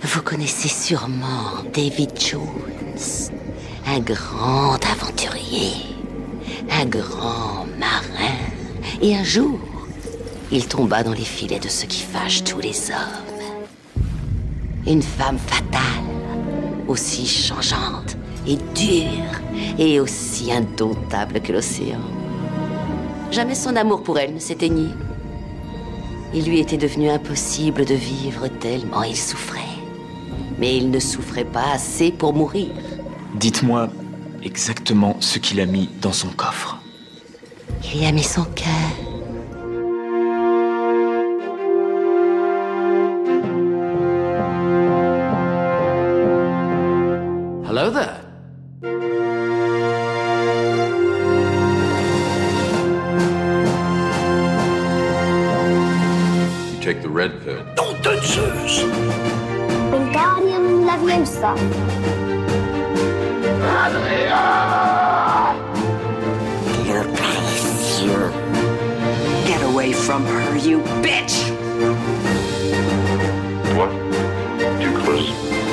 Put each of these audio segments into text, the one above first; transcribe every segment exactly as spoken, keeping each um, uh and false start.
Vous connaissez sûrement David Jones, un grand aventurier, un grand marin. Et un jour, il tomba dans les filets de ce qui fâche tous les hommes. Une femme fatale, aussi changeante et dure, et aussi indomptable que l'océan. Jamais son amour pour elle ne s'éteignit. Il lui était devenu impossible de vivre tellement il souffrait. Mais il ne souffrait pas assez pour mourir. Dites-moi exactement ce qu'il a mis dans son coffre. Il y a mis son cœur. Hello there. You take the red pill. Nom de Zeus! Wingardium Leviosa. You're précieux. Get away from her, you bitch! What? Too close.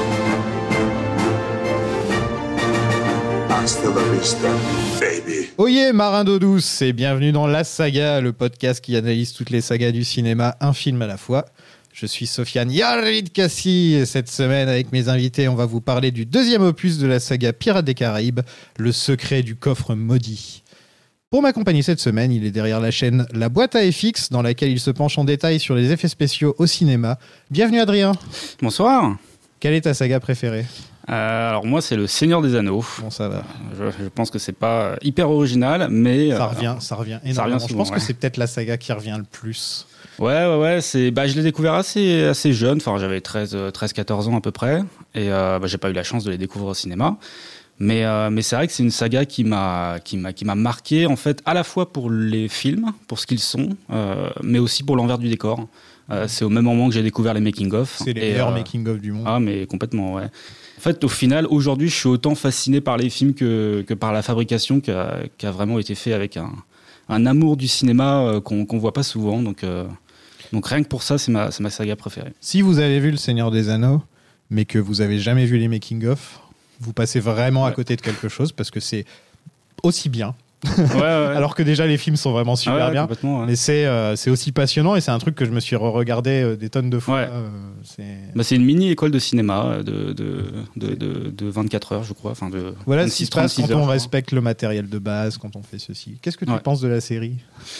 Hasta la vista, baby. Oyez, marin d'eau douce, et bienvenue dans La Saga, le podcast qui analyse toutes les sagas du cinéma, un film à la fois. Je suis Sofiane Yaridkassi, et cette semaine, avec mes invités, on va vous parler du deuxième opus de la saga Pirates des Caraïbes, Le secret du coffre maudit. Pour m'accompagner cette semaine, il est derrière la chaîne La Boîte à F X, dans laquelle il se penche en détail sur les effets spéciaux au cinéma. Bienvenue Adrien. Bonsoir. Quelle est ta saga préférée ? Euh, alors moi c'est le Seigneur des Anneaux. Bon ça va. Je, je pense que c'est pas hyper original, mais ça euh, revient, ça revient énormément. Ça revient souvent, je pense ouais. que c'est peut-être la saga qui revient le plus. Ouais ouais ouais, c'est bah je l'ai découvert assez assez jeune, enfin j'avais treize quatorze ans à peu près, et euh, bah, j'ai pas eu la chance de les découvrir au cinéma. Mais euh, mais c'est vrai que c'est une saga qui m'a qui m'a qui m'a marqué en fait, à la fois pour les films, pour ce qu'ils sont, euh, mais aussi pour l'envers du décor. Euh, c'est au même moment que j'ai découvert les making-of. C'est les et, meilleurs euh, making-of du monde. Ah mais complètement ouais. En fait, au final, aujourd'hui, je suis autant fasciné par les films que, que par la fabrication qui a, qui a vraiment été fait avec un, un amour du cinéma euh, qu'on qu'on voit pas souvent. Donc, euh, donc rien que pour ça, c'est ma, c'est ma saga préférée. Si vous avez vu Le Seigneur des Anneaux, mais que vous avez jamais vu les making-of, vous passez vraiment ouais. à côté de quelque chose parce que c'est aussi bien. Ouais, ouais. Alors que déjà les films sont vraiment super ah ouais, bien, ouais. mais c'est euh, c'est aussi passionnant et c'est un truc que je me suis re-regardé euh, des tonnes de fois. Ouais. Euh, c'est... Bah, c'est une mini école de cinéma de de, de, de, de vingt-quatre heures, je crois. Enfin de. Voilà ce qui se passe quand heures, on respecte le matériel de base, quand on fait ceci. Qu'est-ce que tu ouais. penses de la série ?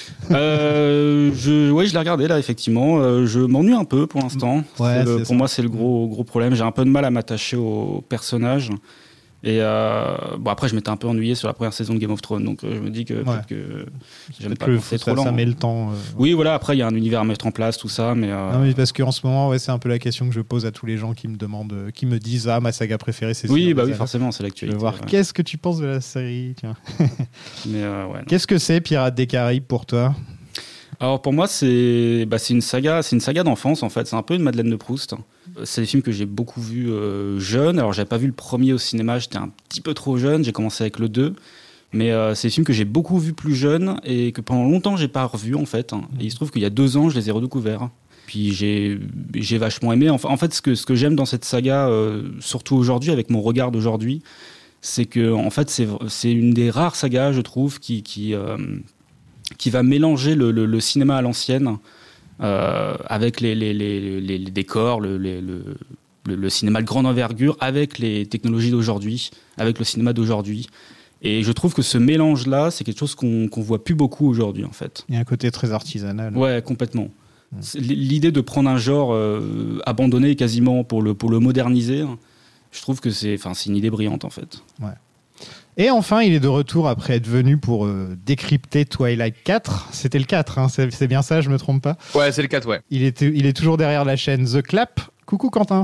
euh, je, ouais, je l'ai regardé là effectivement. Euh, je m'ennuie un peu pour l'instant. Ouais, le, c'est pour ça. moi, c'est le gros gros problème. J'ai un peu de mal à m'attacher aux personnages. Et euh, bon après je m'étais un peu ennuyé sur la première saison de Game of Thrones, donc euh, je me dis que ouais. peut-être que j'aime peut-être pas que c'est ça, trop lent. Ça met le temps. Euh, oui voilà, après il y a un univers à mettre en place, tout ça, mais, euh... non, mais parce qu'en ce moment ouais, c'est un peu la question que je pose à tous les gens qui me demandent, qui me disent ah ma saga préférée c'est. Oui bah oui forcément c'est l'actualité. Je veux voir ouais. Qu'est-ce que tu penses de la série tiens. mais euh, ouais, Qu'est-ce que c'est Pirates des Caraïbes pour toi ? Alors pour moi c'est bah, c'est une saga c'est une saga d'enfance en fait, c'est un peu une Madeleine de Proust. C'est des films que j'ai beaucoup vus euh, jeune. Alors j'avais pas vu le premier au cinéma, j'étais un petit peu trop jeune, j'ai commencé avec le deux. Mais euh, c'est des films que j'ai beaucoup vus plus jeune et que pendant longtemps j'ai pas revu en fait. Et il se trouve qu'il y a deux ans je les ai redécouverts. Puis j'ai j'ai vachement aimé. Enfin, en fait ce que ce que j'aime dans cette saga, euh, surtout aujourd'hui avec mon regard d'aujourd'hui, c'est que en fait c'est c'est une des rares sagas je trouve qui qui euh, qui va mélanger le, le, le cinéma à l'ancienne euh, avec les, les, les, les, les décors, le, les, le, le, le cinéma de grande envergure, avec les technologies d'aujourd'hui, avec le cinéma d'aujourd'hui. Et je trouve que ce mélange-là, c'est quelque chose qu'on qu'on voit plus beaucoup aujourd'hui, en fait. Il y a un côté très artisanal. Ouais, complètement. Mmh. L'idée de prendre un genre euh, abandonné quasiment pour le, pour le moderniser, je trouve que c'est, enfin, c'est une idée brillante, en fait. Ouais. Et enfin, il est de retour après être venu pour euh, décrypter Twilight quatre. C'était le quatre, hein, c'est, c'est bien ça, je me trompe pas ? Ouais, c'est le quatre, ouais. Il est, il est toujours derrière la chaîne The Clap. Coucou Quentin.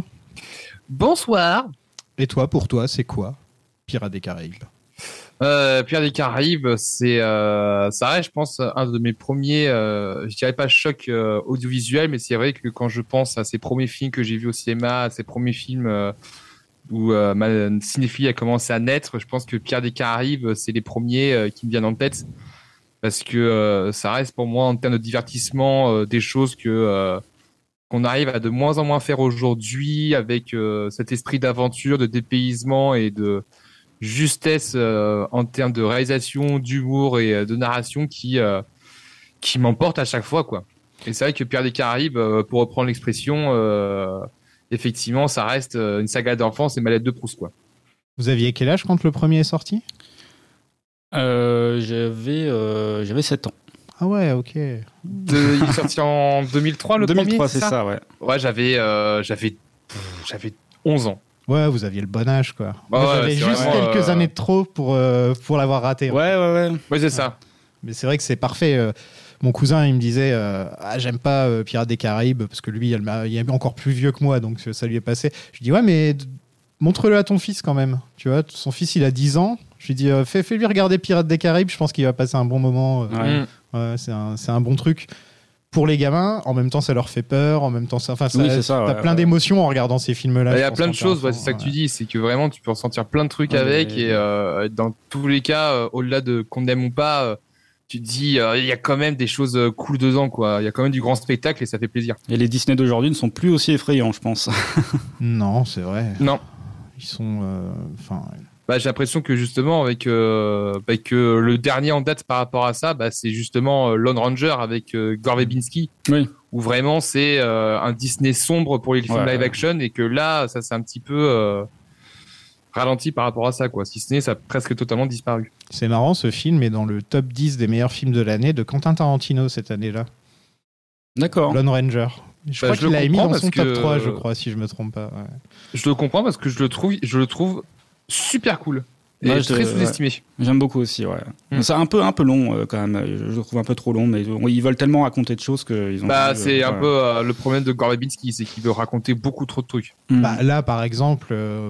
Bonsoir. Et toi, pour toi, c'est quoi Pirates des Caraïbes ? euh, Pirates des Caraïbes, c'est, euh, ça reste, je pense, un de mes premiers, euh, je dirais pas choc euh, audiovisuel, mais c'est vrai que quand je pense à ces premiers films que j'ai vus au cinéma, à ces premiers films... Euh, où euh, ma cinéphilie a commencé à naître, je pense que Pirates des Caraïbes, c'est les premiers euh, qui me viennent en tête parce que euh, ça reste pour moi en termes de divertissement euh, des choses que euh, qu'on arrive à de moins en moins faire aujourd'hui avec euh, cet esprit d'aventure, de dépaysement et de justesse euh, en termes de réalisation, d'humour et euh, de narration qui euh, qui m'emporte à chaque fois, quoi. Et c'est vrai que Pierre des Caraïbes, euh, pour reprendre l'expression, euh, effectivement, ça reste euh, une saga d'enfance et ma lettre de Proust, quoi. Vous aviez quel âge quand le premier est sorti ? Euh, j'avais, euh, j'avais sept ans. Ah ouais, ok. De, il est sorti en deux mille trois, le deux mille trois, premier, c'est ça, ça ouais. Ouais, j'avais, euh, j'avais, pff, j'avais onze ans. Ouais, vous aviez le bon âge, quoi. Bah Moi, ouais, j'avais c'est juste vraiment, quelques euh, années de trop pour, euh, pour l'avoir raté. Ouais, ouais, ouais. Ouais, c'est ça. Mais c'est vrai que c'est parfait. euh, Mon cousin, il me disait euh, ah, j'aime pas euh, Pirates des Caraïbes parce que lui, il m'a- il est encore plus vieux que moi, donc euh, ça lui est passé. Je lui dis ouais, mais d- montre-le à ton fils quand même. Tu vois, son fils, il a dix ans. Je lui dis euh, fais, fais-lui regarder Pirates des Caraïbes. Je pense qu'il va passer un bon moment. euh, Ouais. Mm. ouais, c'est un, c'est un bon truc. Pour les gamins, en même temps, ça leur fait peur. En même temps, ça, enfin, ça, Oui, c'est ça, t'as ouais, plein ouais. d'émotions en regardant ces films-là. Bah, Il y je a pense, plein de quand t'es choses, ouais, enfant, c'est ça que ouais. tu dis, c'est que vraiment tu peux ressentir plein de trucs Ouais, avec mais- et euh, dans tous les cas, euh, au-delà de qu'on aime ou pas, euh, tu te dis euh, il y a quand même des choses euh, cool dedans, quoi. Il y a quand même du grand spectacle et ça fait plaisir. Et les Disney d'aujourd'hui ne sont plus aussi effrayants, je pense. Non, c'est vrai. Non, Ils sont. euh, Enfin. bah, j'ai l'impression que justement avec euh, bah, que le dernier en date par rapport à ça, bah, c'est justement euh, Lone Ranger avec euh, Gore Verbinski, Oui. où vraiment c'est euh, un Disney sombre pour les films Ouais, live ouais. action et que là, ça c'est un petit peu euh, ralenti par rapport à ça, quoi. Si ce n'est, ça a presque totalement disparu. C'est marrant, ce film est dans le top dix des meilleurs films de l'année de Quentin Tarantino cette année-là. D'accord. Lone Ranger. Je Bah, crois je qu'il le l'a mis comprends dans son parce top que- trois, je crois, si je me trompe pas. ouais. Je le comprends parce que je le trouve, je le trouve super cool et Ouais, je- très ouais. sous-estimé. J'aime beaucoup aussi, ouais. Mm. C'est un peu, un peu long euh, quand même. Je le trouve un peu trop long, mais ils veulent tellement raconter de choses qu'ils ont. Bah, voulu, c'est euh, un ouais. peu euh, le problème de Gore Verbinski, c'est qu'il veut raconter beaucoup trop de trucs. Mm. Bah, là, par exemple, euh,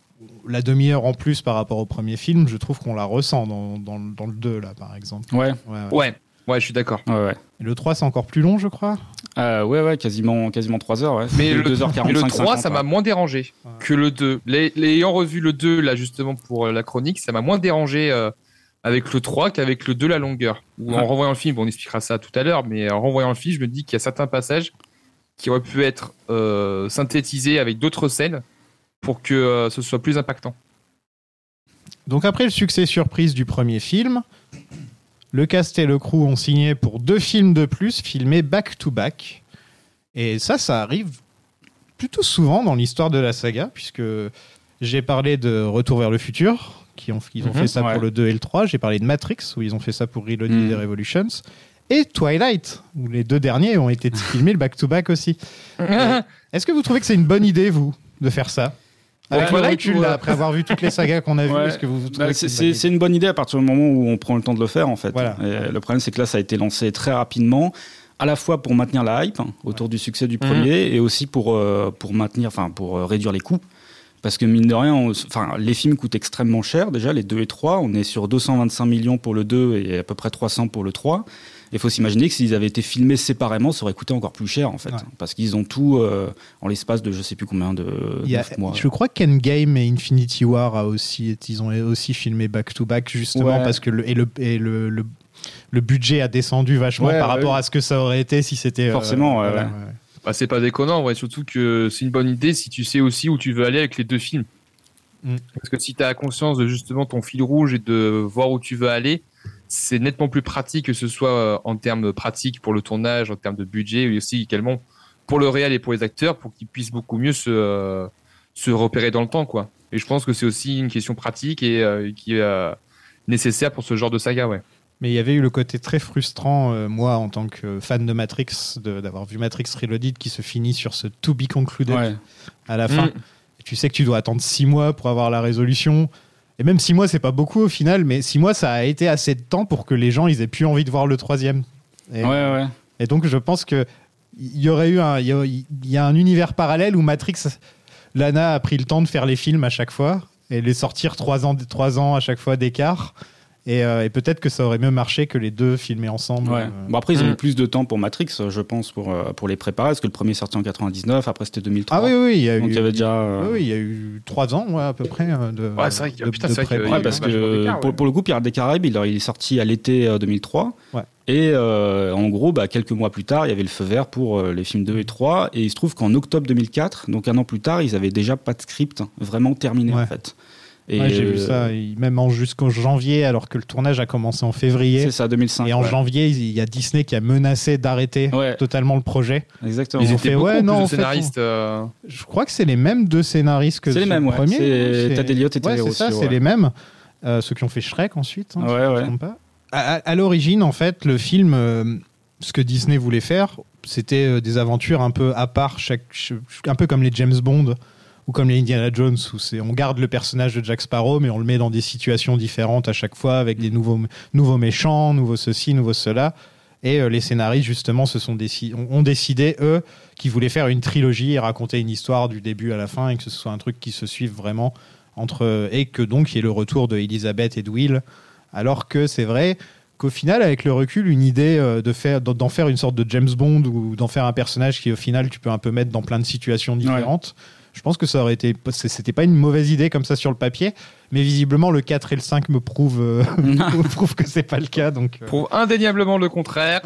la demi-heure en plus par rapport au premier film, je trouve qu'on la ressent dans, dans, le- dans le deux, là, par exemple. Ouais, Ouais, ouais. Ouais, ouais, je suis d'accord. ouais, ouais. Et le trois, c'est encore plus long, je crois. Euh, ouais, ouais, quasiment, quasiment trois heures, ouais. Mais le, deux heures mais quarante-cinq, le trois, cinquante, ça m'a ouais. moins dérangé Ouais. que le deux. Les, les ayant revu le deux, là, justement, pour euh, la chronique, ça m'a moins dérangé euh, avec le trois qu'avec le deux, la longueur. Ou en Ouais. renvoyant le film, bon, on expliquera ça tout à l'heure, mais en renvoyant le film, je me dis qu'il y a certains passages qui auraient pu être euh, synthétisés avec d'autres scènes pour que euh, ce soit plus impactant. Donc après le succès surprise du premier film, le cast et le crew ont signé pour deux films de plus filmés back-to-back. Et ça, ça arrive plutôt souvent dans l'histoire de la saga, puisque j'ai parlé de Retour vers le futur, qui ont, ils ont Mhm, fait ça ouais. pour le deux et le trois. J'ai parlé de Matrix, où ils ont fait ça pour Reloaded Mhm. et Revolutions. Et Twilight, où les deux derniers ont été filmés le back-to-back aussi. Est-ce que vous trouvez que c'est une bonne idée, vous, de faire ça Avec le Twilight recul, ou, là, euh, après avoir vu toutes les sagas qu'on a vues, Ouais. est-ce que vous trouvez Bah, que c'est, une bonne c'est, idée c'est une bonne idée à partir du moment où on prend le temps de le faire, en fait. Voilà. Et le problème, c'est que là, ça a été lancé très rapidement, à la fois pour maintenir la hype hein, autour du succès du premier, et aussi pour, euh, pour maintenir, enfin, pour euh, réduire les coûts. Parce que mine de rien, on- enfin, les films coûtent extrêmement cher, déjà, les deux et trois. On est sur deux cent vingt-cinq millions pour le deux et à peu près trois cents pour le trois. Il faut s'imaginer que s'ils avaient été filmés séparément, ça aurait coûté encore plus cher, en fait. Ouais. Parce qu'ils ont tout euh, en l'espace de je sais plus combien de Il y a- neuf mois. Je crois qu'Endgame et Infinity War a aussi, ils ont aussi filmé back-to-back, justement, Ouais. parce que le, et le, et le, le, le budget a descendu vachement Ouais, par ouais, rapport ouais. à ce que ça aurait été si c'était... euh, Forcément, ouais, ouais. Bah, c'est pas déconnant, ouais, surtout que c'est une bonne idée si tu sais aussi où tu veux aller avec les deux films. Mm. Parce que si tu as conscience de justement ton fil rouge et de voir où tu veux aller, c'est nettement plus pratique que ce soit euh, en termes pratiques pour le tournage, en termes de budget, et aussi également pour le réel et pour les acteurs, pour qu'ils puissent beaucoup mieux se, euh, se repérer dans le temps, quoi. Et je pense que c'est aussi une question pratique et euh, qui est euh, nécessaire pour ce genre de saga, ouais. Mais il y avait eu le côté très frustrant, euh, moi, en tant que fan de Matrix, de- d'avoir vu Matrix Reloaded qui se finit sur ce to be concluded Ouais. à la fin. Mm. Et tu sais que tu dois attendre six mois pour avoir la résolution. Et même six mois, c'est pas beaucoup au final, mais six mois, ça a été assez de temps pour que les gens ils aient plus envie de voir le troisième. Et, Ouais, ouais. et donc, je pense que il y aurait eu un, il y a, il y a un univers parallèle où Matrix, Lana a pris le temps de faire les films à chaque fois et les sortir trois ans, trois ans à chaque fois d'écart. Et, euh, et peut-être que ça aurait mieux marché que les deux filmés ensemble. Ouais. Euh... Bon, après, ils ont Mm. eu plus de temps pour Matrix, je pense, pour, euh, pour les préparer, parce que le premier est sorti en quatre-vingt-dix-neuf, après c'était deux mille trois. Ah oui, oui, il y a Donc eu. il y avait déjà. euh, Oui, oui, il y a eu trois ans, ouais, à peu près. euh, De, Ouais, c'est vrai que- de- putain, de c'est vrai que- prépa. Ouais, Ouais, parce vachement que d'écart, pour, ouais. pour le coup, Pirates des Caraïbes, il, il est sorti à l'été euh, deux mille trois. Ouais. Et euh, en gros, bah, quelques mois plus tard, il y avait le feu vert pour euh, les films deux et trois. Et il se trouve qu'en octobre deux mille quatre, donc un an plus tard, ils avaient déjà pas de script vraiment terminé Ouais. en fait. Et Ouais, j'ai vu euh, ça, il- même en- jusqu'en janvier, alors que le tournage a commencé en février. C'est ça, deux mille cinq. Et en ouais. janvier, il y a Disney qui a menacé d'arrêter Ouais. totalement le projet. Exactement. Ils Ils ont étaient fait, beaucoup ouais, plus non, de en fait, scénaristes. euh, Je crois que c'est les mêmes deux scénaristes que C'est les sur mêmes, le ouais. premier. C'est C'est- Tad Elliott et Ouais, Terry c'est ça, Rossio, c'est ouais. les mêmes. Euh, ceux qui ont fait Shrek ensuite. hein, Ouais, si je me ouais. trompe pas. À, à- à l'origine, en fait, le film, euh, ce que Disney voulait faire, c'était euh, des aventures un peu à part, chaque, ch- un peu comme les James Bond ou comme les Indiana Jones, où c'est, on garde le personnage de Jack Sparrow, mais on le met dans des situations différentes à chaque fois, avec des nouveaux, nouveaux méchants, nouveaux ceci, nouveaux cela. Et euh, les scénaristes, justement, se sont déci- ont, ont décidé, eux, qu'ils voulaient faire une trilogie et raconter une histoire du début à la fin, et que ce soit un truc qui se suive vraiment entre... Et que donc, il y ait le retour de Elizabeth et de Will. Alors que c'est vrai qu'au final, avec le recul, une idée euh, de faire, d'en faire une sorte de James Bond ou d'en faire un personnage qui, au final, tu peux un peu mettre dans plein de situations différentes... Je pense que ça aurait été, c'était pas une mauvaise idée comme ça sur le papier, mais visiblement le quatre et le cinq me prouvent, euh, me prouvent que c'est pas le cas. Donc, euh. Prouve indéniablement le contraire.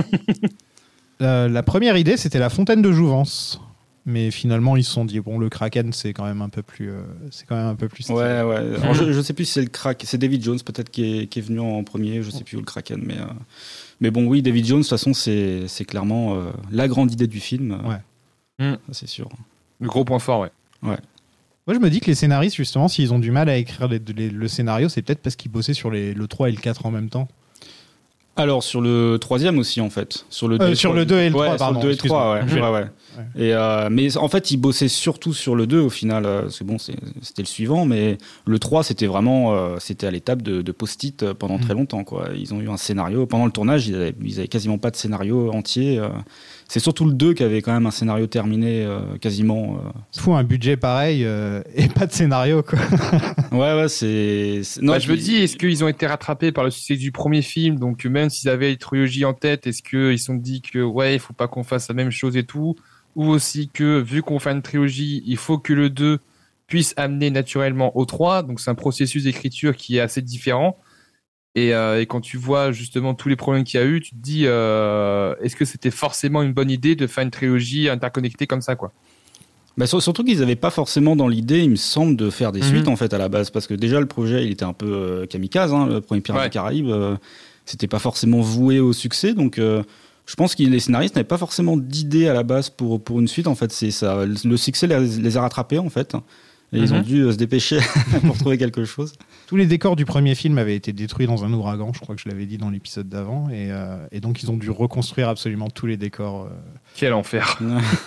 Euh, la première idée, c'était la fontaine de jouvence, mais finalement ils se sont dit bon, le Kraken c'est quand même un peu plus, euh, c'est quand même un peu plus. stylé. Ouais, ouais. Alors, je, je sais plus si c'est le crack, c'est David Jones peut-être qui est, qui est venu en premier, je sais plus où le Kraken, mais euh, mais bon oui, David Jones de toute façon c'est c'est clairement euh, la grande idée du film. Ouais. Mm. Ça, c'est sûr. Le gros point fort, ouais. Moi, je me dis que les scénaristes, justement, s'ils ont du mal à écrire les- les- le scénario, c'est peut-être parce qu'ils bossaient sur les, le trois et le quatre en même temps. Alors sur le troisième aussi en fait, sur le Euh, deux, sur trois- le deux et le ouais, trois, sur pardon, le deux et trois, ouais, excuse-moi. ouais, ouais. Et euh, mais en fait, ils bossaient surtout sur le deux au final. euh, Parce que bon, c'est- c'était le suivant, mais le trois, c'était vraiment, euh, c'était à l'étape de, de post-it euh, pendant Mm. très longtemps, quoi. Ils ont eu un scénario pendant le tournage, ils avaient, ils avaient quasiment pas de scénario entier. euh. C'est surtout le deux qui avait quand même un scénario terminé euh, quasiment. euh. Fou un budget pareil euh, et pas de scénario, quoi. Ouais, ouais, c'est. c'est- non, Bah, je me puis- dis, est-ce qu'ils ont été rattrapés par le succès du premier film? Donc, même s'ils avaient une trilogie en tête, est-ce qu'ils se sont dit que, ouais, il faut pas qu'on fasse la même chose et tout? Ou aussi que, vu qu'on fait une trilogie, il faut que le deux puisse amener naturellement au trois. Donc, c'est un processus d'écriture qui est assez différent. Et, euh, et quand tu vois justement tous les problèmes qu'il y a eu, tu te dis, euh, est-ce que c'était forcément une bonne idée de faire une trilogie interconnectée comme ça, quoi? Bah, sur- surtout qu'ils n'avaient pas forcément dans l'idée, il me semble, de faire des Mhm. suites en fait à la base, parce que déjà le projet, il était un peu euh, kamikaze, hein, le premier Pirates Ouais. des Caraïbes, euh, c'était pas forcément voué au succès, donc euh, je pense que les scénaristes n'avaient pas forcément d'idée à la base pour pour une suite. En fait, c'est ça, le succès les, les a rattrapés en fait, et ils Mhm. ont dû euh, se dépêcher pour trouver quelque chose. Tous les décors du premier film avaient été détruits dans un ouragan, je crois que je l'avais dit dans l'épisode d'avant, et, euh, et donc ils ont dû reconstruire absolument tous les décors. euh. Quel enfer.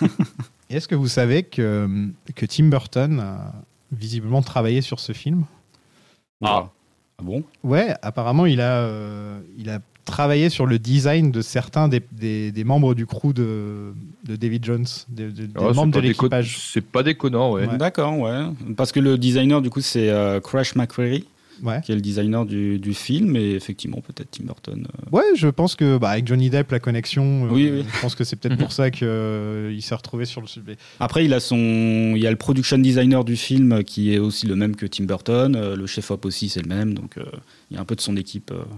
Et est-ce que vous savez que, que Tim Burton a visiblement travaillé sur ce film? Ah, ah bon? Ouais, apparemment il a, euh, il a travaillé sur le design de certains des, des, des membres du crew de, de David Jones, des, de- des Oh, c'est membres pas de déco- l'équipage. C'est pas déconnant, ouais. Ouais. D'accord, ouais. Parce que le designer du coup c'est euh, Crash McCreary, Ouais. qui est le designer du, du film, et effectivement peut-être Tim Burton. euh, Ouais, je pense que bah, avec Johnny Depp, la connexion, euh, Oui, oui. je pense que c'est peut-être pour ça qu'il euh, s'est retrouvé sur le sujet. Après, il a son, il y a le production designer du film qui est aussi le même que Tim Burton. Euh, le chef op aussi, c'est le même. Donc, euh, il y a un peu de son équipe. euh.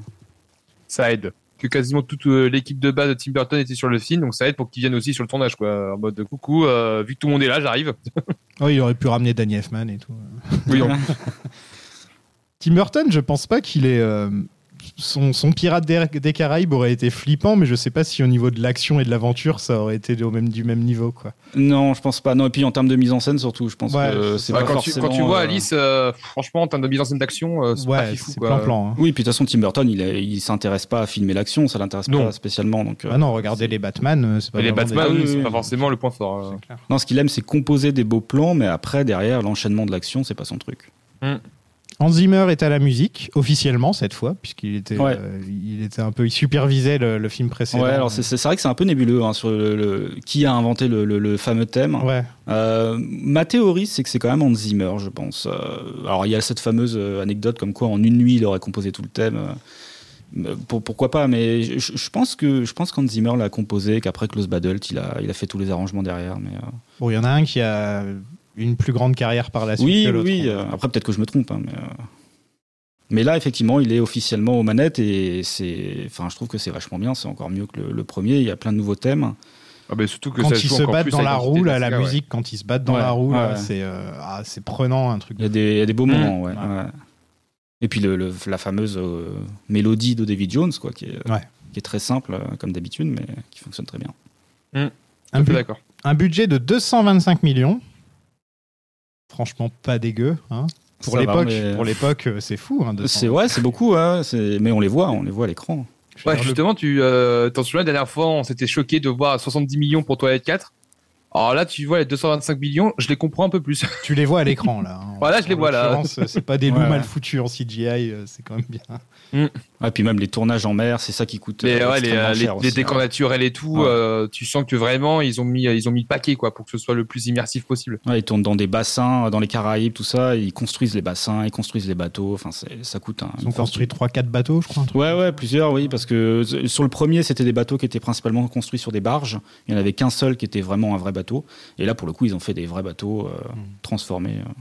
Ça aide. Que quasiment toute euh, l'équipe de base de Tim Burton était sur le film, donc ça aide pour qu'ils viennent aussi sur le tournage, quoi. En mode de coucou, euh, vu que tout le monde est là, j'arrive. Oh, il aurait pu ramener Danny Elfman et tout. Oui, en- Tim Burton, je pense pas qu'il est. euh, son, son Pirate des, des Caraïbes aurait été flippant, mais je sais pas si au niveau de l'action et de l'aventure, ça aurait été au même, du même niveau, quoi. Non, je pense pas. Non, et puis en termes de mise en scène surtout, je pense Ouais, que c'est c'est Ouais, pas quand, tu, forcément. quand tu vois euh, Alice, euh, franchement, en termes de mise en scène d'action, euh, c'est pas Ouais, fifou, c'est quoi. plan-plan. Hein. Oui, puis de toute façon, Tim Burton, il, est- il s'intéresse pas à filmer l'action, ça l'intéresse Non. pas spécialement. Donc, euh, Ah non, regardez les Batman, euh, c'est pas Mais les vraiment Batman, des- oui, oui, c'est oui, pas oui. forcément le point fort. euh. C'est clair. non, ce qu'il aime, c'est composer des beaux plans, mais après, derrière, l'enchaînement de l'action, c'est pas son truc. Hans Zimmer est à la musique, officiellement cette fois, puisqu'il était, Ouais. euh, il était un peu, il supervisait le, le film précédent. Ouais, alors c'est, c'est vrai que c'est un peu nébuleux hein, sur le, le- qui a inventé le, le- le fameux thème. Ouais. Euh, ma théorie, c'est que c'est quand même Hans Zimmer, je pense. Euh, alors il y a cette fameuse euh, anecdote comme quoi en une nuit il aurait composé tout le thème. Euh, pour- pourquoi pas, mais je, je pense que je pense qu'Hans Zimmer l'a composé, qu'après Klaus Badelt, il a, il a fait tous les arrangements derrière. Mais euh, Bon, il y en a un qui a une plus grande carrière par la suite oui, que l'autre. oui. euh, après peut-être que je me trompe, hein, mais. euh, Mais là, effectivement, il est officiellement aux manettes et c'est, enfin, je trouve que c'est vachement bien. C'est encore mieux que le, le premier. Il y a plein de nouveaux thèmes. Ah bah, surtout que Quand ça ils joue se encore battent plus dans à la l'identité roue, de là, la saga, ouais. musique, quand ils se battent dans Ouais, la roue, là, ouais. c'est, euh, ah, c'est prenant, un truc. Il y a des, il y a des beaux Mmh. moments, ouais. Ouais. ouais. Et puis le, le- la fameuse euh, mélodie de David Jones, quoi, qui est, Ouais. qui est très simple euh, comme d'habitude, mais qui fonctionne très bien. Un, Un peu bu- d'accord. un budget de deux cent vingt-cinq millions. Franchement, pas dégueu. Hein. Pour Ça va, l'époque, mais- pour l'époque, euh, c'est fou. Hein, deux cents. C'est ouais, c'est beaucoup, hein, c'est- mais on les voit, on les voit à l'écran. Je veux Ouais, dire, le- justement, tu euh, t'en souviens, la dernière fois, on s'était choqué de voir soixante-dix millions pour Toilette quatre. Alors là, tu vois les deux cent vingt-cinq millions, je les comprends un peu plus. Tu les vois à l'écran, là. hein. Voilà, je les En vois, là. l'occurrence, C'est pas des loups Ouais. mal foutus en C G I, euh, c'est quand même bien. Ouais, puis même les tournages en mer, c'est ça qui coûte. Mais euh, ouais, les, extrêmement euh, les, cher les aussi, décors hein. naturels et tout, Ouais. euh, tu sens que vraiment, ils ont mis, ils ont mis le paquet, quoi, pour que ce soit le plus immersif possible. Ouais, ils tournent dans des bassins, dans les Caraïbes, tout ça. Ils construisent les bassins, ils construisent les bateaux. Enfin, c'est- ça coûte. Un, Ils ont construit trois quatre bateaux, je crois. un truc. Ouais, ouais, plusieurs, oui, parce que euh, sur le premier, c'était des bateaux qui étaient principalement construits sur des barges. Il n'y en avait qu'un seul qui était vraiment un vrai bateau. Et là, pour le coup, ils ont fait des vrais bateaux euh, transformés. euh.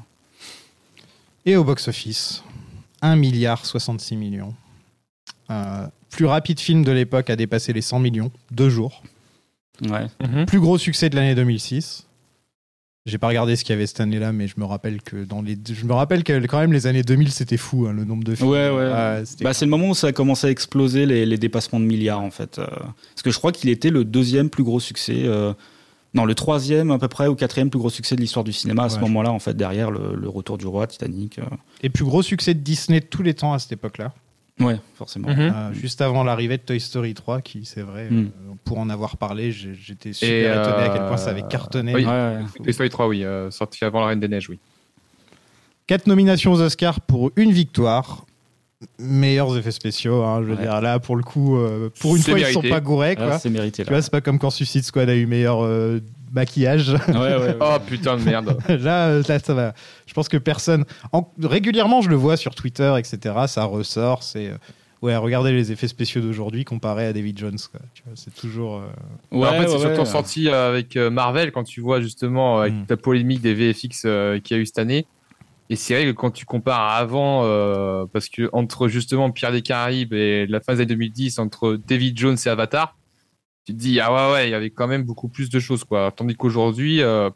Et au box-office, un milliard soixante-six millions. Euh, plus rapide film de l'époque à dépasser les cent millions, deux jours. Ouais. Plus gros succès de l'année deux mille six. J'ai pas regardé ce qu'il y avait cette année-là, mais je me rappelle que dans les, je me rappelle que quand même les années deux mille c'était fou, hein, le nombre de films. Ouais, ouais. Ah, c'était- Bah, c'est le moment où ça a commencé à exploser les, les dépassements de milliards, en fait. Euh, parce que je crois qu'il était le deuxième plus gros succès. euh, non, le troisième à peu près, ou quatrième plus gros succès de l'histoire du cinéma à ce Ouais, moment-là, en fait, derrière le, le Retour du Roi, Titanic. euh. Et plus gros succès de Disney de tous les temps à cette époque-là. Ouais, forcément. Mhm. Euh, juste avant l'arrivée de Toy Story trois, qui c'est vrai, Mm. euh, pour en avoir parlé, j'ai- j'étais super Et, euh, étonné à quel point ça avait cartonné. oui. Ouais, ouais. Toy Story trois, oui, euh, sorti avant La Reine des Neiges, oui. Quatre nominations aux Oscars pour une victoire. Meilleurs effets spéciaux, hein, je veux Ouais. dire. Là, pour le coup, euh, pour une C'est fois, ils sont mérité. pas gourés, Ah, quoi. c'est mérité, Tu là. vois, c'est pas comme quand Suicide Squad a eu meilleur euh, maquillage. Ouais, ouais, ouais. Oh putain de merde. là, euh, là, ça va. Je pense que personne. En- Régulièrement, je le vois sur Twitter, et cetera. Ça ressort. C'est. euh, Ouais, regardez les effets spéciaux d'aujourd'hui comparés à David Jones. Quoi. Tu vois, c'est toujours. euh, Ouais, en fait, c'est ouais, surtout ouais. sorti euh, avec euh, Marvel quand tu vois justement euh, avec Mm. la polémique des V F X euh, qu'il y a eu cette année. Et c'est vrai que quand tu compares à avant, euh, parce que entre justement Pierre des Caraïbes et la phase des deux mille dix, entre David Jones et Avatar, tu te dis ah ouais ouais, il y avait quand même beaucoup plus de choses quoi. Tandis qu'aujourd'hui, euh,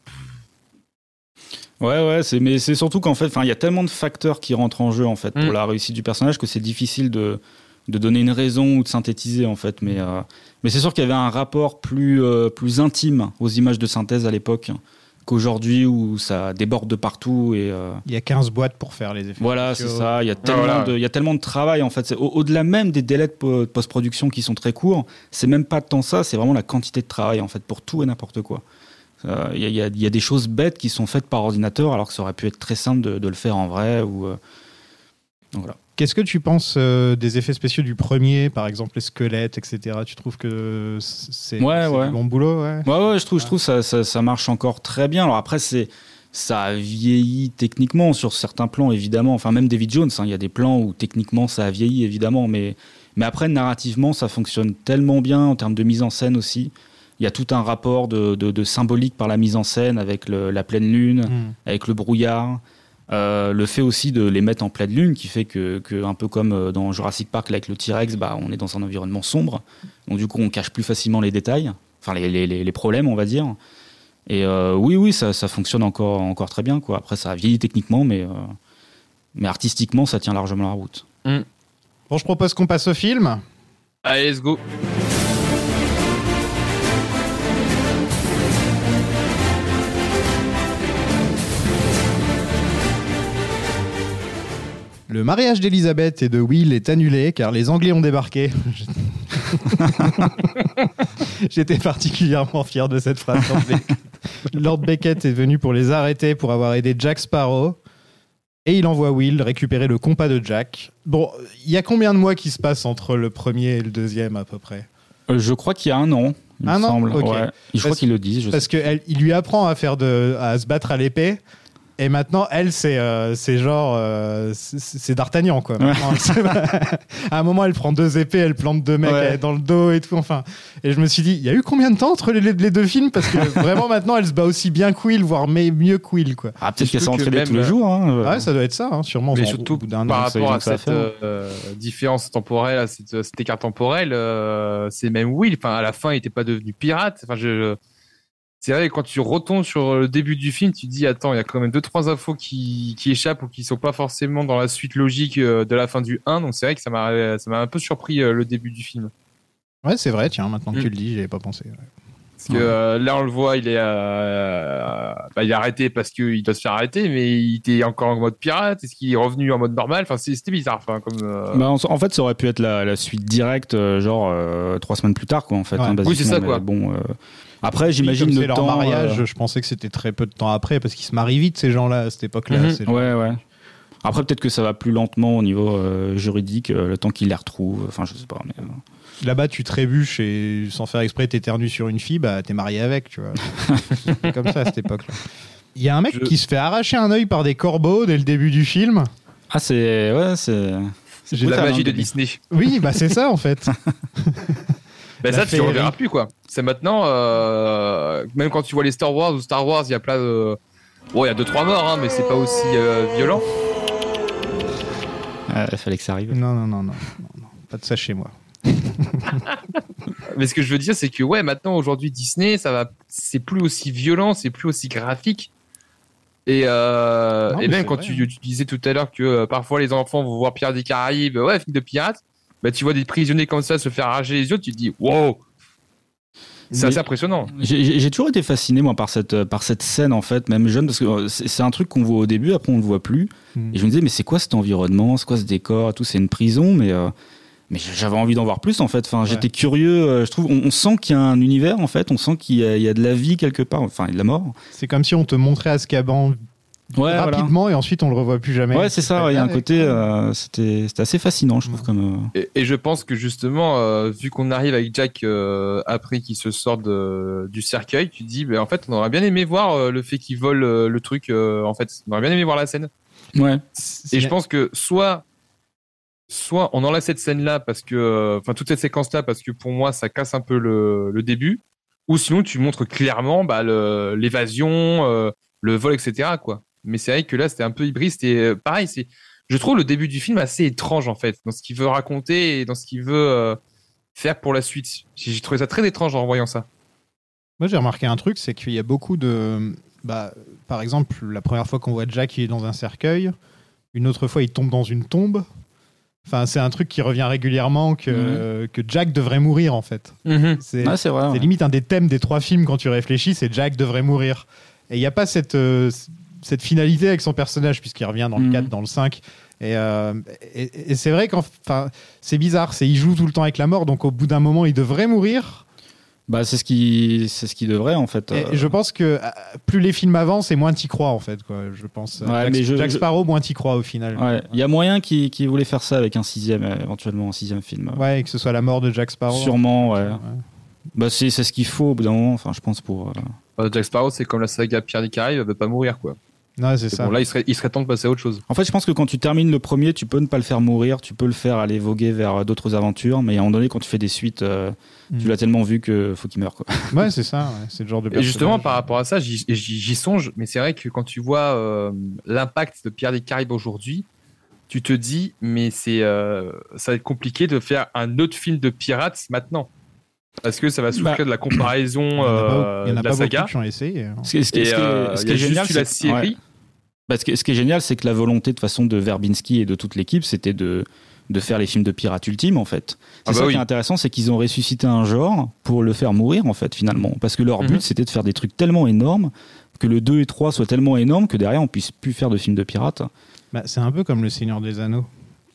Ouais, ouais, c'est, mais c'est surtout qu'en fait, enfin, il y a tellement de facteurs qui rentrent en jeu en fait pour Mm. la réussite du personnage que c'est difficile de de donner une raison ou de synthétiser en fait. Mais euh, mais c'est sûr qu'il y avait un rapport plus euh, plus intime aux images de synthèse à l'époque qu'aujourd'hui où ça déborde de partout et euh, Il y a quinze boîtes pour faire les effets voilà, c'est spéciaux. ça. Il y a tellement voilà. de il y a tellement de travail en fait. C'est, au, au-delà même des délais de po- post-production qui sont très courts, c'est même pas tant ça. C'est vraiment la quantité de travail en fait pour tout et n'importe quoi. Euh, Il y, a- il y a- il y a des choses bêtes qui sont faites par ordinateur alors que ça aurait pu être très simple de, de le faire en vrai. Ou, euh, donc voilà. Qu'est-ce que tu penses euh, des effets spéciaux du premier, par exemple les squelettes, et cetera. Tu trouves que c'est, Ouais, c'est ouais. du bon boulot, ouais. Ouais, ouais, je trouve, je trouve ça, ça, ça marche encore très bien. Alors après, c'est, ça a vieilli techniquement sur certains plans, évidemment. Enfin, même David Jones, hein, il y a des plans où techniquement ça a vieilli, évidemment. Mais, mais après, narrativement, ça fonctionne tellement bien en termes de mise en scène aussi. Il y a tout un rapport de, de, de symbolique par la mise en scène avec le, la pleine lune, Mm. avec le brouillard. Euh, le fait aussi de les mettre en pleine lune qui fait que, que un peu comme dans Jurassic Park là, avec le T-Rex, bah, on est dans un environnement sombre. Donc du coup, on cache plus facilement les détails, enfin les, les, les, les problèmes, on va dire. Et euh, oui, oui, ça, ça fonctionne encore, encore très bien, quoi. Après, ça a vieilli techniquement, mais, euh, mais artistiquement, ça tient largement la route. Bon, je propose qu'on passe au film. allez let's go. Le mariage d'Elisabeth et de Will est annulé car les Anglais ont débarqué. J'étais particulièrement fier de cette phrase. Lord Beckett est venu pour les arrêter pour avoir aidé Jack Sparrow. Et il envoie Will récupérer le compas de Jack. Bon, il y a combien de mois qui se passent entre le premier et le deuxième à peu près ? Euh, je crois qu'il y a un an, il un me an semble. Ok. Ouais. Je crois qu'ils le disent. Je Parce sais. qu'il lui apprend à, faire de, à se battre à l'épée. Et maintenant, elle, c'est, euh, c'est genre. Euh, c'est, c'est D'Artagnan, quoi. Maintenant, elle- à un moment, elle prend deux épées, elle plante deux mecs Ouais. dans le dos et tout. Enfin, et je me suis dit, il y a eu combien de temps entre les, les deux films ? Parce que vraiment, maintenant, elle se bat aussi bien que Will, voire mais mieux que Will, quoi. Ah, peut-être qu'elle s'est surtout que entraînée même, tous les jours. Hein. Ouais, ça doit être ça, hein, sûrement. Mais Genre, surtout au bout d'un par an. ça, ils rapport ont à que ça à cette faire. euh, différence temporelle, à cette, cet écart temporel, euh, c'est même Will. Enfin, à la fin, il n'était pas devenu pirate. Enfin, je, c'est vrai que quand tu retombes sur le début du film, tu te dis attends, il y a quand même deux trois infos qui, qui échappent ou qui sont pas forcément dans la suite logique euh, de la fin du un. Donc c'est vrai que ça m'a ça m'a un peu surpris euh, le début du film. Ouais, c'est vrai, tiens, maintenant que Mm. tu le dis, j'y avais pas pensé. Ouais. Parce que euh, là, on le voit, il est, euh, bah, il est arrêté parce qu'il doit se faire arrêter, mais il était encore en mode pirate. Est-ce qu'il est revenu en mode normal ? Enfin, c'est- c'était bizarre. Enfin, comme. euh, Bah, en, en fait, ça aurait pu être la, la suite directe, euh, genre euh, trois semaines plus tard, quoi, en fait. Ouais. hein, Oui, c'est ça, basiquement, quoi. mais Bon, euh, après, j'imagine Comme le c'est leur temps. mariage, euh, je pensais que c'était très peu de temps après, parce qu'ils se marient vite, ces gens-là, à cette époque-là. Mhm. C'est genre- Ouais, ouais. Après, peut-être que ça va plus lentement au niveau euh, juridique, euh, le temps qu'ils les retrouvent. Enfin, je sais pas. Mais, euh, Là-bas, tu trébuches et sans faire exprès, t'éternues sur une fille, bah t'es marié avec, tu vois. C'est comme ça à cette époque-là. Il y a un mec Je- qui se fait arracher un œil par des corbeaux dès le début du film. Ah, c'est. Ouais, c'est. c'est J'ai la brutal, magie hein, de début. Disney. Oui, bah c'est ça en fait. Ben La ça, tu féerie. ne reverras plus, quoi. C'est maintenant, euh, même quand tu vois les Star Wars ou Star Wars, il y a plein de. Bon, il y a deux, trois morts, hein, mais c'est pas aussi euh, violent. Ah, il fallait que ça arrive. Non, non, non, non, non, non. Pas de ça chez moi. Mais ce que je veux dire, c'est que, ouais, maintenant, aujourd'hui, Disney, ça va, c'est plus aussi violent, c'est plus aussi graphique. Et, euh, Non, et mais même c'est quand vrai, tu, hein. tu disais tout à l'heure que euh, parfois les enfants vont voir Pirates des Caraïbes, ouais, film de pirates, bah, tu vois des prisonniers comme ça se faire arracher les yeux, tu te dis, wow! C'est Mais- assez impressionnant. J'ai- J'ai j'ai toujours été fasciné moi par cette par cette scène en fait, même jeune, parce que euh, c'est c'est un truc qu'on voit au début, après on le voit plus. Mm. Et je me disais mais c'est quoi cet environnement, c'est quoi ce décor, et tout, c'est une prison, mais euh, mais j'avais envie d'en voir plus en fait. Enfin, Ouais. j'étais curieux. euh, Je trouve, on, on sent qu'il y a un univers en fait, on sent qu'il y, a- il y a de la vie quelque part, enfin, et de la mort. C'est comme si on te montrait Azkaban Ouais, rapidement et ensuite on le revoit plus jamais. Ouais, c'est ça. ouais, Il y a un côté, euh, c'était c'était assez fascinant, je trouve, comme. euh, Et, et je pense que justement, euh, vu qu'on arrive avec Jack euh, après qu'il se sort de, du cercueil, tu te dis, bah, en fait, on aurait bien aimé voir euh, le fait qu'il vole euh, le truc. euh, en fait, on aurait bien aimé voir la scène. Ouais. Et je pense que soit, soit on enlève cette scène-là parce que, enfin, toute cette séquence-là parce que pour moi, ça casse un peu le, le début, ou sinon tu montres clairement bah, le- l'évasion, euh, le vol, et cetera. Quoi. Mais c'est vrai que là, c'était un peu hybride. C'était euh, pareil. C'est, je trouve le début du film assez étrange en fait, dans ce qu'il veut raconter et dans ce qu'il veut euh, faire pour la suite. J'ai j'ai trouvé ça très étrange en voyant ça. Moi, j'ai remarqué un truc, c'est qu'il y a beaucoup de. Bah, par exemple, la première fois qu'on voit Jack, il est dans un cercueil. Une autre fois, il tombe dans une tombe. Enfin, c'est un truc qui revient régulièrement que, que Jack devrait mourir, en fait. C'est Ah, c'est vrai. c'est ouais. limite un des thèmes des trois films quand tu réfléchis, c'est Jack devrait mourir. Et il n'y a pas cette, euh, cette finalité avec son personnage, puisqu'il revient dans le Mhm. quatre, dans le cinq. Et, euh, et, et c'est vrai qu'enfin, c'est bizarre. C'est, il joue tout le temps avec la mort, donc au bout d'un moment, il devrait mourir. Bah, c'est ce qui, c'est ce qui devrait en fait. Et euh, je pense que euh, plus les films avancent, et moins t'y crois en fait. Quoi. Je pense. Ouais, Jack, mais je- Jack je- Sparrow, moins t'y crois au final. Ouais, il y a moyen qu'ils qu'ils voulaient faire ça avec un sixième, euh, éventuellement un sixième film. Ouais, et que ce soit la mort de Jack Sparrow. Sûrement, ouais. Ouais. Bah, c'est c'est ce qu'il faut au bout d'un moment, enfin, je pense pour. euh, Euh, Jack Sparrow, c'est comme la saga Pierre des Caraïbes, il veut pas mourir quoi. Non, c'est C'est ça. bon, là, il serait, il serait temps de passer à autre chose. En fait, je pense que quand tu termines le premier, tu peux ne pas le faire mourir, tu peux le faire aller voguer vers d'autres aventures, mais à un moment donné, quand tu fais des suites, euh, Mm. tu l'as tellement vu que faut qu'il meure, quoi. Ouais, c'est ça. Ouais. C'est le genre de. Et justement, personnage. par rapport à ça, j'y j'y- j'y songe, mais c'est vrai que quand tu vois euh, l'impact de Pierre des Caraïbes aujourd'hui, tu te dis, mais c'est, euh, ça va être compliqué de faire un autre film de pirates maintenant. Parce que ça va souffrir Bah, de la comparaison Il y en a pas, euh, il y en a de la pas beaucoup saga. qui ont essayé. hein. Ce qui est, ce qui est- Et ce qui est- euh, ce il qui y est a génial, juste eu la c'est- ouais. série. Bah, ce, qui est, ce qui est génial, c'est que la volonté de toute façon de Verbinski et de toute l'équipe, c'était de, de faire les films de pirates ultimes, en fait. C'est Ah bah ça oui. qui est intéressant, c'est qu'ils ont ressuscité un genre pour le faire mourir, en fait, finalement. Parce que leur but, Mhm. c'était de faire des trucs tellement énormes, que le deux et trois soient tellement énormes que derrière, on puisse plus faire de films de pirates. Bah, c'est un peu comme le Seigneur des Anneaux.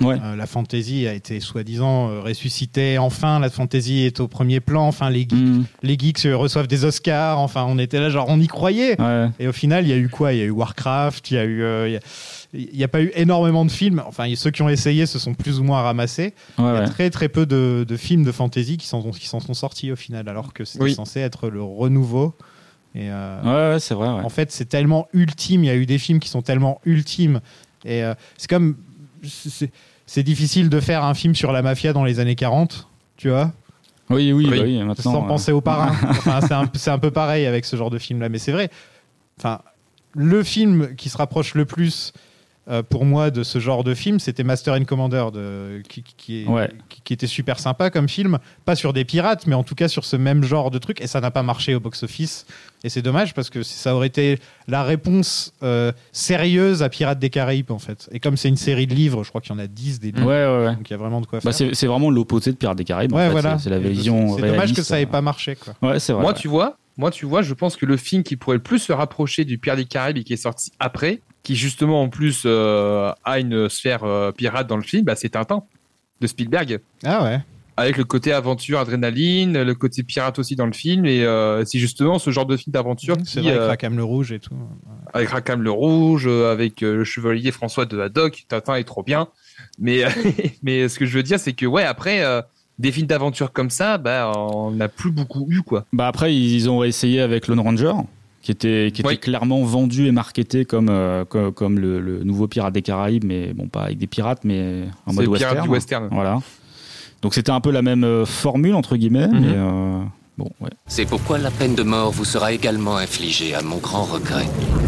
Ouais. Euh, la fantasy a été soi-disant euh, ressuscitée. Enfin, la fantasy est au premier plan. Enfin, les geeks, Mm. les geeks euh, reçoivent des Oscars. Enfin, on était là, genre, on y croyait. Ouais. Et au final, il y a eu quoi ? Il y a eu Warcraft. Il y a eu, euh, il y a- il n'y a pas eu énormément de films. Enfin, ceux qui ont essayé se sont plus ou moins ramassés. Ouais, Il y a ouais. très très peu de, de films de fantasy qui s'en, qui s'en sont sortis au final, alors que c'était Oui. censé être le renouveau. Et euh, Ouais, ouais, c'est vrai. Ouais. en fait, c'est tellement ultime. Il y a eu des films qui sont tellement ultimes. Et euh, c'est comme. C'est, c'est difficile de faire un film sur la mafia dans les années quarante, tu vois, Oui, oui, Oui. bah oui, maintenant. sans euh, penser aux parrains. Enfin, c'est, un, c'est un peu pareil avec ce genre de film-là. Mais c'est vrai. Enfin, le film qui se rapproche le plus. Euh, pour moi, de ce genre de film, c'était Master and Commander, de, qui, qui, est- Ouais. qui, qui était super sympa comme film. Pas sur des pirates, mais en tout cas sur ce même genre de truc. Et ça n'a pas marché au box-office. Et c'est dommage parce que ça aurait été la réponse euh, sérieuse à Pirates des Caraïbes, en fait. Et comme c'est une série de livres, je crois qu'il y en a dix des Ouais, livres. ouais, ouais. Donc il y a vraiment de quoi Bah, faire. c'est, c'est vraiment l'opposé de Pirates des Caraïbes. en Ouais, fait. voilà. C'est, c'est la vision. C'est dommage réaliste. que ça n'ait pas marché, quoi. Ouais, c'est vrai. Moi, ouais. tu vois, moi, tu vois, je pense que le film qui pourrait le plus se rapprocher du Pirates des Caraïbes et qui est sorti après, qui justement en plus euh, a une sphère euh, pirate dans le film, bah, c'est Tintin de Spielberg, Ah ouais. avec le côté aventure, adrénaline, le côté pirate aussi dans le film, et euh, c'est justement ce genre de film d'aventure C'est qui, vrai, euh, Rackham le Rouge et tout. avec Rackham le Rouge, euh, avec euh, le chevalier François de Haddock, Tintin est trop bien. Mais, mais ce que je veux dire, c'est que ouais, après, euh, des films d'aventure comme ça, bah, on n'a plus beaucoup eu, quoi. Bah après, ils ont essayé avec Lone Ranger, qui était, qui était Oui. clairement vendu et marketé comme, euh, comme, comme le, le nouveau Pirate des Caraïbes, mais bon, pas avec des pirates, mais en C'est mode le pirate western. du western. Voilà. Donc c'était un peu la même euh, formule, entre guillemets, Mhm. mais euh, bon, ouais. C'est pourquoi la peine de mort vous sera également infligée à mon grand regret.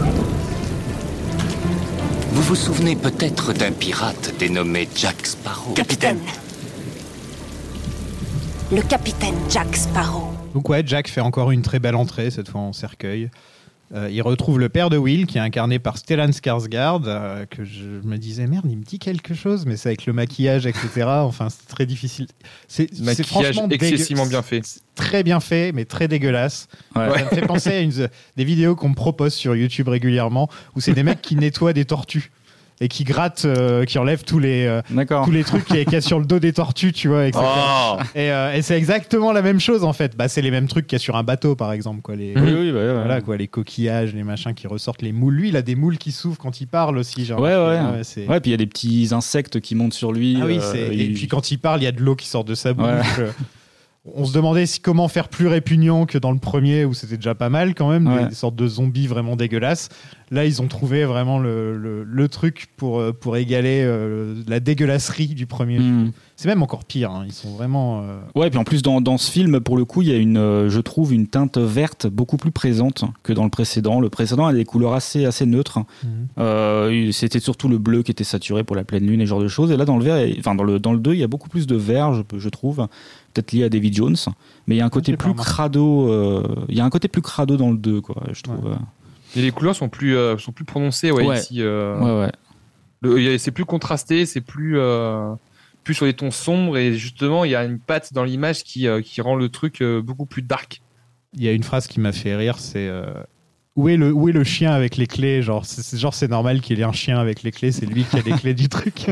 Vous vous souvenez peut-être d'un pirate dénommé Jack Sparrow. Capitaine. Le capitaine Jack Sparrow. Donc ouais, Jack fait encore une très belle entrée, cette fois en cercueil. Euh, il retrouve le père de Will, qui est incarné par Stellan Skarsgård, euh, que je me disais, merde, il me dit quelque chose, mais c'est avec le maquillage, et cetera. Enfin, c'est très difficile. C'est, c'est Maquillage franchement excessivement dégueu- bien fait. c'est très bien fait, mais très dégueulasse. Ouais. Ça me fait penser à une, des vidéos qu'on me propose sur YouTube régulièrement, où c'est des mecs qui nettoient des tortues et qui grattent, euh, qui enlèvent tous les, euh, D'accord. tous les trucs qu'il y a- qu'il y a sur le dos des tortues, tu vois, et cetera. Oh Et, euh, et c'est exactement la même chose en fait. Bah, c'est les mêmes trucs qu'il y a sur un bateau par exemple. Quoi. Les, Oui, oui, bah, ouais, voilà, ouais. quoi, les coquillages, les machins qui ressortent, les moules. Lui, il a des moules qui s'ouvrent quand il parle aussi. Genre, Ouais, ouais. c'est... Ouais, puis il y a des petits insectes qui montent sur lui. Ah oui, euh, c'est... il- Et puis quand il parle, il y a de l'eau qui sort de sa bouche. Ouais. Euh, On se demandait si, comment faire plus répugnant que dans le premier où c'était déjà pas mal quand même, Ouais. des, des sortes de zombies vraiment dégueulasses. Là, ils ont trouvé vraiment le, le, le truc pour, euh, pour égaler euh, la dégueulasserie du premier. Hmm. C'est même encore pire. Hein. Ils sont vraiment. euh, Ouais, puis en plus dans, dans ce film, pour le coup, il y a une, euh, je trouve, une teinte verte beaucoup plus présente que dans le précédent. Le précédent a des couleurs assez, assez neutres. Mhm. Euh, c'était surtout le bleu qui était saturé pour la pleine lune et ce genre de choses. Et là, dans le vert, enfin dans le dans le deux, il y a beaucoup plus de vert, je, je trouve, peut-être lié à Davy Jones. Mais il y a un côté j'ai pas plus remarqué. crado. euh, Il y a un côté plus crado dans le deux, quoi. Je trouve. Ouais. Et les couleurs sont plus, euh, sont plus prononcées, ouais, Ouais. ici. euh, Ouais, ouais. le- y a- c'est plus contrasté, c'est plus, euh, plus sur des tons sombres, et justement, il y a une patte dans l'image qui, euh, qui rend le truc euh, beaucoup plus dark. Il y a une phrase qui m'a fait rire, c'est euh, où est le où est le chien avec les clés, genre c'est, c'est- genre c'est normal qu'il y ait un chien avec les clés, c'est lui qui a les clés du truc.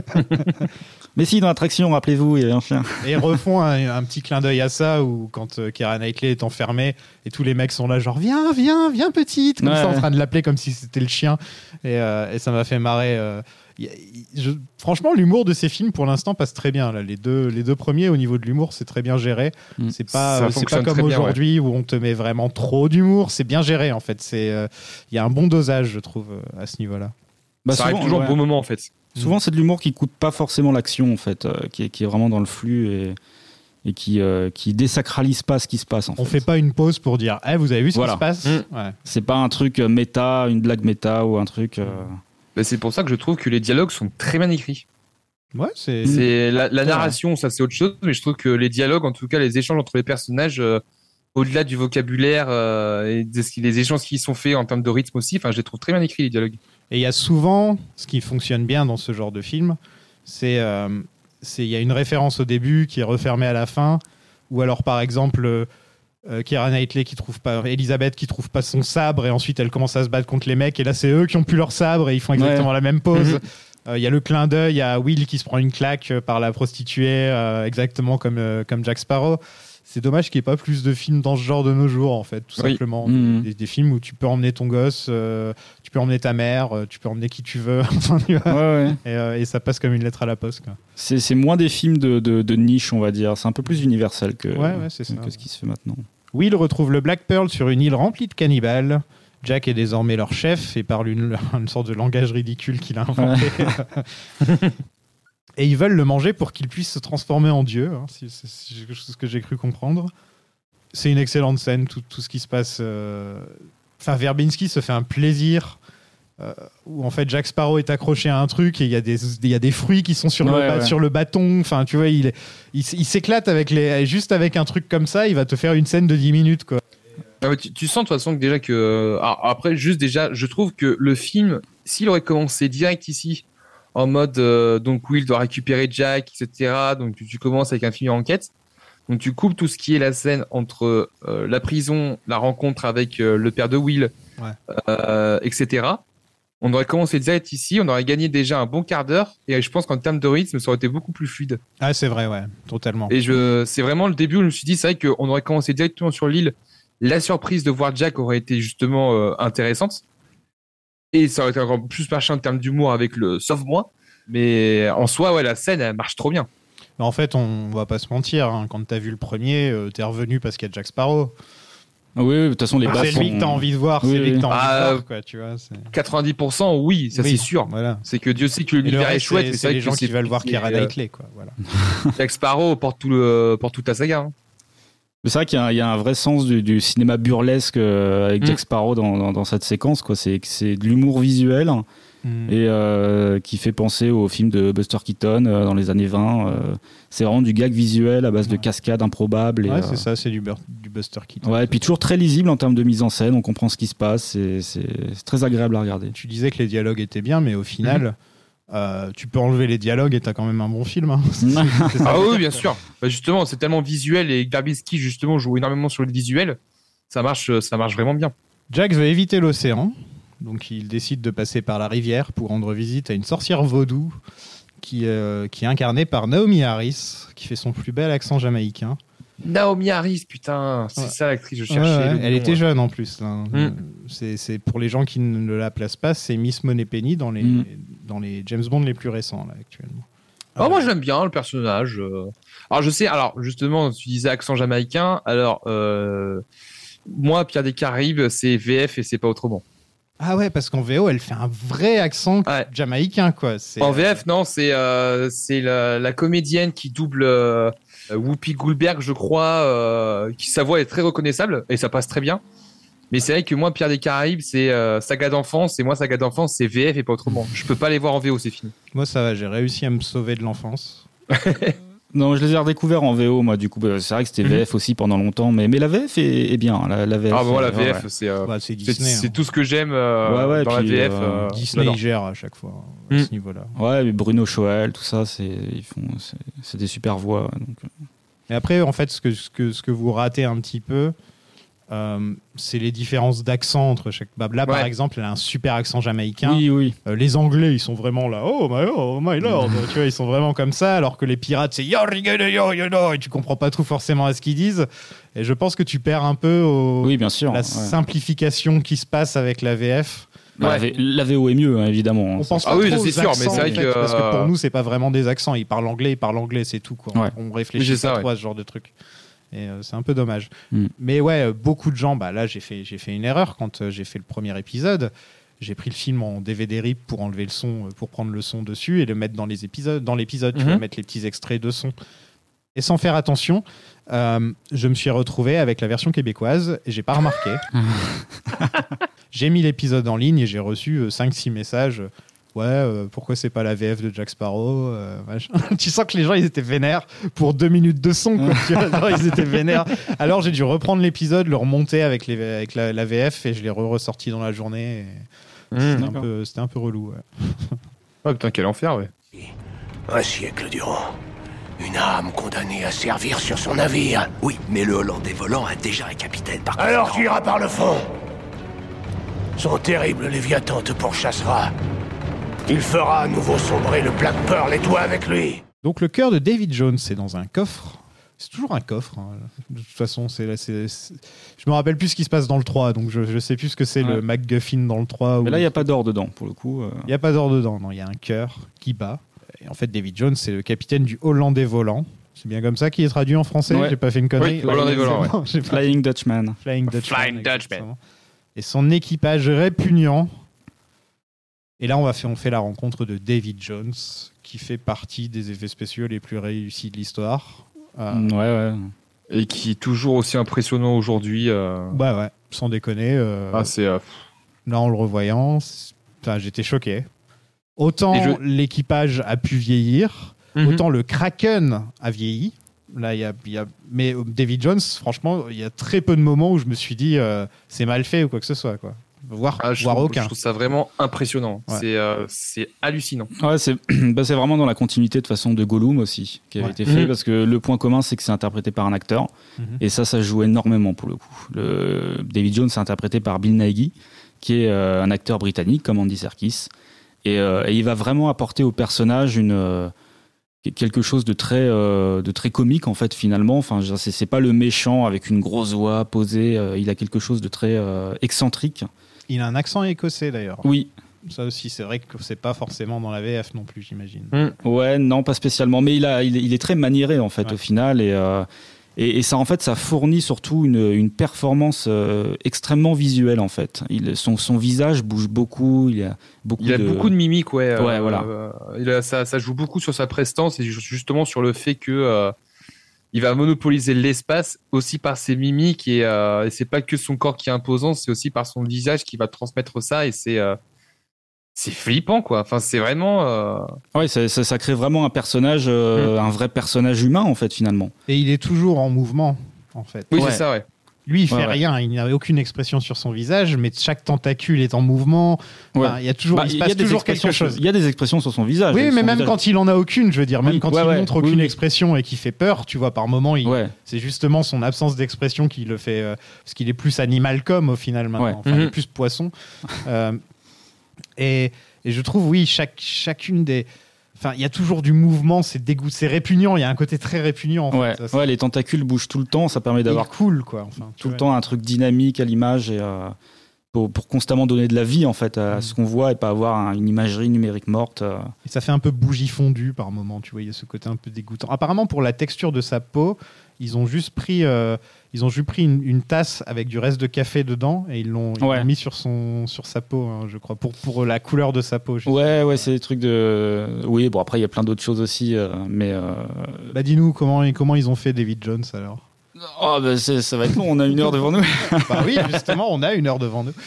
Mais si, dans l'attraction, rappelez-vous, il y a un chien. Et ils refont un, un petit clin d'œil à ça où quand euh, Keira Knightley est enfermée et tous les mecs sont là genre viens viens viens petite comme Ouais, ça en ouais. train de l'appeler comme si c'était le chien et, euh, et ça m'a fait marrer. euh, y a- y- je- franchement l'humour de ces films pour l'instant passe très bien là. Les deux les deux premiers au niveau de l'humour c'est très bien géré. Mm. C'est pas Ça euh, c'est pas fonctionne comme très bien, aujourd'hui où on te met vraiment trop d'humour. C'est bien géré en fait. C'est euh, il y a un bon dosage je trouve euh, à ce niveau-là. Bah, ça arrive souvent, toujours ouais. au bon moment, en fait. Souvent, c'est de l'humour qui coûte pas forcément l'action, en fait, euh, qui, est, qui est vraiment dans le flux et, et qui, euh, qui désacralise pas ce qui se passe. En On fait. fait pas une pause pour dire eh, vous avez vu ce Voilà. qui se passe. Mm. Ouais. C'est pas un truc euh, méta, une blague méta ou un truc. euh, Bah, c'est pour ça que je trouve que les dialogues sont très bien écrits. Ouais, c'est C'est la, la Ouais. narration, ça c'est autre chose, mais je trouve que les dialogues, en tout cas les échanges entre les personnages, euh, au-delà du vocabulaire euh, et des, les échanges qui sont faits en termes de rythme aussi, enfin je les trouve très bien écrits les dialogues. Et il y a souvent, ce qui fonctionne bien dans ce genre de film, c'est euh, c'est- il y a une référence au début qui est refermée à la fin, ou alors par exemple euh, euh, Keira Knightley qui trouve pas, Elisabeth qui trouve pas son sabre et ensuite elle commence à se battre contre les mecs et là c'est eux qui ont plus leur sabre et ils font exactement Ouais. la même pose. Mhm. Il euh, y a le clin d'œil à Will qui se prend une claque par la prostituée, euh, exactement comme, euh, comme Jack Sparrow. C'est dommage qu'il n'y ait pas plus de films dans ce genre de nos jours, en fait, tout oui. simplement. Mmh. Des, des films où tu peux emmener ton gosse, euh, tu peux emmener ta mère, euh, tu peux emmener qui tu veux. tu vois ouais, ouais. Et, euh, et ça passe comme une lettre à la poste. Quoi. C'est, c'est moins des films de, de, de niche, on va dire. C'est un peu plus universel que, ouais, ouais, c'est que, ça. que ce qui se fait maintenant. Will retrouve le Black Pearl sur une île remplie de cannibales. Jack est désormais leur chef et parle une, une sorte de langage ridicule qu'il a inventé. Ouais. Et ils veulent le manger pour qu'il puisse se transformer en Dieu, hein, c'est, c'est, c'est ce que j'ai cru comprendre. C'est une excellente scène, tout, tout ce qui se passe. Euh... Enfin, Verbinski se fait un plaisir euh, où en fait Jack Sparrow est accroché à un truc et il y a des il y a des fruits qui sont sur, ouais, le, ba- ouais. sur le bâton. Enfin, tu vois, il, est, il, il s'éclate avec les juste avec un truc comme ça. Il va te faire une scène de dix minutes, quoi. Ah ouais, tu, tu sens de toute façon que déjà que alors après juste déjà, je trouve que le film, s'il aurait commencé direct ici. En mode, euh, donc Will doit récupérer Jack, et cetera. Donc tu, tu commences avec un film enquête. Donc tu coupes tout ce qui est la scène entre euh, la prison, la rencontre avec euh, le père de Will, ouais. euh, et cetera. On aurait commencé direct ici, on aurait gagné déjà un bon quart d'heure. Et je pense qu'en termes de rythme, ça aurait été beaucoup plus fluide. Ah, c'est vrai, ouais, totalement. Et je, c'est vraiment le début où je me suis dit, c'est vrai qu'on aurait commencé directement sur l'île. La surprise de voir Jack aurait été justement euh, intéressante. Et ça aurait été encore plus marché en termes d'humour avec le sauf moi. Mais en soi, ouais, la scène, elle marche trop bien. En fait, on va pas se mentir. Hein, quand t'as vu le premier, euh, t'es revenu parce qu'il y a Jack Sparrow. Oui, oui, de toute façon, les ah, bases c'est sont... lui que t'as envie de voir. Oui, c'est lui oui. que t'as envie ah, de voir, quoi, tu vois. C'est... quatre-vingt-dix pour cent, oui, ça oui, c'est sûr. Voilà. C'est que Dieu sait que l'univers est chouette. C'est, mais c'est, c'est les gens qui veulent voir Keira Knightley, quoi. Voilà. Jack Sparrow porte, tout le, porte toute la saga. Hein. C'est vrai qu'il y a, il y a un vrai sens du, du cinéma burlesque euh, avec mmh. Jack Sparrow dans, dans, dans cette séquence, quoi. C'est, c'est de l'humour visuel. Mmh. Et euh, qui fait penser au film de Buster Keaton euh, dans les années vingt. Euh, c'est vraiment du gag visuel à base ouais. de cascades improbables. Et, ouais, euh... c'est ça, c'est du, bur- du Buster Keaton. Ouais, et puis toujours très lisible en termes de mise en scène, on comprend ce qui se passe, c'est, c'est, c'est très agréable à regarder. Tu disais que les dialogues étaient bien, mais au final, mmh. euh, tu peux enlever les dialogues et t'as quand même un bon film. Hein. c'est, c'est ça, ah oui, bien sûr. Bah justement, c'est tellement visuel et Verbinski justement joue énormément sur le visuel, ça marche, ça marche vraiment bien. Jack veut éviter l'océan. Donc il décide de passer par la rivière pour rendre visite à une sorcière vaudou qui, euh, qui est incarnée par Naomi Harris, qui fait son plus bel accent jamaïcain. Naomi Harris, putain, c'est ouais. ça l'actrice que je cherchais. Ouais, ouais, elle nom, était ouais. jeune en plus. Là. Mm. C'est, c'est pour les gens qui ne la placent pas, c'est Miss Moneypenny dans les, mm. dans les James Bond les plus récents là, actuellement. Oh, euh, moi j'aime bien le personnage. Alors je sais, alors justement, tu disais accent jamaïcain. Alors euh, moi, Pierre des Caraïbes, c'est V F et c'est pas autrement. Ah ouais, parce qu'en V O, elle fait un vrai accent ouais. jamaïcain, quoi. C'est, en V F, non, c'est, euh, c'est la, la comédienne qui double euh, Whoopi Goldberg, je crois, euh, qui sa voix est très reconnaissable et ça passe très bien. Mais c'est vrai que moi, Pierre des Caraïbes, c'est euh, saga d'enfance et moi, saga d'enfance, c'est V F et pas autrement. Je peux pas les voir en V O, c'est fini. Moi, ça va, j'ai réussi à me sauver de l'enfance. Non, je les ai redécouverts en V O, moi, du coup. C'est vrai que c'était V F aussi pendant longtemps, mais, mais la V F est, est bien. La, la V F, ah, bon, la euh, V F, ouais. c'est, euh, ouais, c'est Disney. C'est, hein. c'est tout ce que j'aime euh, ouais, ouais, dans puis, la V F. Euh, euh, Disney, il gère à chaque fois, à mm. ce niveau-là. Ouais, mais Bruno Choel, tout ça, c'est, ils font, c'est, c'est des super voix. Donc... Et après, en fait, ce que, ce, que, ce que vous ratez un petit peu, Euh, c'est les différences d'accent entre chaque. Bah, là, ouais. par exemple, elle a un super accent jamaïcain. Oui, oui. Euh, les Anglais, ils sont vraiment là. Oh my, oh, my lord. Tu vois, ils sont vraiment comme ça. Alors que les pirates, c'est yo, yo, yo, yo, et tu comprends pas tout forcément à ce qu'ils disent. Et je pense que tu perds un peu au, oui, bien sûr, la ouais. simplification qui se passe avec la V F. Bah, ouais. La V O est mieux, hein, évidemment. On pense ah pas oui, trop c'est sûr, accents, mais c'est vrai en fait, que parce que pour nous, c'est pas vraiment des accents. Ils parlent anglais, ils parlent anglais, c'est tout, quoi. Ouais. On réfléchit oui, pas ça, trop ouais. à ce genre de truc. Et euh, c'est un peu dommage. Mm. Mais ouais, beaucoup de gens, bah là j'ai fait, j'ai fait une erreur quand euh, j'ai fait le premier épisode. J'ai pris le film en D V D rip pour enlever le son, euh, pour prendre le son dessus et le mettre dans les épisodes. Dans l'épisode, mm-hmm. tu vas mettre les petits extraits de son. Et sans faire attention, euh, je me suis retrouvé avec la version québécoise et j'ai pas remarqué. J'ai mis l'épisode en ligne et j'ai reçu euh, cinq six messages. Ouais, euh, pourquoi c'est pas la V F de Jack Sparrow euh, Tu sens que les gens, ils étaient vénères pour deux minutes de son, quoi. Tu vois, genre, ils étaient vénères. Alors, j'ai dû reprendre l'épisode, le remonter avec, les, avec la, la V F et je l'ai re-ressorti dans la journée. Et mmh, c'était, un peu, c'était un peu relou, ouais. Oh putain, quel enfer, ouais. Un siècle durant. Une âme condamnée à servir sur son navire. Oui, mais le Hollandais volant a déjà un capitaine par contre. Alors tu iras par le fond. Son terrible Léviathan te pourchassera. Il fera à nouveau sombrer le Black Pearl et toi avec lui. Donc le cœur de David Jones, c'est dans un coffre. C'est toujours un coffre. Hein. De toute façon, c'est, c'est, c'est... je me rappelle plus ce qui se passe dans le trois, donc je, je sais plus ce que c'est ouais. le MacGuffin dans le trois. Mais où... là, il n'y a pas d'or dedans, pour le coup. Il n'y a pas d'or dedans, non. Il y a un cœur qui bat. Et en fait, David Jones, c'est le capitaine du Hollandais volant. C'est bien comme ça qu'il est traduit en français. Ouais. J'ai pas fait une connerie. Oui, Hollandais volant. Ouais. J'ai Flying pas... Dutchman. Flying Dutchman. Flying Dutchman. Et son équipage répugnant. Et là, on, va faire, on fait la rencontre de David Jones, qui fait partie des effets spéciaux les plus réussis de l'histoire. Euh... Ouais, ouais. Et qui est toujours aussi impressionnant aujourd'hui. Euh... Bah ouais, sans déconner. Euh... Ah, c'est. Euh... Là, en le revoyant, enfin, j'étais choqué. Autant je... l'équipage a pu vieillir, mm-hmm. autant le Kraken a vieilli. Là, y a, y a... Mais David Jones, franchement, il y a très peu de moments où je me suis dit euh, c'est mal fait ou quoi que ce soit, quoi. Voire, ah, je, voire trouve, aucun. Je trouve ça vraiment impressionnant. Ouais. C'est, euh, c'est hallucinant. Ouais, c'est, bah, c'est vraiment dans la continuité de façon de Gollum aussi qui avait ouais. été fait, mmh. parce que le point commun, c'est que c'est interprété par un acteur. Mmh. Et ça, ça joue énormément pour le coup. Le... David Jones est interprété par Bill Nighy, qui est euh, un acteur britannique, comme Andy Serkis. Et, euh, et il va vraiment apporter au personnage une... Euh, quelque chose de très euh, de très comique en fait finalement. Enfin, c'est, c'est pas le méchant avec une grosse voix posée. Euh, il a quelque chose de très euh, excentrique. Il a un accent écossais d'ailleurs. Oui. Ça aussi, c'est vrai que c'est pas forcément dans la V F non plus, j'imagine. Mmh. Ouais, non, pas spécialement. Mais il a, il, il est très maniéré en fait ouais. au final et, euh, et et ça en fait ça fournit surtout une une performance euh, extrêmement visuelle en fait. Il son son visage bouge beaucoup. Il a beaucoup. Il a de... beaucoup de mimiques, ouais. Ouais, euh, voilà. Euh, il a, ça ça joue beaucoup sur sa prestance et justement sur le fait que. Euh, Il va monopoliser l'espace aussi par ses mimiques et, euh, et c'est pas que son corps qui est imposant, c'est aussi par son visage qui va transmettre ça et c'est euh, c'est flippant quoi. Enfin c'est vraiment. Euh... Ouais, ça, ça, ça crée vraiment un personnage, euh, mmh. un vrai personnage humain en fait finalement. Et il est toujours en mouvement en fait. Oui ouais. c'est ça ouais. Lui, il fait ouais, ouais. rien, il n'a aucune expression sur son visage, mais chaque tentacule est en mouvement. Ouais. Enfin, il y a toujours, bah, il se passe toujours quelque chose. Il y a des expressions sur son visage. Oui, mais même visage. quand il en a aucune, je veux dire, même oui, quand ouais, il ouais, montre aucune oui, expression et qu'il fait peur, tu vois, par moment, il, ouais. c'est justement son absence d'expression qui le fait, euh, parce qu'il est plus animal comme au final maintenant, ouais. enfin, mm-hmm. il est plus poisson. euh, et, et je trouve, oui, chaque, chacune des. Enfin, il y a toujours du mouvement, c'est dégoût, c'est répugnant. Il y a un côté très répugnant. En ouais, fait, ça, ouais, les tentacules bougent tout le temps, ça permet d'avoir cool, quoi. Enfin, tout le temps un truc dynamique à l'image et euh, pour, pour constamment donner de la vie en fait à mmh. ce qu'on voit et pas avoir un, une imagerie numérique morte. Euh. Et ça fait un peu bougie fondue par moment, tu vois. Il y a ce côté un peu dégoûtant. Apparemment, pour la texture de sa peau, ils ont juste pris, euh, ils ont juste pris une, une tasse avec du reste de café dedans et ils l'ont, ils ouais. l'ont mis sur son, sur sa peau, hein, je crois, pour pour la couleur de sa peau. Ouais, ouais, c'est des trucs de. Oui, bon après il y a plein d'autres choses aussi, euh, mais. Euh... Bah dis-nous comment comment ils ont fait David Jones alors. Oh bah c'est, ça va être long, on a une heure devant nous. Bah oui, justement, on a une heure devant nous.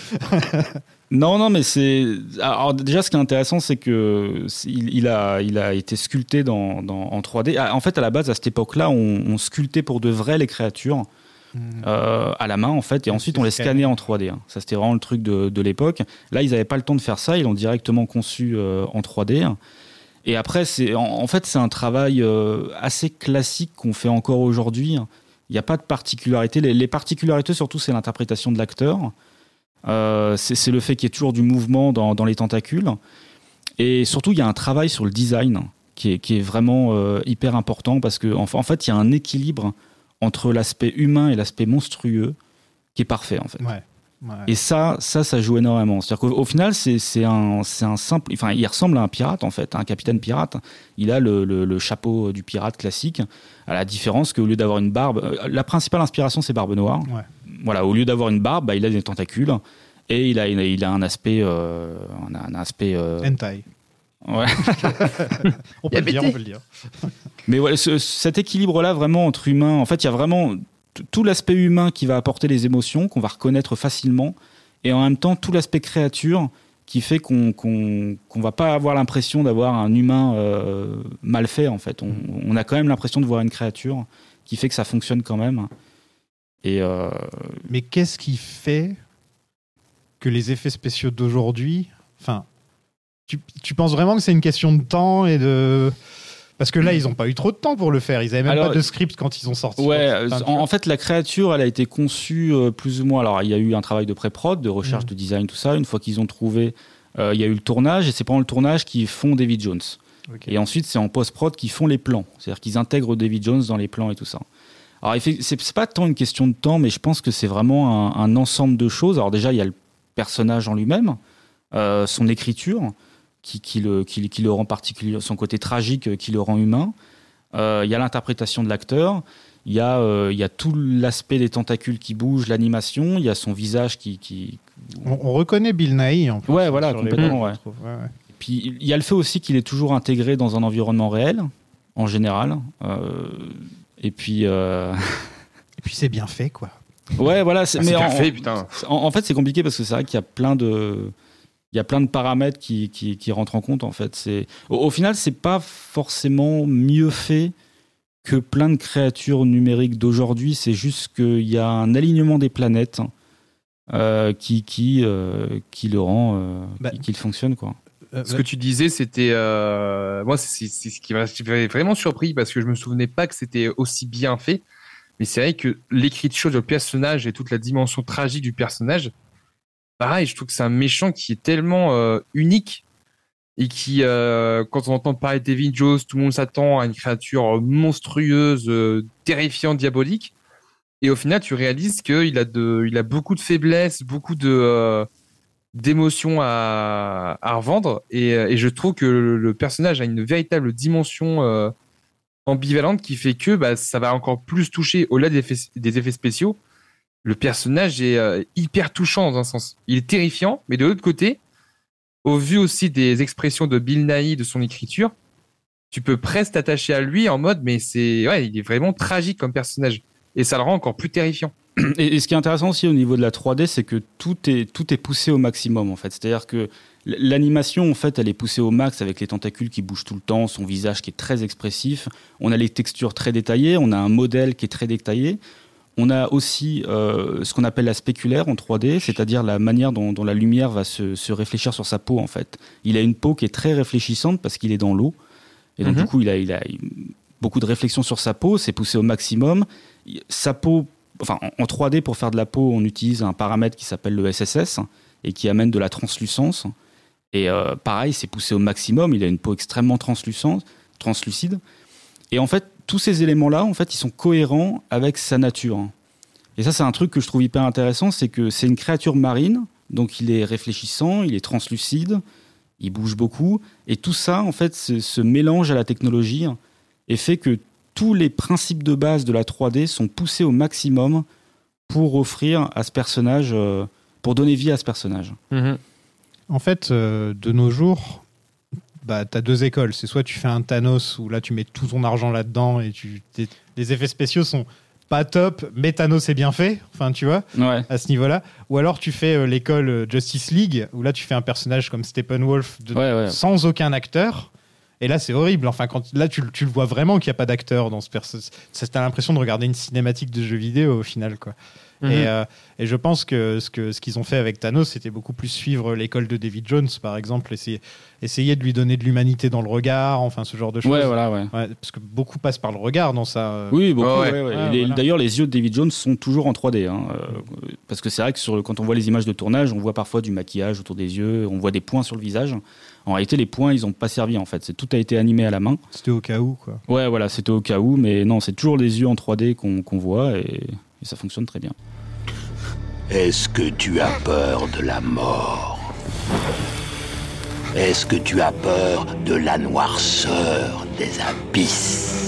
Non, non, mais c'est. Alors déjà, ce qui est intéressant, c'est que il, il a, il a été sculpté dans, dans en trois D. En fait, à la base, à cette époque-là, on, on sculptait pour de vrai les créatures mmh. euh, à la main, en fait, et ensuite on les scannait en trois D. Hein. Ça, c'était vraiment le truc de, de l'époque. Là, ils n'avaient pas le temps de faire ça. Ils l'ont directement conçu euh, en trois D. Et après, c'est en, en fait, c'est un travail euh, assez classique qu'on fait encore aujourd'hui. Il n'y a pas de particularité. Les, les particularités, surtout, c'est l'interprétation de l'acteur. Euh, c'est, c'est le fait qu'il y ait toujours du mouvement dans, dans les tentacules. Et surtout, il y a un travail sur le design qui est, qui est vraiment euh, hyper important parce qu'en en fait, il y a un équilibre entre l'aspect humain et l'aspect monstrueux qui est parfait, en fait. Ouais. Ouais. Et ça, ça, ça joue énormément. C'est-à-dire qu'au au final, c'est, c'est, un, c'est un simple... Enfin, il ressemble à un pirate, en fait, à un capitaine pirate. Il a le, le, le chapeau du pirate classique, à la différence qu'au lieu d'avoir une barbe... La principale inspiration, c'est Barbe Noire. Ouais. Voilà, au lieu d'avoir une barbe, bah, il a des tentacules et il a, il a, il a un aspect... Euh, un aspect euh... hentai. Ouais. on, peut le dire, on peut le dire. Mais ouais, ce, cet équilibre-là, vraiment, entre humains... En fait, il y a vraiment... tout l'aspect humain qui va apporter les émotions, qu'on va reconnaître facilement, et en même temps tout l'aspect créature qui fait qu'on qu'on, qu'on va pas avoir l'impression d'avoir un humain euh, mal fait, en fait. On, on a quand même l'impression de voir une créature qui fait que ça fonctionne quand même. Et euh... Mais qu'est-ce qui fait que les effets spéciaux d'aujourd'hui... Enfin, tu, tu penses vraiment que c'est une question de temps et de... Parce que là, ils n'ont pas eu trop de temps pour le faire. Ils n'avaient même alors, pas de script quand ils ont sorti. Ouais, en, en fait, la créature, elle a été conçue euh, plus ou moins. Alors, il y a eu un travail de pré-prod, de recherche, mmh. de design, tout ça. Une fois qu'ils ont trouvé Euh, Il y a eu le tournage, et c'est pendant le tournage qu'ils font David Jones. Okay. Et ensuite, c'est en post-prod qu'ils font les plans. C'est-à-dire qu'ils intègrent David Jones dans les plans et tout ça. Alors, c'est, c'est pas tant une question de temps, mais je pense que c'est vraiment un, un ensemble de choses. Alors déjà, il y a le personnage en lui-même, euh, son écriture, qui, qui, le, qui, qui le rend particulier, son côté tragique qui le rend humain. Euh, il y a l'interprétation de l'acteur. Il y a, euh, il y a tout l'aspect des tentacules qui bougent, l'animation. Il y a son visage qui... qui... On, on reconnaît Bill Nighy, en plus. Ouais, voilà, complètement, ouais. ouais, ouais. Et puis, il y a le fait aussi qu'il est toujours intégré dans un environnement réel, en général. Euh, et puis... Euh... et puis, c'est bien fait, quoi. Ouais, voilà. C'est, ah, mais c'est en, bien fait, putain. En, en fait, c'est compliqué parce que c'est vrai qu'il y a plein de... Il y a plein de paramètres qui, qui, qui rentrent en compte, en fait. C'est... Au, au final, c'est pas forcément mieux fait que plein de créatures numériques d'aujourd'hui. C'est juste qu'il y a un alignement des planètes euh, qui, qui, euh, qui le rend, euh, bah, qui, qui le fonctionne, quoi. Ce que tu disais, c'était... Euh... Moi, c'est, c'est ce qui m'avait vraiment surpris parce que je me souvenais pas que c'était aussi bien fait. Mais c'est vrai que l'écriture du personnage et toute la dimension tragique du personnage, pareil, je trouve que c'est un méchant qui est tellement euh, unique et qui, euh, quand on entend parler de David Jones, tout le monde s'attend à une créature monstrueuse, euh, terrifiante, diabolique. Et au final, tu réalises qu'il a, de, il a beaucoup de faiblesses, beaucoup de, euh, d'émotions à, à revendre. Et, et je trouve que le, le personnage a une véritable dimension euh, ambivalente qui fait que bah, ça va encore plus toucher, au-delà des effets, des effets spéciaux. Le personnage est euh, hyper touchant dans un sens. Il est terrifiant, mais de l'autre côté, au vu aussi des expressions de Bill Nighy, de son écriture, tu peux presque t'attacher à lui en mode, mais c'est, ouais, il est vraiment tragique comme personnage. Et ça le rend encore plus terrifiant. Et, et ce qui est intéressant aussi au niveau de la trois D, c'est que tout est, tout est poussé au maximum, en fait. C'est-à-dire que l'animation, en fait, elle est poussée au max avec les tentacules qui bougent tout le temps, son visage qui est très expressif. On a les textures très détaillées, on a un modèle qui est très détaillé. On a aussi euh, ce qu'on appelle la spéculaire en trois D, c'est-à-dire la manière dont, dont la lumière va se, se réfléchir sur sa peau, en fait. Il a une peau qui est très réfléchissante parce qu'il est dans l'eau. Et donc, mm-hmm. du coup, il a, il a beaucoup de réflexion sur sa peau, c'est poussé au maximum. Sa peau, enfin, en trois D, pour faire de la peau, on utilise un paramètre qui s'appelle le S S S et qui amène de la translucence. Et euh, pareil, c'est poussé au maximum. Il a une peau extrêmement translucente, translucide. Et en fait, tous ces éléments-là, en fait, ils sont cohérents avec sa nature. Et ça, c'est un truc que je trouve hyper intéressant, c'est que c'est une créature marine, donc il est réfléchissant, il est translucide, il bouge beaucoup, et tout ça, en fait, se, se mélange à la technologie et fait que tous les principes de base de la trois D sont poussés au maximum pour offrir à ce personnage, euh, pour donner vie à ce personnage. Mmh. En fait, euh, de nos jours, bah, tu as deux écoles. C'est soit tu fais un Thanos où là tu mets tout ton argent là-dedans et tu, les effets spéciaux sont pas top, mais Thanos est bien fait, enfin tu vois, ouais. à ce niveau-là. Ou alors tu fais euh, l'école Justice League où là tu fais un personnage comme Steppenwolf de, ouais, ouais. sans aucun acteur. Et là, c'est horrible. Enfin, quand, là, tu, tu le vois vraiment qu'il n'y a pas d'acteur dans ce personnage. T'as l'impression de regarder une cinématique de jeu vidéo au final, quoi. Mmh. Et, euh, et je pense que ce, que ce qu'ils ont fait avec Thanos, c'était beaucoup plus suivre l'école de David Jones, par exemple, essayer, essayer de lui donner de l'humanité dans le regard, enfin ce genre de choses. Ouais, voilà, ouais. Ouais, parce que beaucoup passent par le regard dans ça. Euh... Oui, beaucoup. Ouais, ouais, ouais. Ouais, les, voilà. D'ailleurs, les yeux de David Jones sont toujours en trois D. Hein, euh, parce que c'est vrai que sur le, quand on voit les images de tournage, on voit parfois du maquillage autour des yeux, on voit des points sur le visage. En réalité, les points, ils n'ont pas servi, en fait. C'est, tout a été animé à la main. C'était au cas où, quoi. Ouais, voilà, c'était au cas où. Mais non, c'est toujours les yeux en trois D qu'on, qu'on voit et, et ça fonctionne très bien. Est-ce que tu as peur de la mort? Est-ce que tu as peur de la noirceur des abysses?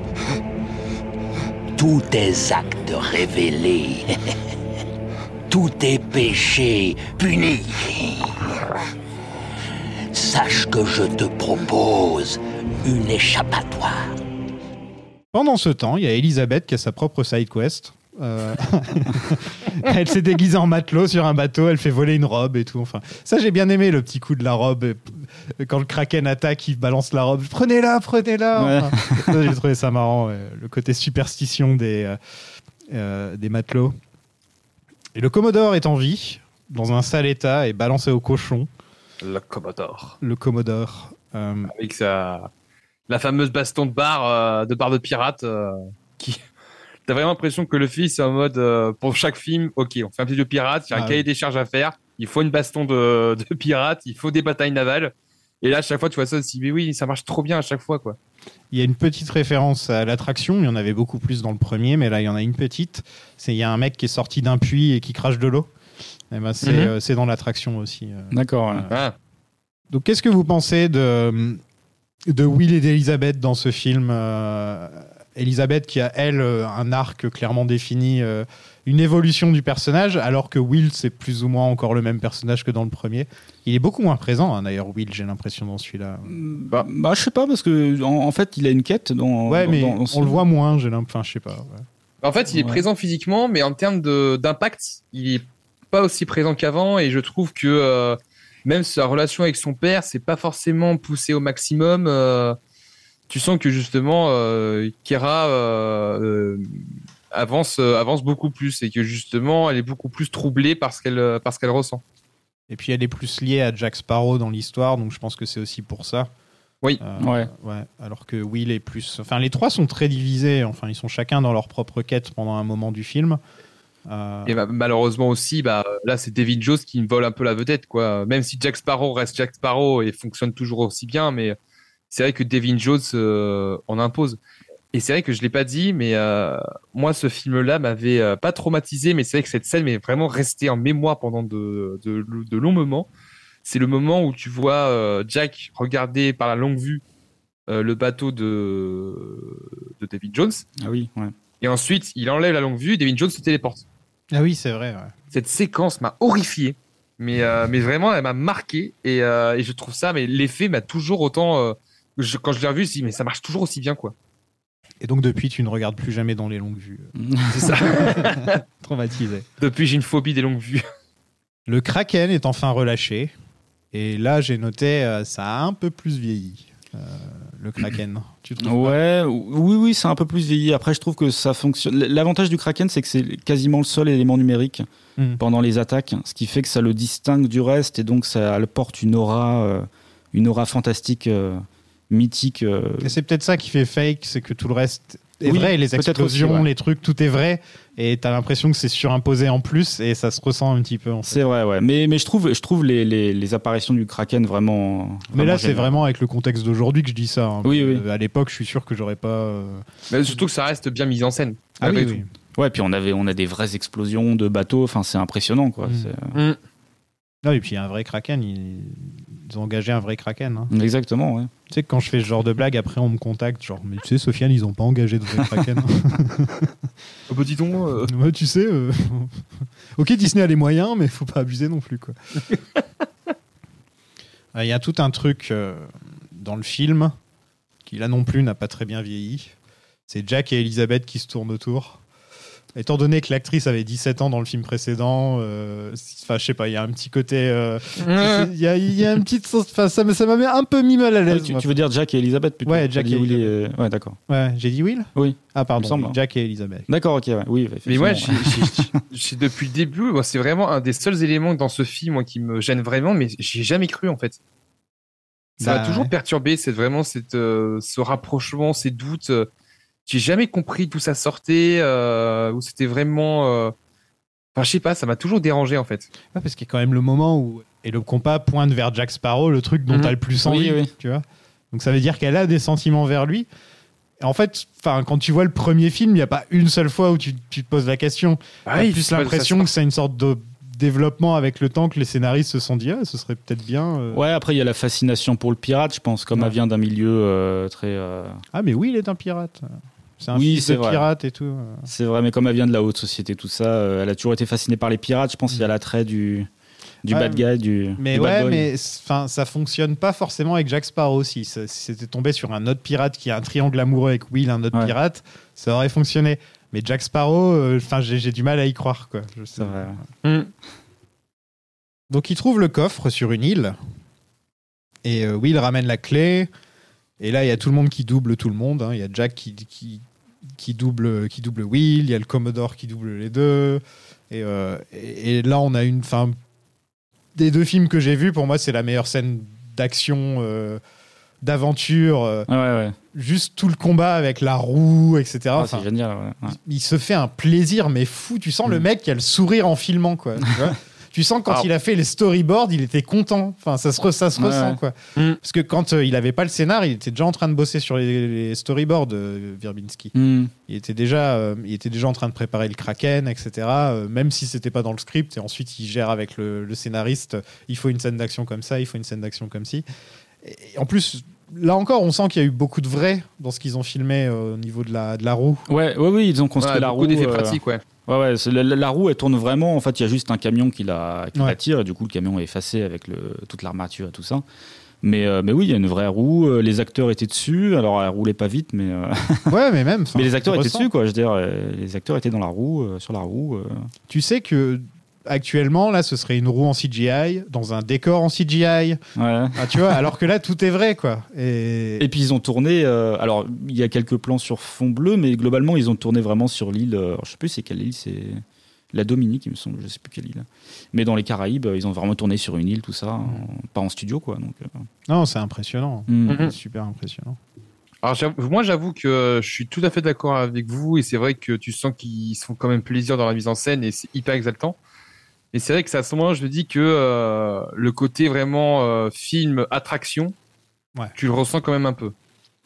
Tous tes actes révélés, tous tes péchés punis. Sache que je te propose une échappatoire. Pendant ce temps, il y a Elisabeth qui a sa propre side quest. Euh... elle s'est déguisée en matelot sur un bateau, elle fait voler une robe et tout. Enfin, ça, j'ai bien aimé le petit coup de la robe. Quand le Kraken attaque, il balance la robe. Prenez-la, prenez-la. Ouais. Enfin, ça, j'ai trouvé ça marrant. Ouais. Le côté superstition des, euh, euh, des matelots. Et le Commodore est en vie, dans un sale état, et balancé au cochon. Le Commodore. Le Commodore. Euh... Avec sa... la fameuse baston de bar, euh, de bar de pirate, euh, qui... T'as vraiment l'impression que le film, c'est en mode, euh, pour chaque film, ok, on fait un petit jeu pirate, il y a un ah, cahier oui. des charges à faire, Il faut une baston de, de pirates, il faut des batailles navales. Et là, à chaque fois, tu vois ça aussi. Mais oui, ça marche trop bien à chaque fois, quoi. Il y a une petite référence à l'attraction. Il y en avait beaucoup plus dans le premier, mais là, il y en a une petite. C'est, il y a un mec qui est sorti d'un puits et qui crache de l'eau. Et ben, c'est, mm-hmm. euh, c'est dans l'attraction aussi. Euh, D'accord. Ouais. Euh, ah. Donc, qu'est-ce que vous pensez de, de Will et d'Elisabeth dans ce film euh, Elisabeth qui a, elle, un arc clairement défini, euh, une évolution du personnage, alors que Will, c'est plus ou moins encore le même personnage que dans le premier. Il est beaucoup moins présent, hein, d'ailleurs, Will, j'ai l'impression, dans celui-là. Bah, bah je sais pas, parce que en, en fait, il a une quête dans. Ouais, dans, mais dans, dans on le voit moins, j'ai l'impression. Enfin, je sais pas. Ouais. En fait, il est ouais. présent physiquement, mais en termes de, d'impact, il est pas aussi présent qu'avant. Et je trouve que euh, même sa relation avec son père, c'est pas forcément poussé au maximum. Euh, tu sens que justement, euh, Kira euh, euh, avance, euh, avance beaucoup plus et que justement, elle est beaucoup plus troublée par ce qu'elle, par ce qu'elle ressent. Et puis elle est plus liée à Jack Sparrow dans l'histoire, donc je pense que c'est aussi pour ça. Oui. Euh, ouais. ouais. Alors que Will est plus. Enfin, les trois sont très divisés. Enfin, ils sont chacun dans leur propre quête pendant un moment du film. Euh... Et bah, malheureusement aussi, bah, là, c'est David Jones qui me vole un peu la vedette, quoi. Même si Jack Sparrow reste Jack Sparrow et fonctionne toujours aussi bien, mais c'est vrai que David Jones euh, en impose. Et c'est vrai que je l'ai pas dit, mais euh, moi, ce film-là m'avait euh, pas traumatisé, mais c'est vrai que cette scène m'est vraiment restée en mémoire pendant de, de, de longs moments. C'est le moment où tu vois euh, Jack regarder par la longue vue euh, le bateau de, de David Jones. Ah oui, ouais. Et ensuite, il enlève la longue vue, David Jones se téléporte. Ah oui, c'est vrai. Ouais. Cette séquence m'a horrifié, mais, euh, mais vraiment, elle m'a marqué. Et, euh, et je trouve ça, mais l'effet m'a toujours autant... Euh, je, quand je l'ai revu, je me suis dit, mais ça marche toujours aussi bien, quoi. Et donc, depuis, tu ne regardes plus jamais dans les longues vues. C'est ça. Traumatisé. Depuis, j'ai une phobie des longues vues. Le Kraken est enfin relâché. Et là, j'ai noté, euh, ça a un peu plus vieilli. Euh, le Kraken. Tu trouves ouais, oui, oui, c'est un peu plus vieilli. Après, je trouve que ça fonctionne. L'avantage du Kraken, c'est que c'est quasiment le seul élément numérique mm. pendant les attaques, ce qui fait que ça le distingue du reste et donc ça le porte une aura, euh, une aura fantastique, euh, mythique. Euh... Et c'est peut-être ça qui fait fake, c'est que tout le reste est oui, vrai, les explosions, aussi, ouais. les trucs, tout est vrai. Et t'as l'impression que c'est surimposé en plus et ça se ressent un petit peu. En fait. C'est vrai, ouais. Mais, mais je trouve, je trouve les, les, les apparitions du Kraken vraiment. vraiment mais là, génial. C'est vraiment avec le contexte d'aujourd'hui que je dis ça. Hein. Oui, oui. À l'époque, je suis sûr que j'aurais pas. Euh... Mais surtout que ça reste bien mis en scène. Ah oui, tout. oui. Ouais, puis on, avait, on a des vraies explosions de bateaux. Enfin, c'est impressionnant, quoi. Mmh. C'est... Mmh. Non, et puis il y a un vrai Kraken. Ils, ils ont engagé un vrai Kraken. Hein. Exactement, ouais. Tu sais que quand je fais ce genre de blague, après on me contacte, genre, mais tu sais, Sofiane, ils ont pas engagé de vrai Kraken. Au petit ton. Euh... Ouais, tu sais. Euh... ok, Disney a les moyens, mais faut pas abuser non plus, quoi. Il y a tout un truc euh, dans le film qui, là non plus, n'a pas très bien vieilli. C'est Jack et Elisabeth qui se tournent autour. Étant donné que l'actrice avait dix-sept ans dans le film précédent, euh, enfin, je sais pas, il y a un petit côté. Il euh, mmh. y, a, y a un petit. Enfin, ça, ça m'a un peu mis mal à l'aise. Ah, tu, tu veux dire Jack et Elisabeth plutôt? Ouais, Jack et Will et... Ouais, d'accord. Ouais, j'ai dit Will? Oui. Ah, pardon. Semble, oui, hein. Jack et Elisabeth. D'accord, ok, ouais. Oui. Mais moi, j'ai, j'ai, j'ai, depuis le début, moi, c'est vraiment un des seuls éléments dans ce film moi, qui me gêne vraiment, mais j'y ai jamais cru en fait. Ça bah, m'a toujours ouais. perturbé, c'est vraiment cette, euh, ce rapprochement, ces doutes. Euh, j'ai jamais compris d'où ça sortait, euh, où c'était vraiment. Euh... Enfin, je sais pas, ça m'a toujours dérangé en fait. Ouais, parce qu'il y a quand même le moment où. Et le compas pointe vers Jack Sparrow, le truc dont mmh. t'as le plus envie, oui, oui. tu vois. Donc ça veut dire qu'elle a des sentiments vers lui. Et en fait, quand tu vois le premier film, il n'y a pas une seule fois où tu, tu te poses la question. Ah, t'as oui, plus l'impression que c'est une sorte de développement avec le temps que les scénaristes se sont dit ah, ce serait peut-être bien. Euh... Ouais, après il y a la fascination pour le pirate, je pense, comme ouais. elle vient d'un milieu euh, très. Euh... Ah, mais oui, il est un pirate. C'est un oui, fils c'est de vrai. pirate et tout. C'est vrai, mais comme elle vient de la haute société, tout ça, euh, elle a toujours été fascinée par les pirates. Je pense qu'il y a l'attrait du, du ouais, bad guy, du. Mais du ouais, bad boy. mais ça fonctionne pas forcément avec Jack Sparrow aussi. Si c'était tombé sur un autre pirate qui a un triangle amoureux avec Will, un autre ouais. pirate, ça aurait fonctionné. Mais Jack Sparrow, enfin, euh, j'ai, j'ai du mal à y croire, quoi. Je sais. C'est vrai. Ouais. Mm. Donc il trouve le coffre sur une île et euh, Will ramène la clé. Et là, il y a tout le monde qui double tout le monde. Il hein. y a Jack qui, qui, qui, double, qui double Will. Il y a le Commodore qui double les deux. Et, euh, et, et là, on a une. Fin, des deux films que j'ai vus, pour moi, c'est la meilleure scène d'action, euh, d'aventure. Euh, ouais, ouais. Juste tout le combat avec la roue, et cetera. Ah, enfin, c'est génial. Ouais. Ouais. Il, il se fait un plaisir, mais fou. Tu sens mmh. le mec qui a le sourire en filmant, quoi. Tu vois tu sens quand Alors, il a fait les storyboards, il était content. Enfin, ça se, re, ça se Ouais, ressent, ouais. quoi. Mm. Parce que quand euh, il avait pas le scénar, il était déjà en train de bosser sur les, les storyboards, euh, Verbinski. Mm. Il était déjà, euh, il était déjà en train de préparer le Kraken, et cetera. Euh, même si c'était pas dans le script, et ensuite il gère avec le, le scénariste. Il faut une scène d'action comme ça, il faut une scène d'action comme ci. Et en plus, là encore, on sent qu'il y a eu beaucoup de vrai dans ce qu'ils ont filmé euh, au niveau de la, de la roue. Ouais, ouais, oui, ils ont construit ouais, la beaucoup roue. d'effets euh, pratiques, ouais. Ouais, ouais, c'est- la, la- la roue, elle tourne vraiment. En fait, il y a juste un camion qui la, qui Ouais. la tire, et du coup, le camion est effacé avec le, toute l'armature et tout ça. Mais, euh, mais oui, il y a une vraie roue. euh, Les acteurs étaient dessus. Alors, elle roulait pas vite, mais, euh, Ouais, mais même. mais les acteurs tu étaient ressens. dessus, quoi. Je veux dire, euh, les acteurs étaient dans la roue, euh, sur la roue. euh. Tu sais que actuellement, là, ce serait une roue en C G I dans un décor en C G I. Ouais. Ah, tu vois, alors que là, tout est vrai, quoi. Et, Et puis ils ont tourné. euh, alors, il y a quelques plans sur fond bleu, mais globalement, ils ont tourné vraiment sur l'île. euh, je sais plus c'est quelle île, c'est la Dominique, il me semble. Je sais plus quelle île. Mais dans les Caraïbes, ils ont vraiment tourné sur une île, tout ça, en- pas en studio, quoi. Donc, euh. non, c'est impressionnant. Mm. C'est super impressionnant. Alors, j'avoue- moi, j'avoue que je suis tout à fait d'accord avec vous, et c'est vrai que tu sens qu'ils se font quand même plaisir dans la mise en scène, et c'est hyper exaltant. Et c'est vrai que c'est à ce moment-là, je me dis que euh, le côté vraiment euh, film attraction, Ouais. tu le ressens quand même un peu.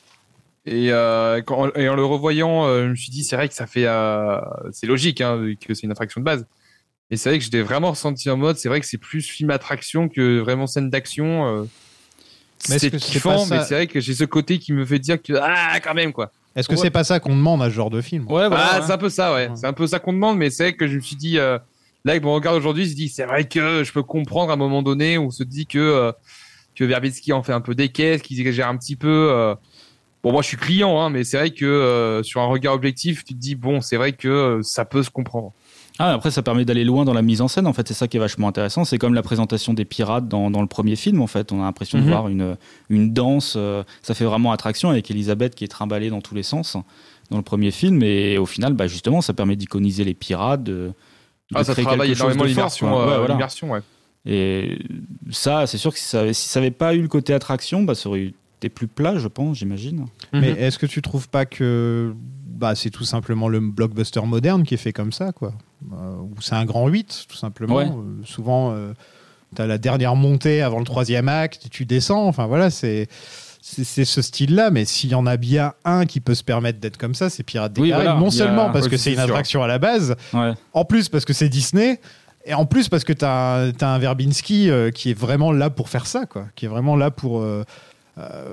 Et, euh, quand, et en le revoyant, euh, je me suis dit, c'est vrai que ça fait, euh, c'est logique, hein, vu que c'est une attraction de base. Et c'est vrai que je l'ai vraiment ressenti en mode, c'est vrai que c'est plus film attraction que vraiment scène d'action. Euh, Mais est-ce c'est que c'est kiffant, pas ça- mais c'est vrai que j'ai ce côté qui me fait dire que ah quand même quoi. Est-ce que Ouais. c'est pas ça qu'on demande à ce genre de film? Ouais, voilà, Ah, ouais. c'est un peu ça, ouais. C'est un peu ça qu'on demande, mais c'est vrai que je me suis dit, euh, là, avec mon regard aujourd'hui, je me dis, c'est vrai que je peux comprendre à un moment donné où on se dit que, euh, que Verbinski en fait un peu des caisses, qu'il exagère un petit peu. euh. Bon, moi, je suis client, hein, mais c'est vrai que euh, sur un regard objectif, tu te dis, bon, c'est vrai que euh, ça peut se comprendre. Ah, après, ça permet d'aller loin dans la mise en scène. En fait, c'est ça qui est vachement intéressant. C'est comme la présentation des pirates dans, dans le premier film. En fait, on a l'impression Mhm. de voir une, une danse. euh, ça fait vraiment attraction avec Elisabeth qui est trimballée dans tous les sens dans le premier film. Et au final, bah, justement, ça permet d'iconiser les pirates. De, de Ah, ça créer travaille quelque chose énormément de fort, l'immersion, quoi. euh, Ouais, voilà. l'immersion, ouais. Et ça, c'est sûr que si ça, si ça avait pas eu le côté attraction, bah, ça aurait été plus plat, je pense, j'imagine. Mais Mhm. est-ce que tu trouves pas que bah, c'est tout simplement le blockbuster moderne qui est fait comme ça, quoi? Euh, ou c'est un grand huit, tout simplement. Ouais. Euh, souvent, euh, tu as la dernière montée avant le troisième acte, et tu descends. Enfin, voilà, c'est. C'est c'est ce style-là, mais s'il y en a bien un qui peut se permettre d'être comme ça, c'est Pirates des Oui, Caraïbes. voilà, non il y a- seulement parce Ouais, que c'est c'est une sûr. attraction à la base, Ouais. en plus parce que c'est Disney, et en plus parce que tu as, un Verbinski euh, qui est vraiment là pour faire ça, quoi. Qui est vraiment là pour. euh, euh,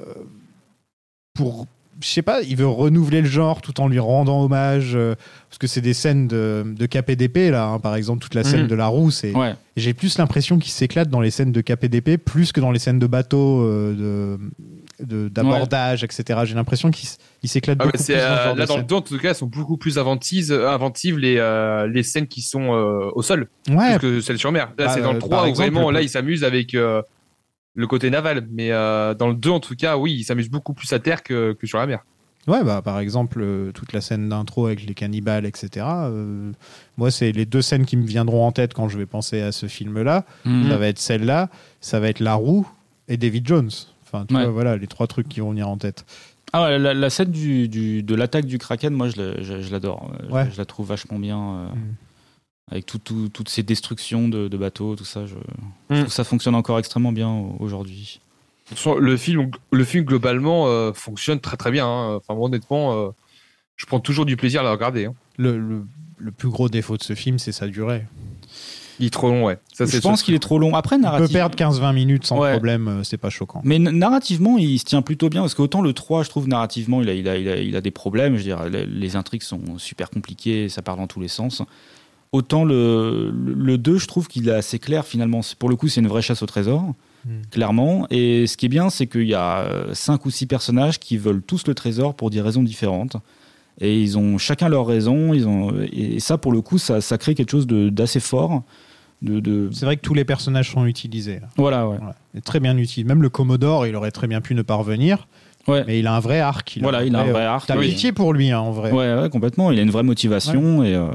pour je sais pas, il veut renouveler le genre tout en lui rendant hommage, euh, parce que c'est des scènes de, de K P D P, là, hein, par exemple, toute la scène Mhm. de la roue, c'est. Ouais. Et j'ai plus l'impression qu'il s'éclate dans les scènes de K P D P plus que dans les scènes de bateau, euh, de, de- d'abordage, et cetera. J'ai l'impression qu'il s- il s'éclate Ah, mais beaucoup c'est, plus dans ce euh, genre là, de dans le scènes. deux, en tout cas, elles sont beaucoup plus inventives, inventives les, euh, les scènes qui sont euh, au sol, Ouais, plus que celles sur mer. Là, Bah, c'est dans le euh, trois par où exemple, vraiment, le- là, ils s'amusent avec euh, le côté naval. Mais euh, dans le deux, en tout cas, oui, ils s'amusent beaucoup plus à terre que, que sur la mer. ouais bah, par exemple, euh, toute la scène d'intro avec les cannibales, et cetera. euh, moi, c'est les deux scènes qui me viendront en tête quand je vais penser à ce film-là. Mhm. Ça va être celle-là, ça va être La Roue et David Jones. Enfin, tu Ouais. vois, voilà, les trois trucs qui vont venir en tête. Ah ouais, la, la scène du, du- de l'attaque du Kraken, moi je, la- je- je l'adore. Euh, Ouais. Je, je la trouve vachement bien. euh, Mm. Avec tout, tout- toutes ces destructions de, de bateaux, tout ça. Je, je Mm. trouve que ça fonctionne encore extrêmement bien au- aujourd'hui. De toute façon, Le film, le film globalement euh, fonctionne très très bien. hein. Enfin, moi, honnêtement, euh, je prends toujours du plaisir à le regarder. hein. Le, le- le plus gros défaut de ce film, c'est sa durée. Il est trop long, ouais. Ça, c'est je pense sûr. qu'il est trop long. Après, On peut narratif... perdre quinze vingt minutes sans Ouais. problème, euh, c'est pas choquant. Mais n- narrativement, il se tient plutôt bien parce qu'autant le trois, je trouve narrativement, il a, il a, il a, il a des problèmes. Je veux dire, les, les intrigues sont super compliquées, ça part dans tous les sens. Autant le, le, le deux, je trouve qu'il est assez clair finalement. C'est- Pour le coup, c'est une vraie chasse au trésor, Mm. clairement. Et ce qui est bien, c'est qu'il y a euh, cinq ou six personnages qui veulent tous le trésor pour des raisons différentes. Et ils ont chacun leurs raisons. Ils ont, et ça, pour le coup, ça, ça crée quelque chose de- d'assez fort. De, de... C'est vrai que tous les personnages sont utilisés. Là. Voilà, ouais. Voilà. Et très bien utilisés. Même le Commodore, il aurait très bien pu ne pas revenir. Ouais. Mais il a un vrai arc. Voilà, il a un vrai arc, T'as oui. pitié pour lui, hein, en vrai. Ouais, ouais, complètement. Il a une vraie motivation et, euh,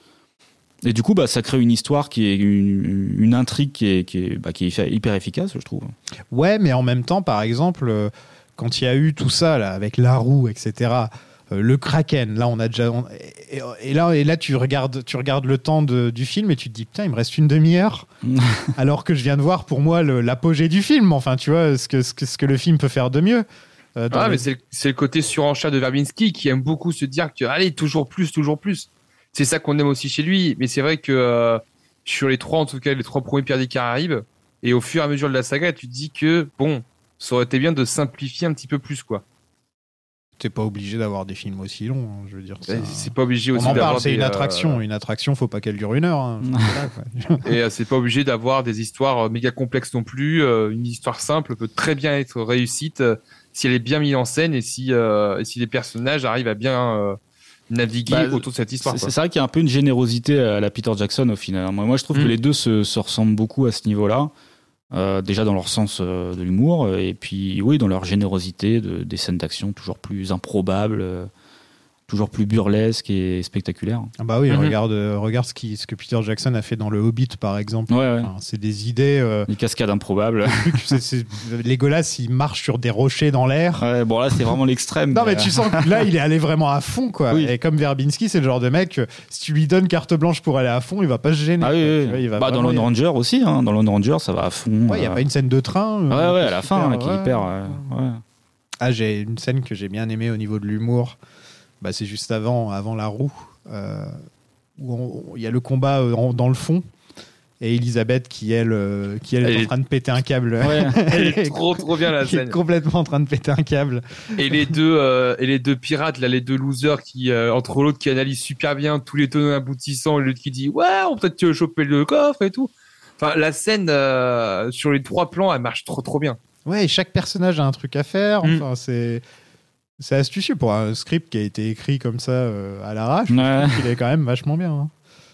et du coup, bah, ça crée une histoire qui est une, une intrigue qui est, qui est, bah, qui est hyper efficace, je trouve. Ouais, mais en même temps, par exemple, euh, quand il y a eu tout ça là, avec la roue, et cetera, Euh, le Kraken, là, on a déjà. on- et, et là, et là, tu regardes, tu regardes le temps de- du film et tu te dis putain, il me reste une demi-heure. Alors que je viens de voir pour moi le- l'apogée du film. Enfin, tu vois, ce que, ce que, ce que le film peut faire de mieux. Euh, dans Ah, le- mais c'est le, c'est le côté surenchère de Verbinski qui aime beaucoup se dire que allez, toujours plus, toujours plus. C'est ça qu'on aime aussi chez lui. Mais c'est vrai que euh, sur les trois, en tout cas, les trois premiers Pirates des Caraïbes, et au fur et à mesure de la saga, tu te dis que bon, ça aurait été bien de simplifier un petit peu plus, quoi. T'es pas obligé d'avoir des films aussi longs, hein, je veux dire. ça- C'est pas obligé On aussi en d'avoir parle, c'est des, une euh, attraction. Une attraction, faut pas qu'elle dure une heure. hein. Voilà, quoi. Et euh, c'est pas obligé d'avoir des histoires euh, méga complexes non plus. Euh, une histoire simple peut très bien être réussite euh, si elle est bien mise en scène et si, euh, et si les personnages arrivent à bien euh, naviguer Bah, autour de cette histoire. C'est quoi. c'est vrai qu'il y a un peu une générosité à la Peter Jackson au final. Moi, moi je trouve Mm. que les deux se, se ressemblent beaucoup à ce niveau-là. Euh, déjà dans leur sens euh, de l'humour, euh, et puis oui, dans leur générosité, de, des scènes d'action toujours plus improbables, euh, toujours plus burlesques et spectaculaires. Ah bah oui, Mhm. regarde, euh, regarde ce, qui, ce que Peter Jackson a fait dans Le Hobbit, par exemple. Ouais, ouais. Enfin, c'est des idées. euh, Des cascades improbables. trucs, c'est- c'est- Legolas, il marche sur des rochers dans l'air. Ouais, bon là c'est vraiment l'extrême. Non, mais tu sens que là, il est allé vraiment à fond, quoi. Oui. Et comme Verbinski, c'est le genre de mec, euh, si tu lui donnes carte blanche pour aller à fond, il va pas se gêner. Ah quoi. oui, Tu oui. vois, il va Bah, dans vraiment Lone y- Ranger aussi, hein. Dans Lone Ranger ça va à fond. Ouais, il y a euh. pas une scène de train. euh, Ouais, ouais, à la super, fin, là, qui est ouais. hyper. euh, ouais. Ah, j'ai une scène que j'ai bien aimée au niveau de l'humour. Bah, c'est juste avant, avant la roue, euh, où on- il y a le combat euh, en- dans le fond. Et Elisabeth qui, elle, euh, qui, elle est Elle en est- train de péter un câble. Ouais. Elle est trop trop bien la qui est scène. complètement en train de péter un câble. Et les deux euh, et les deux pirates là, les deux losers qui euh, entre l'autre qui analyse super bien tous les tenants aboutissants et l'autre qui dit ouais, on peut peut-être choper le coffre et tout. Enfin, la scène euh, sur les trois plans, elle marche trop trop bien. Ouais, et chaque personnage a un truc à faire. Mm. Enfin, c'est. C'est astucieux pour un script qui a été écrit comme ça euh, à l'arrache. Ouais. Il est quand même vachement bien. hein.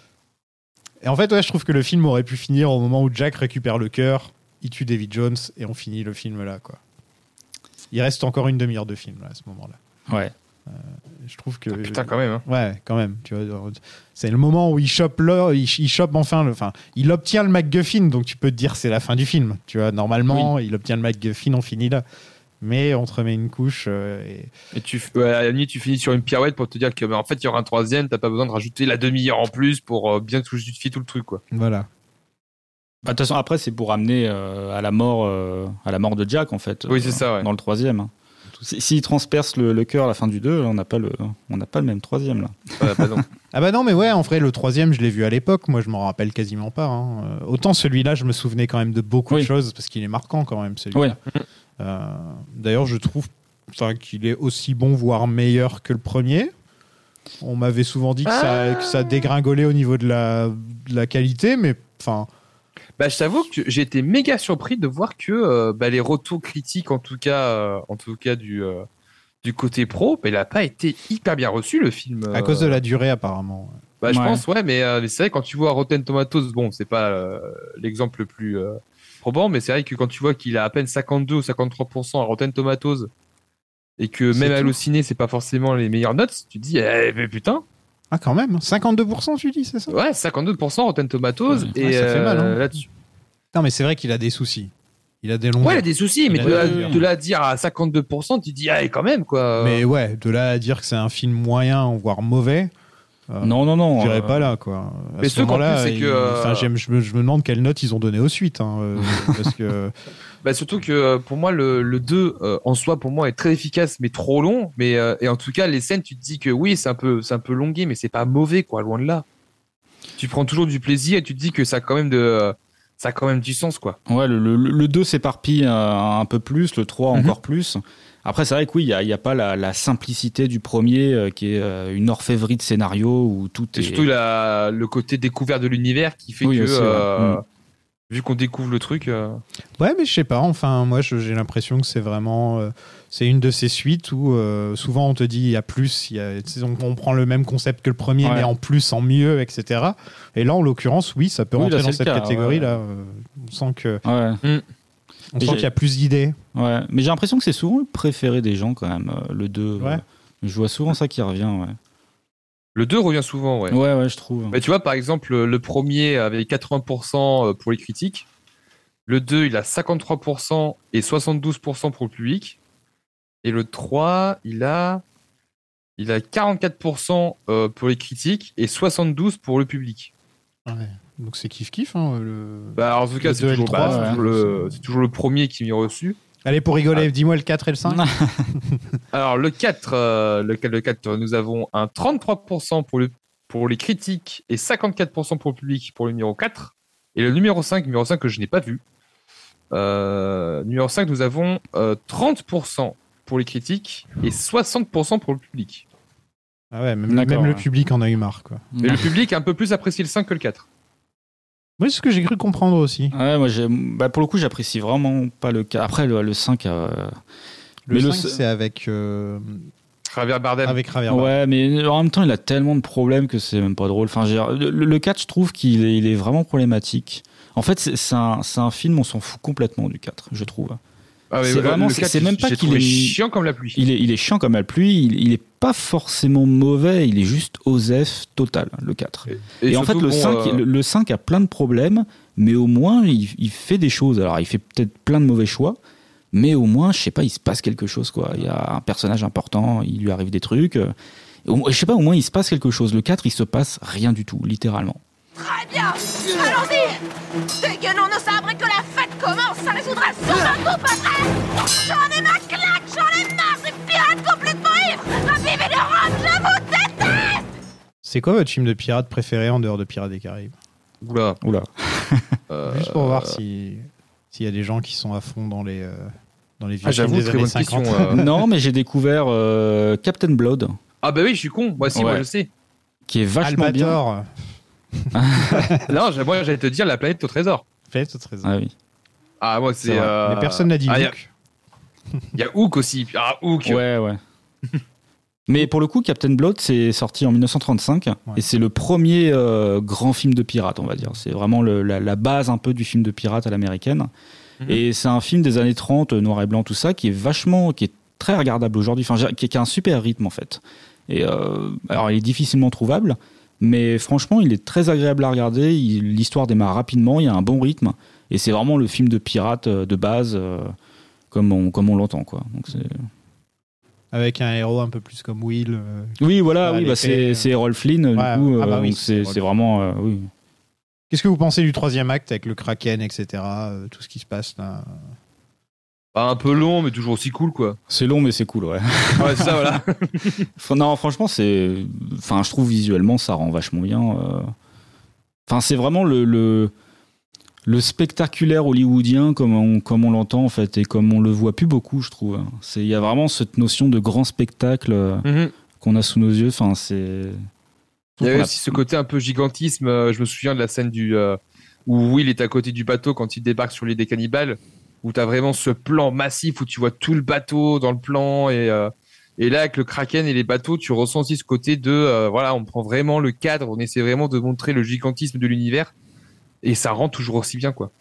Et en fait, ouais, je trouve que le film aurait pu finir au moment où Jack récupère le cœur, il tue David Jones et on finit le film là, quoi. Il reste encore une demi-heure de film là, à ce moment-là. Ouais. Je trouve que. Ah, putain, quand même. Hein. Ouais, quand même. Tu vois, genre, c'est le moment où il chope l'or, il, il chope enfin, le, enfin, il obtient le MacGuffin, donc tu peux te dire c'est la fin du film. Tu vois, normalement, il obtient le MacGuffin, on finit là. Mais on te remet une couche. euh, et... Et tu, ouais, à la limite, tu finis sur une pirouette pour te dire que, bah, en fait, il y aura un troisième. T'as pas besoin de rajouter la demi-heure en plus pour euh, bien tout justifier tout le truc, quoi. Voilà. Bah, de toute façon, après, c'est pour amener euh, à la mort, euh, à la mort de Jack, en fait. Oui, c'est ça, ouais. Dans le troisième. hein. Si- S'il transperce le, le cœur à la fin du deux, on n'a pas le, on n'a pas le même troisième là. Ouais, bah non. Ah bah non, mais ouais, en vrai, le troisième, je l'ai vu à l'époque. Moi, je m'en rappelle quasiment pas. hein. Euh, autant celui-là, je me souvenais quand même de beaucoup Oui. de choses parce qu'il est marquant quand même. Celui-là. Ouais. Euh, D'ailleurs, je trouve enfin, qu'il est aussi bon, voire meilleur que le premier. On m'avait souvent dit que, ça, que ça dégringolait au niveau de la, de la qualité, mais enfin. Bah, je t'avoue que j'ai été méga surpris de voir que euh, bah, les retours critiques, en tout cas, euh, en tout cas du euh, du côté pro, bah, il a pas été hyper bien reçu le film. À euh. cause de la durée, apparemment. Bah, je Ouais. pense, ouais, mais, euh, mais c'est vrai quand tu vois Rotten Tomatoes, bon, c'est pas euh, l'exemple le plus euh, probant, mais c'est vrai que quand tu vois qu'il a à peine cinquante-deux ou cinquante-trois pour cent à Rotten Tomatoes et que C'est même tout. Allociné, c'est pas forcément les meilleures notes, tu te dis, eh, mais putain, Ah, quand même. cinquante-deux pour cent, tu dis, c'est ça? ouais, cinquante-deux pour cent Rotten Tomatoes Ouais, et ouais, ça fait mal, hein. euh, là-dessus. Non, mais c'est vrai qu'il a des soucis. Il a des longs. Ouais, il y a des soucis, mais Il a de là, des- de là à dire à cinquante-deux pour cent, tu te dis, ah, quand même, quoi. Mais ouais, de là à dire que c'est un film moyen, voire mauvais. euh, Non, non, non. Je dirais euh, pas là, quoi. À Mais ce ce qu'en moment-là, plus, c'est il- que, euh, enfin, j'aime- je, me, je me demande quelle note ils ont donné aux suites. hein, euh, parce que. Bah, surtout que euh, pour moi, le, le deux, euh, en soi, pour moi, est très efficace, mais trop long. Mais, euh, et en tout cas, les scènes, tu te dis que oui, c'est un peu, c'est un peu longué, mais c'est pas mauvais, quoi, loin de là. Tu prends toujours du plaisir et tu te dis que ça a quand même de, euh, ça a quand même du sens, quoi. Ouais, le, le, le deux s'éparpille un, un peu plus, le trois Mhm. encore plus. Après, c'est vrai que oui, il n'y a, il y a pas la, la simplicité du premier euh, qui est euh, une orfèvrerie de scénario où tout Et est. surtout la, le côté découvert de l'univers qui fait Oui, que, aussi, ouais. euh, Mm. vu qu'on découvre le truc, euh, Ouais, mais je sais pas. Enfin, moi, je- j'ai l'impression que c'est vraiment. euh, c'est une de ces suites où euh, souvent on te dit il y a plus. Il y a, tu sais, on, on prend le même concept que le premier, Ouais. mais en plus, en mieux, et cetera. Et là, en l'occurrence, oui, ça peut Oui, rentrer là, dans c'est cette le cas, catégorie ouais. là. Euh, on sent que. Ouais. On Et sent j'ai- qu'il y a plus d'idées. Ouais. Mais j'ai l'impression que c'est souvent le préféré des gens quand même, euh, le deux. Ouais. euh, Je vois souvent ça qui revient, ouais. le deux revient souvent, ouais. Ouais, ouais, je trouve. Mais tu vois, par exemple, le- le premier avait quatre-vingts pour cent pour les critiques. Le deux, il a cinquante-trois pour cent et soixante-douze pour cent pour le public. Et le trois, il a Il a quarante-quatre pour cent euh, pour les critiques et soixante-douze pour le public. Ouais. Donc c'est kiff-kiff. Hein, le... Bah, en tout cas, le c'est deux et le toujours, trois, bah, c'est ouais. toujours le, c'est toujours le premier qui m'y reçu. Allez, pour rigoler, ah. dis-moi le quatre et le cinq. Alors, le quatre, euh, le, le quatre, nous avons un trente-trois pour cent pour, le, pour les critiques et cinquante-quatre pour cent pour le public pour le numéro quatre. Et le numéro cinq, numéro cinq que je n'ai pas vu. Euh, numéro cinq, nous avons euh, trente pour cent pour les critiques et soixante pour cent pour le public. Ah ouais, même, même ouais. le public en a eu marre, quoi. Mais le public a un peu plus apprécié le cinq que le quatre. Oui, c'est ce que j'ai cru comprendre aussi. Ouais, moi, j'ai, bah, pour le coup, j'apprécie vraiment pas le quatre. Après, le, le cinq... Euh... Le mais cinq, le... c'est avec... Euh... Javier Bardem. Avec Javier Bardem. Ouais, mais en même temps, il a tellement de problèmes que c'est même pas drôle. Enfin, j'ai... Le, le quatre, je trouve qu'il est, il est vraiment problématique. En fait, c'est, c'est, un, c'est un film, on s'en fout complètement du quatre, je trouve. Ah c'est voilà, vraiment, le c'est, quatre, c'est même pas qu'il est chiant comme la pluie. Il est, il est chiant comme la pluie. Il, il est pas forcément mauvais. Il est juste osef total, le quatre. Et, et, et en fait, le, bon, cinq, euh... le, le cinq a plein de problèmes, mais au moins, il, il fait des choses. Alors, il fait peut-être plein de mauvais choix, mais au moins, je sais pas, il se passe quelque chose, quoi. Il y a un personnage important, il lui arrive des trucs. Je sais pas, au moins, il se passe quelque chose. Le quatre, il se passe rien du tout, littéralement. Très bien, allons-y. Dégainons nos sabres et que la fête commence. Ça résoudra sur un coup, pas vrai. J'en ai ma claque, j'en ai marre des pirates complètement ivres. Ma bibi de Rome, je vous déteste. C'est quoi votre film de pirate préféré en dehors de Pirates des Caraïbes? Oula. Oula. euh, Juste pour voir si s'il y a des gens qui sont à fond dans les, euh, dans les vieux ah, films j'avoue, des très années bonne cinquante. question. Euh... Non, mais j'ai découvert euh, Captain Blood. Ah bah oui, je suis con. Moi aussi, ouais. moi je sais. Qui est vachement Albator. bien. Non, moi j'allais te dire La planète au trésor. Planète au trésor. Ah oui. Ah moi c'est. c'est euh... Mais personne n'a dit ah, Hook. Il y a Hook aussi. Ah Hook. Ouais ouais. Mais pour le coup, Captain Blood, c'est sorti en dix-neuf cent trente-cinq ouais. et c'est le premier euh, grand film de pirate, on va dire. C'est vraiment le, la, la base un peu du film de pirate à l'américaine. Mm-hmm. Et c'est un film des années trente, noir et blanc, tout ça, qui est vachement, qui est très regardable aujourd'hui, enfin, qui, qui a un super rythme en fait. Et euh, alors, il est difficilement trouvable, mais franchement, il est très agréable à regarder. Il, l'histoire démarre rapidement, il y a un bon rythme, et c'est vraiment le film de pirate de base, euh, comme on, comme on l'entend, quoi. Donc c'est avec un héros un peu plus comme Will. Euh, oui, voilà, oui, bah c'est, c'est Errol Flynn, ouais, du coup, ah bah euh, oui, donc c'est, c'est, c'est vraiment, euh, oui. Qu'est-ce que vous pensez du troisième acte avec le Kraken, et cetera, euh, tout ce qui se passe là? Bah, un peu long, mais toujours aussi cool, quoi. C'est long, mais c'est cool, ouais. Ouais, c'est ça, voilà. Non, franchement, c'est, enfin, je trouve visuellement, ça rend vachement bien. Euh... Enfin, c'est vraiment le, le, le spectaculaire hollywoodien comme on, comme on l'entend, en fait, et comme on le voit plus beaucoup, je trouve. C'est, il y a vraiment cette notion de grand spectacle mm-hmm. qu'on a sous nos yeux. Enfin, c'est. Il y a aussi a... ce côté un peu gigantisme. Je me souviens de la scène du euh, où Will est à côté du bateau quand il débarque sur l'île des cannibales, où tu as vraiment ce plan massif où tu vois tout le bateau dans le plan. Et, euh, et là, avec le Kraken et les bateaux, tu ressens aussi ce côté de... Euh, voilà, on prend vraiment le cadre, on essaie vraiment de montrer le gigantisme de l'univers. Et ça rend toujours aussi bien, quoi.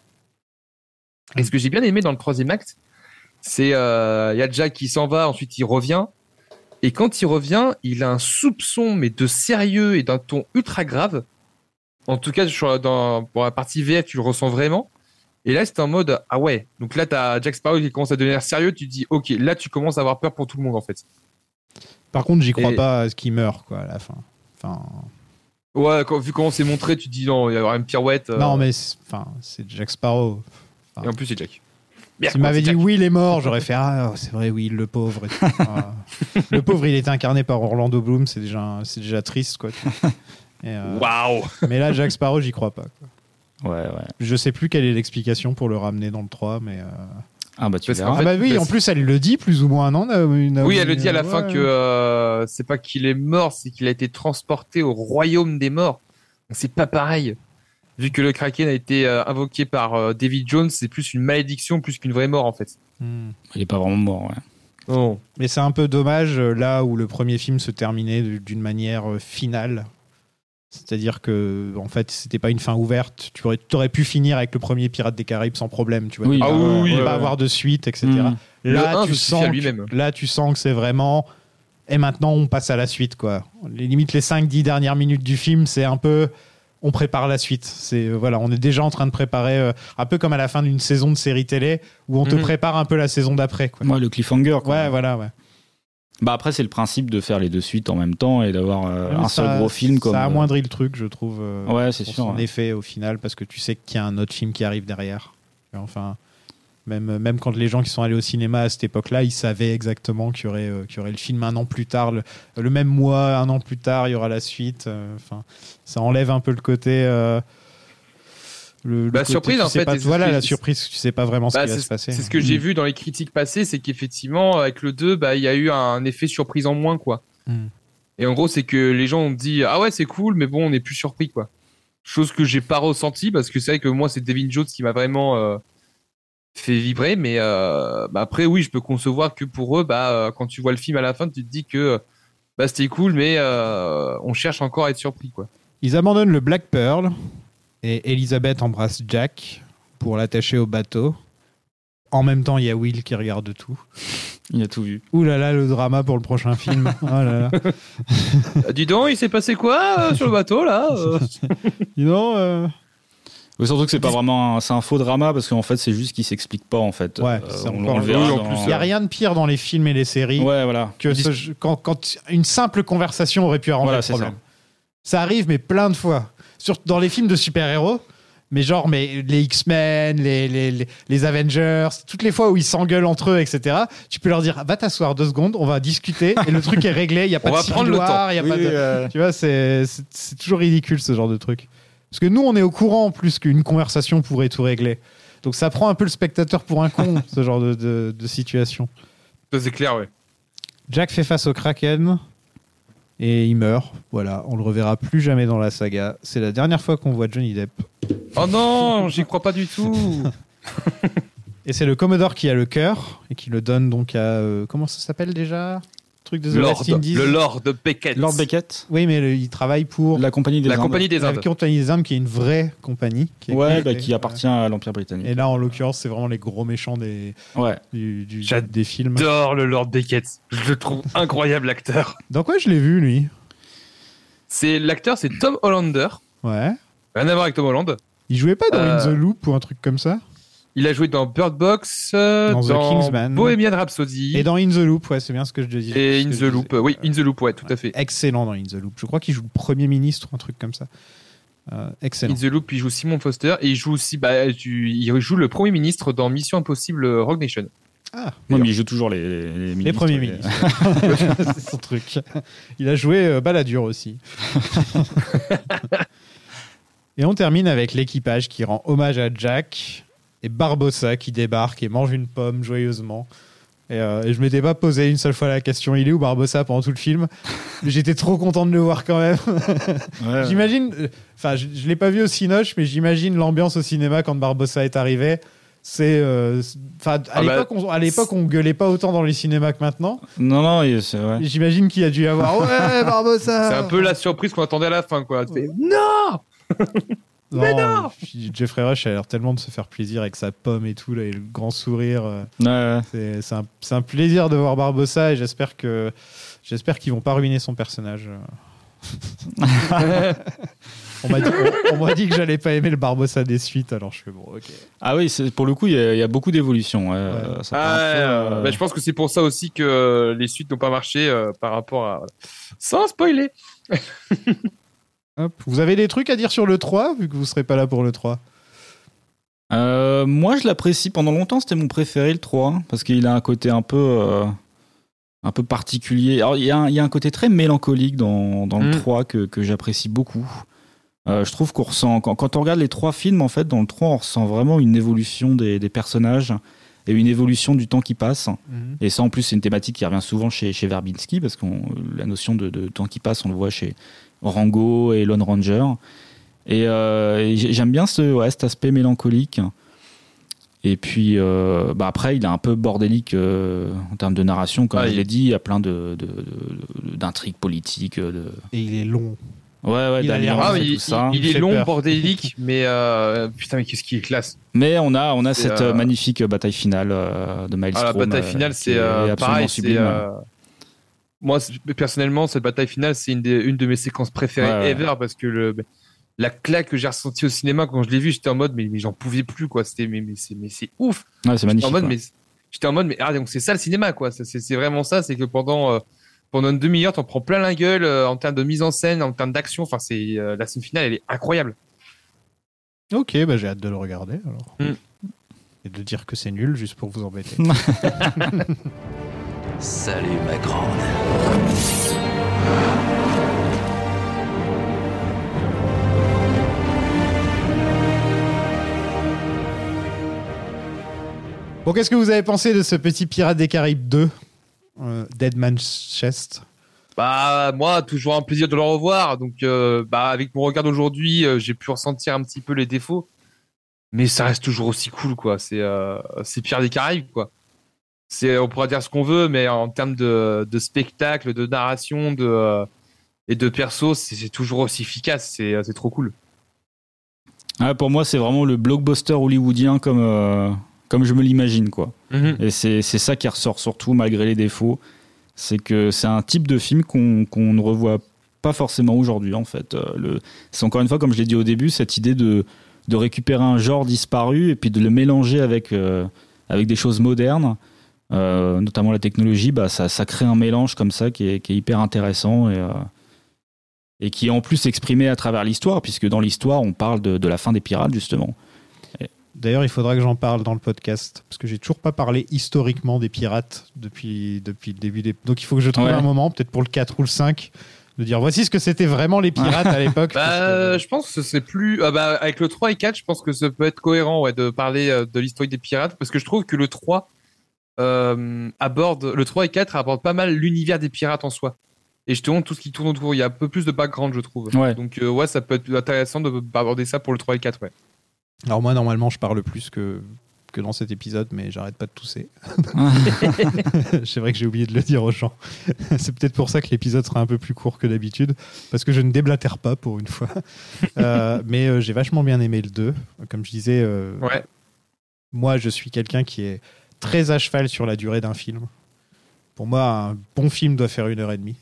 Et ce que j'ai bien aimé dans le troisième acte, c'est... Il euh, y a Jack qui s'en va, ensuite il revient. Et quand il revient, il a un soupçon, mais de sérieux et d'un ton ultra grave. En tout cas, dans, pour la partie V F, tu le ressens vraiment. Et là, c'est en mode, ah ouais. Donc là, t'as Jack Sparrow qui commence à devenir sérieux. Tu te dis, ok, là, tu commences à avoir peur pour tout le monde, en fait. Par contre, j'y crois et... pas à ce qu'il meurt, quoi, à la fin. Enfin... Ouais, quand, vu comment c'est montré, tu te dis, non, il y aura une pirouette. Euh... Non, mais c'est, enfin, c'est Jack Sparrow. Enfin... Et en plus, c'est Jack. Bien, S'il m'avait dit Jack. Oui, il est mort, j'aurais fait, ah, c'est vrai, oui, le pauvre. Ah. Le pauvre, il est incarné par Orlando Bloom, c'est déjà, c'est déjà triste, quoi. Waouh! Euh... Mais là, Jack Sparrow, j'y crois pas, quoi. Ouais, ouais. Je sais plus quelle est l'explication pour le ramener dans le trois, mais. Euh... Ah bah tu verras. Ah bah oui, parce... en plus elle le dit plus ou moins, non Naomi, Naomi, Oui, elle le dit à la ouais. fin que euh, c'est pas qu'il est mort, c'est qu'il a été transporté au royaume des morts. C'est pas pareil. Vu que le Kraken a été euh, invoqué par euh, David Jones, c'est plus une malédiction plus qu'une vraie mort en fait. Hmm. Il est pas vraiment mort, ouais. Oh. Mais c'est un peu dommage là où le premier film se terminait d'une manière finale. C'est-à-dire que, en fait, c'était pas une fin ouverte. Tu aurais, tu aurais pu finir avec le premier Pirate des Caraïbes sans problème. Tu vois, oui, pas, ah avoir, oui, oui, pas ouais. avoir de suite, et cetera. Mmh. Là, un, tu sens que, là, tu sens que c'est vraiment. Et maintenant, on passe à la suite, quoi. Les limites, les cinq dix dernières minutes du film, c'est un peu. On prépare la suite. C'est voilà, on est déjà en train de préparer, euh, un peu comme à la fin d'une saison de série télé où on mmh. te prépare un peu la saison d'après, quoi. Ouais, le cliffhanger, quoi. Ouais, voilà, ouais. Bah après, c'est le principe de faire les deux suites en même temps et d'avoir euh, Ouais, un ça, seul gros film. Comme, ça amoindrit le truc, je trouve. Euh, ouais, c'est pour sûr. son Ouais. effet au final, parce que tu sais qu'il y a un autre film qui arrive derrière. Enfin, même, même quand les gens qui sont allés au cinéma à cette époque-là, ils savaient exactement qu'il y aurait, euh, qu'il y aurait le film un an plus tard, le, le même mois, un an plus tard, il y aura la suite. Euh, enfin, ça enlève un peu le côté. Euh, Le, le Bah, côté, surprise, tu en sais fait, pas, et c'est voilà ce que- la surprise, tu sais pas vraiment ce Bah, qui va c'est se passer. c'est ce que j'ai vu dans les critiques passées, c'est qu'effectivement, avec le deux, bah, il y a eu un effet surprise en moins, quoi. Mm. Et en gros, c'est que les gens ont dit ah ouais, c'est cool, mais bon, on n'est plus surpris, quoi. Chose que j'ai pas ressenti parce que c'est vrai que moi, c'est Devin Jones qui m'a vraiment euh, fait vibrer, mais euh, bah, après, oui, je peux concevoir que pour eux, bah, euh, quand tu vois le film à la fin, tu te dis que bah, c'était cool, mais euh, on cherche encore à être surpris, quoi. Ils abandonnent le Black Pearl et Elizabeth embrasse Jack pour l'attacher au bateau. En même temps, il y a Will qui regarde tout. Il a tout vu. Ouh là là, le drama pour le prochain film. Oh là là. Ah, dis donc, il s'est passé quoi euh, sur le bateau, là euh Dis donc. Euh... Oui, surtout que c'est pas vraiment un, c'est un faux drama parce qu'en fait c'est juste qu'il s'explique pas en fait. Ouais, Euh, c'est on, encore on le verra oui, dans- en plus. Il n'y a rien de pire dans les films et les séries Ouais, voilà. que ce- quand, quand une simple conversation aurait pu arranger Voilà, le c'est problème. Ça. arrive, mais plein de fois. Surtout dans les films de super-héros. Mais genre, mais les X-Men, les, les, les, les Avengers, toutes les fois où ils s'engueulent entre eux, et cetera, tu peux leur dire, va t'asseoir deux secondes, on va discuter, et le truc est réglé, il n'y a pas On de va prendre le civiloire, temps. il y a Oui, pas de... euh, Tu vois, c'est, c'est, c'est toujours ridicule, ce genre de truc. Parce que nous, on est au courant, en plus, qu'une conversation pourrait tout régler. Donc ça prend un peu le spectateur pour un con, ce genre de, de, de situation. Ça, c'est clair, ouais. Jack fait face au Kraken, et il meurt. Voilà, on le reverra plus jamais dans la saga. C'est la dernière fois qu'on voit Johnny Depp. Oh non, j'y crois pas du tout. Et c'est le Commodore qui a le cœur et qui le donne donc à euh, comment ça s'appelle déjà? Truc de The Lord, West Indies. le Lord Beckett. Lord Beckett, Oui, mais le- il travaille pour la compagnie des La Indes. compagnie des la Indes. Compagnie des Indes, qui est une vraie compagnie. Qui est Ouais, créée, bah, qui euh, appartient à l'Empire britannique. Et là, en l'occurrence, c'est vraiment les gros méchants des Ouais. du, du- J'adore. des films. J'adore le Lord Beckett. Je le trouve incroyable, l'acteur. Dans quoi je l'ai vu lui? C'est l'acteur, c'est Tom Hollander. Ouais. Rien à voir avec Tom Holland. Il jouait pas dans Euh, In the Loop ou un truc comme ça? Il a joué dans Bird Box, euh, Dans dans, The Kingsman. Bohemian Rhapsody Et dans In the Loop, ouais, c'est bien ce que je te disais. et ce In que the je Loop. disais. Oui, In the Loop, ouais, tout à fait. Excellent dans In the Loop. Je crois qu'il joue le Premier ministre ou un truc comme ça. Euh, excellent. In the Loop, il joue Simon Foster et il joue aussi, bah, tu- il joue le Premier ministre dans Mission Impossible Rogue Nation. Ah, Ouais, mais il joue toujours les, les, les ministres, premiers et- ministres. C'est son truc. Il a joué euh, Balladur aussi. Et on termine avec l'équipage qui rend hommage à Jack et Barbossa qui débarque et mange une pomme joyeusement. Et, euh, et je m'étais pas posé une seule fois la question, il est où Barbossa pendant tout le film? Mais j'étais trop content de le voir quand même. Ouais. J'imagine, enfin, je, je l'ai pas vu au Cinoche, mais j'imagine l'ambiance au cinéma quand Barbossa est arrivé. C'est, euh, enfin, à Ah bah, l'époque, on, à l'époque, on gueulait pas autant dans les cinémas que maintenant. Non, non, il- c'est vrai. J'imagine qu'il y a dû y avoir ouais Barbossa. C'est un peu la surprise qu'on attendait à la fin, quoi. Tu fais, non. Non, Mais non euh, Jeffrey Rush a l'air tellement de se faire plaisir avec sa pomme et tout là, et le grand sourire. euh, Ouais, ouais. C'est, c'est, un, c'est un plaisir de voir Barbossa et j'espère que j'espère qu'ils vont pas ruiner son personnage. on, m'a dit, on, on m'a dit que j'allais pas aimer le Barbossa des suites, alors je fais bon, ok. Ah oui, c'est, pour le coup, il y, a- il y a beaucoup d'évolution. Ouais. Ouais. Ça fait Ah, un peu, euh, bah, je pense que c'est pour ça aussi que euh, les suites n'ont pas marché euh, par rapport à. Sans spoiler. Hop. Vous avez des trucs à dire sur le trois, vu que vous serez pas là pour le trois? Euh, moi, je l'apprécie. Pendant longtemps, c'était mon préféré, le trois, parce qu'il a un côté un peu, euh, un peu particulier. Alors, il y, a un- il y a un côté très mélancolique dans, dans le Mm. trois que, que j'apprécie beaucoup. Euh, je trouve qu'on ressent, quand, quand on regarde les trois films, en fait, dans le trois, on ressent vraiment une évolution des, des personnages et une évolution du temps qui passe. Mhm. Et ça, en plus, c'est une thématique qui revient souvent chez, chez Verbinski, parce que la notion de, de temps qui passe, on le voit chez Rango et Lone Ranger. Et, euh, et j'ai- j'aime bien ce, ouais, cet aspect mélancolique. Et puis, euh, bah après, il est un peu bordélique euh, en termes de narration, comme Ah, je il- l'ai dit. Il y a plein de, de- de- d'intrigues politiques. De... Et il est long. Ouais, ouais, Il a l'air- d'alliances Ah, et il, tout ça. il- il Il est fait long, peur. bordélique, mais euh, putain, mais qu'est-ce qui est classe. Mais on a, on a C'est, cette euh, magnifique bataille finale euh, de Maelstrom. Ah, la bataille euh, finale, qui c'est est euh, absolument pareil. C'est, sublime. euh, moi, c'est- personnellement, cette bataille finale, c'est une, des, une de mes séquences préférées Ouais, ouais. ever parce que le, la claque que j'ai ressentie au cinéma quand je l'ai vu, j'étais en mode, mais, mais j'en pouvais plus, quoi. C'était, mais, mais, c'est, mais c'est ouf. Ouais, c'est J'étais magnifique. en mode, ouais. mais j'étais en mode, mais ah, donc c'est ça le cinéma, quoi. C'est, c'est, c'est vraiment ça, c'est que pendant, euh, pendant une demi-heure, t'en prends plein la gueule euh, en termes de mise en scène, en termes d'action. Enfin, c'est, euh, la scène finale, elle est incroyable. Ok, bah j'ai hâte de le regarder alors. Mm. Et de dire que c'est nul juste pour vous embêter. Salut, ma grande. Bon, qu'est-ce que vous avez pensé de ce petit Pirates des Caraïbes deux, euh, Dead Man's Chest? Bah, moi, toujours un plaisir de le revoir. Donc, euh, bah, avec mon regard d'aujourd'hui, euh, j'ai pu ressentir un petit peu les défauts. Mais ça reste toujours aussi cool, quoi. C'est, euh, c'est Pirates des Caraïbes, quoi. C'est, on pourra dire ce qu'on veut, mais en termes de, de spectacle, de narration, de, euh, et de perso, c'est, c'est toujours aussi efficace. C'est, c'est trop cool. Ah, pour moi, c'est vraiment le blockbuster hollywoodien comme, euh, comme je me l'imagine, quoi. Mm-hmm. Et c'est, c'est ça qui ressort surtout, malgré les défauts. C'est que c'est un type de film qu'on, qu'on ne revoit pas forcément aujourd'hui, en fait. Euh, le, c'est encore une fois, comme je l'ai dit au début, cette idée de, de récupérer un genre disparu et puis de le mélanger avec, euh, avec des choses modernes. Euh, notamment la technologie, bah, ça, ça crée un mélange comme ça qui est, qui est hyper intéressant et, euh, et qui est en plus exprimé à travers l'histoire, puisque dans l'histoire, on parle de, de la fin des pirates, justement. Et... D'ailleurs, il faudra que j'en parle dans le podcast, parce que j'ai toujours pas parlé historiquement des pirates depuis, depuis le début des... Donc il faut que je trouve ouais. un moment, peut-être pour le quatre ou le cinq, de dire voici ce que c'était vraiment les pirates à l'époque. Bah, que... Je pense que c'est plus... Ah bah, avec le trois et quatre, je pense que ça peut être cohérent ouais, de parler de l'historique des pirates, parce que je trouve que le trois... Euh, aborde le trois et quatre aborde pas mal l'univers des pirates en soi et justement tout ce qui tourne autour, il y a un peu plus de background je trouve ouais. donc euh, ouais ça peut être intéressant d'aborder ça pour le trois et quatre ouais. Alors moi normalement je parle plus que, que dans cet épisode mais j'arrête pas de tousser. C'est vrai que j'ai oublié de le dire aux gens. C'est peut-être pour ça que l'épisode sera un peu plus court que d'habitude parce que je ne déblatère pas pour une fois. euh, mais euh, j'ai vachement bien aimé le deux comme je disais euh, ouais. Moi je suis quelqu'un qui est très à cheval sur la durée d'un film. Pour moi, un bon film doit faire une heure et demie.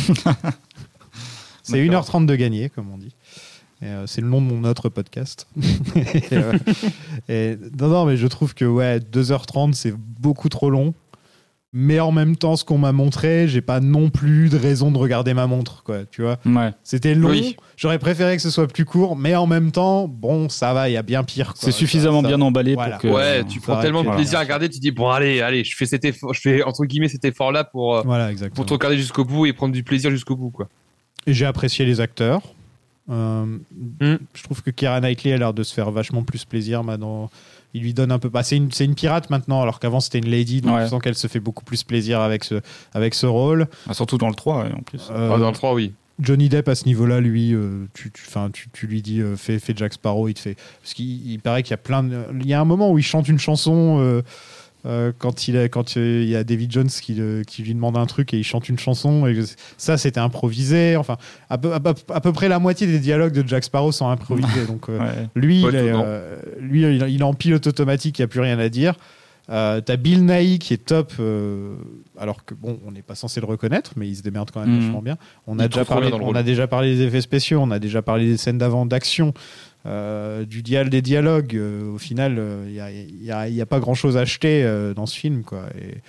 C'est une heure trente de gagné, comme on dit. Et euh, c'est le nom de mon autre podcast. et, euh, et, non, non, mais je trouve que ouais, deux heures trente, c'est beaucoup trop long. Mais en même temps, ce qu'on m'a montré, j'ai pas non plus de raison de regarder ma montre, quoi, tu vois. Ouais. C'était long. Oui. J'aurais préféré que ce soit plus court, mais en même temps, bon, ça va, il y a bien pire. Quoi. C'est suffisamment ça, ça... bien emballé voilà. pour que. Ouais, tu prends tellement de voilà. plaisir à regarder, tu dis bon allez, allez, je fais cet effort, je fais entre guillemets cet effort-là pour euh, voilà, pour te regarder jusqu'au bout et prendre du plaisir jusqu'au bout, quoi. Et j'ai apprécié les acteurs. Euh, mm. Je trouve que Keira Knightley a l'air de se faire vachement plus plaisir maintenant. Il lui donne un peu. Bah, c'est, une, c'est une pirate maintenant, alors qu'avant c'était une lady, donc ouais. je sens qu'elle se fait beaucoup plus plaisir avec ce, avec ce rôle. Ah, surtout dans le trois, ouais, en plus. Euh, ah, dans le trois, oui. Johnny Depp, à ce niveau-là, lui, euh, tu, tu, tu, tu lui dis euh, fais, fais Jack Sparrow, il te fait. Parce qu'il il paraît qu'il y a plein de. Il y a un moment où il chante une chanson. Euh, Euh, quand il a, quand il euh, y a David Jones qui, euh, qui lui demande un truc et il chante une chanson et ça c'était improvisé, enfin à peu, à, peu, à peu près la moitié des dialogues de Jack Sparrow sont improvisés donc euh, ouais. lui, ouais, il est, euh, lui il, il est en pilote automatique, il n'y a plus rien à dire. Euh, t'as Bill Nighy qui est top euh, alors que bon on n'est pas censé le reconnaître mais il se démerde quand même mmh. vachement bien. On a, déjà parlé, on a déjà parlé des effets spéciaux, on a déjà parlé des scènes d'avant d'action. Euh, du dial des dialogues euh, au final il euh, n'y a, y a, a pas grand chose à acheter euh, dans ce film quoi.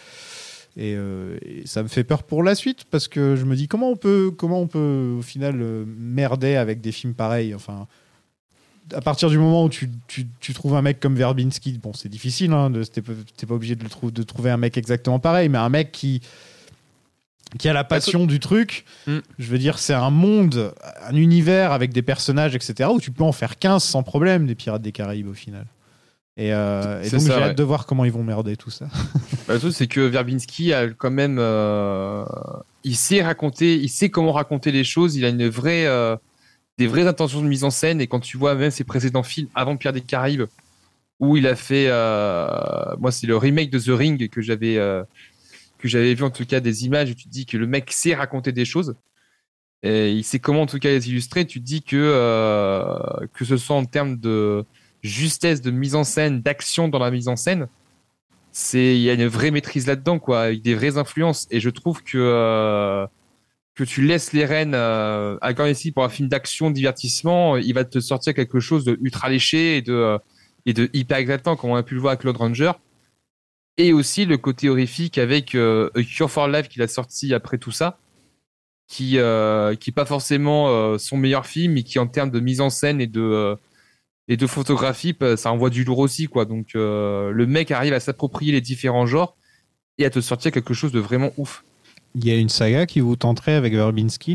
Et, et, euh, et ça me fait peur pour la suite parce que je me dis comment on peut, comment on peut au final euh, merder avec des films pareils, enfin à partir du moment où tu, tu, tu trouves un mec comme Verbinski, bon c'est difficile hein, de, t'es, t'es pas obligé de, le trou- de trouver un mec exactement pareil mais un mec qui qui a la passion du truc, mm. je veux dire, c'est un monde, un univers avec des personnages, et cetera, où tu peux en faire quinze sans problème, des Pirates des Caraïbes, au final. Et, euh, et donc, ça, j'ai ouais. hâte de voir comment ils vont merder tout ça. Bah, le truc, c'est que Verbinski a quand même... Euh, il sait raconter, il sait comment raconter les choses, il a une vraie, euh, des vraies intentions de mise en scène, et quand tu vois même ses précédents films, avant Pirates des Caraïbes, où il a fait... Euh, moi, c'est le remake de The Ring que j'avais... Euh, que j'avais vu en tout cas des images où tu te dis que le mec sait raconter des choses et il sait comment en tout cas les illustrer. Tu te dis que euh, que ce soit en termes de justesse de mise en scène, d'action dans la mise en scène, c'est il y a une vraie maîtrise là-dedans quoi, avec des vraies influences et je trouve que euh, que tu laisses les rênes euh, à Gordon ici pour un film d'action divertissement, il va te sortir quelque chose de ultra léché et de et de hyper exaltant comme on a pu le voir avec Lone Ranger. Et aussi le côté horrifique avec euh, A Cure for Life qu'il a sorti après tout ça, qui euh, qui est pas forcément euh, son meilleur film, mais qui en termes de mise en scène et de euh, et de photographie, ça envoie du lourd aussi, quoi. Donc euh, le mec arrive à s'approprier les différents genres et à te sortir quelque chose de vraiment ouf. Il y a une saga qui vous tenterait avec Verbinski?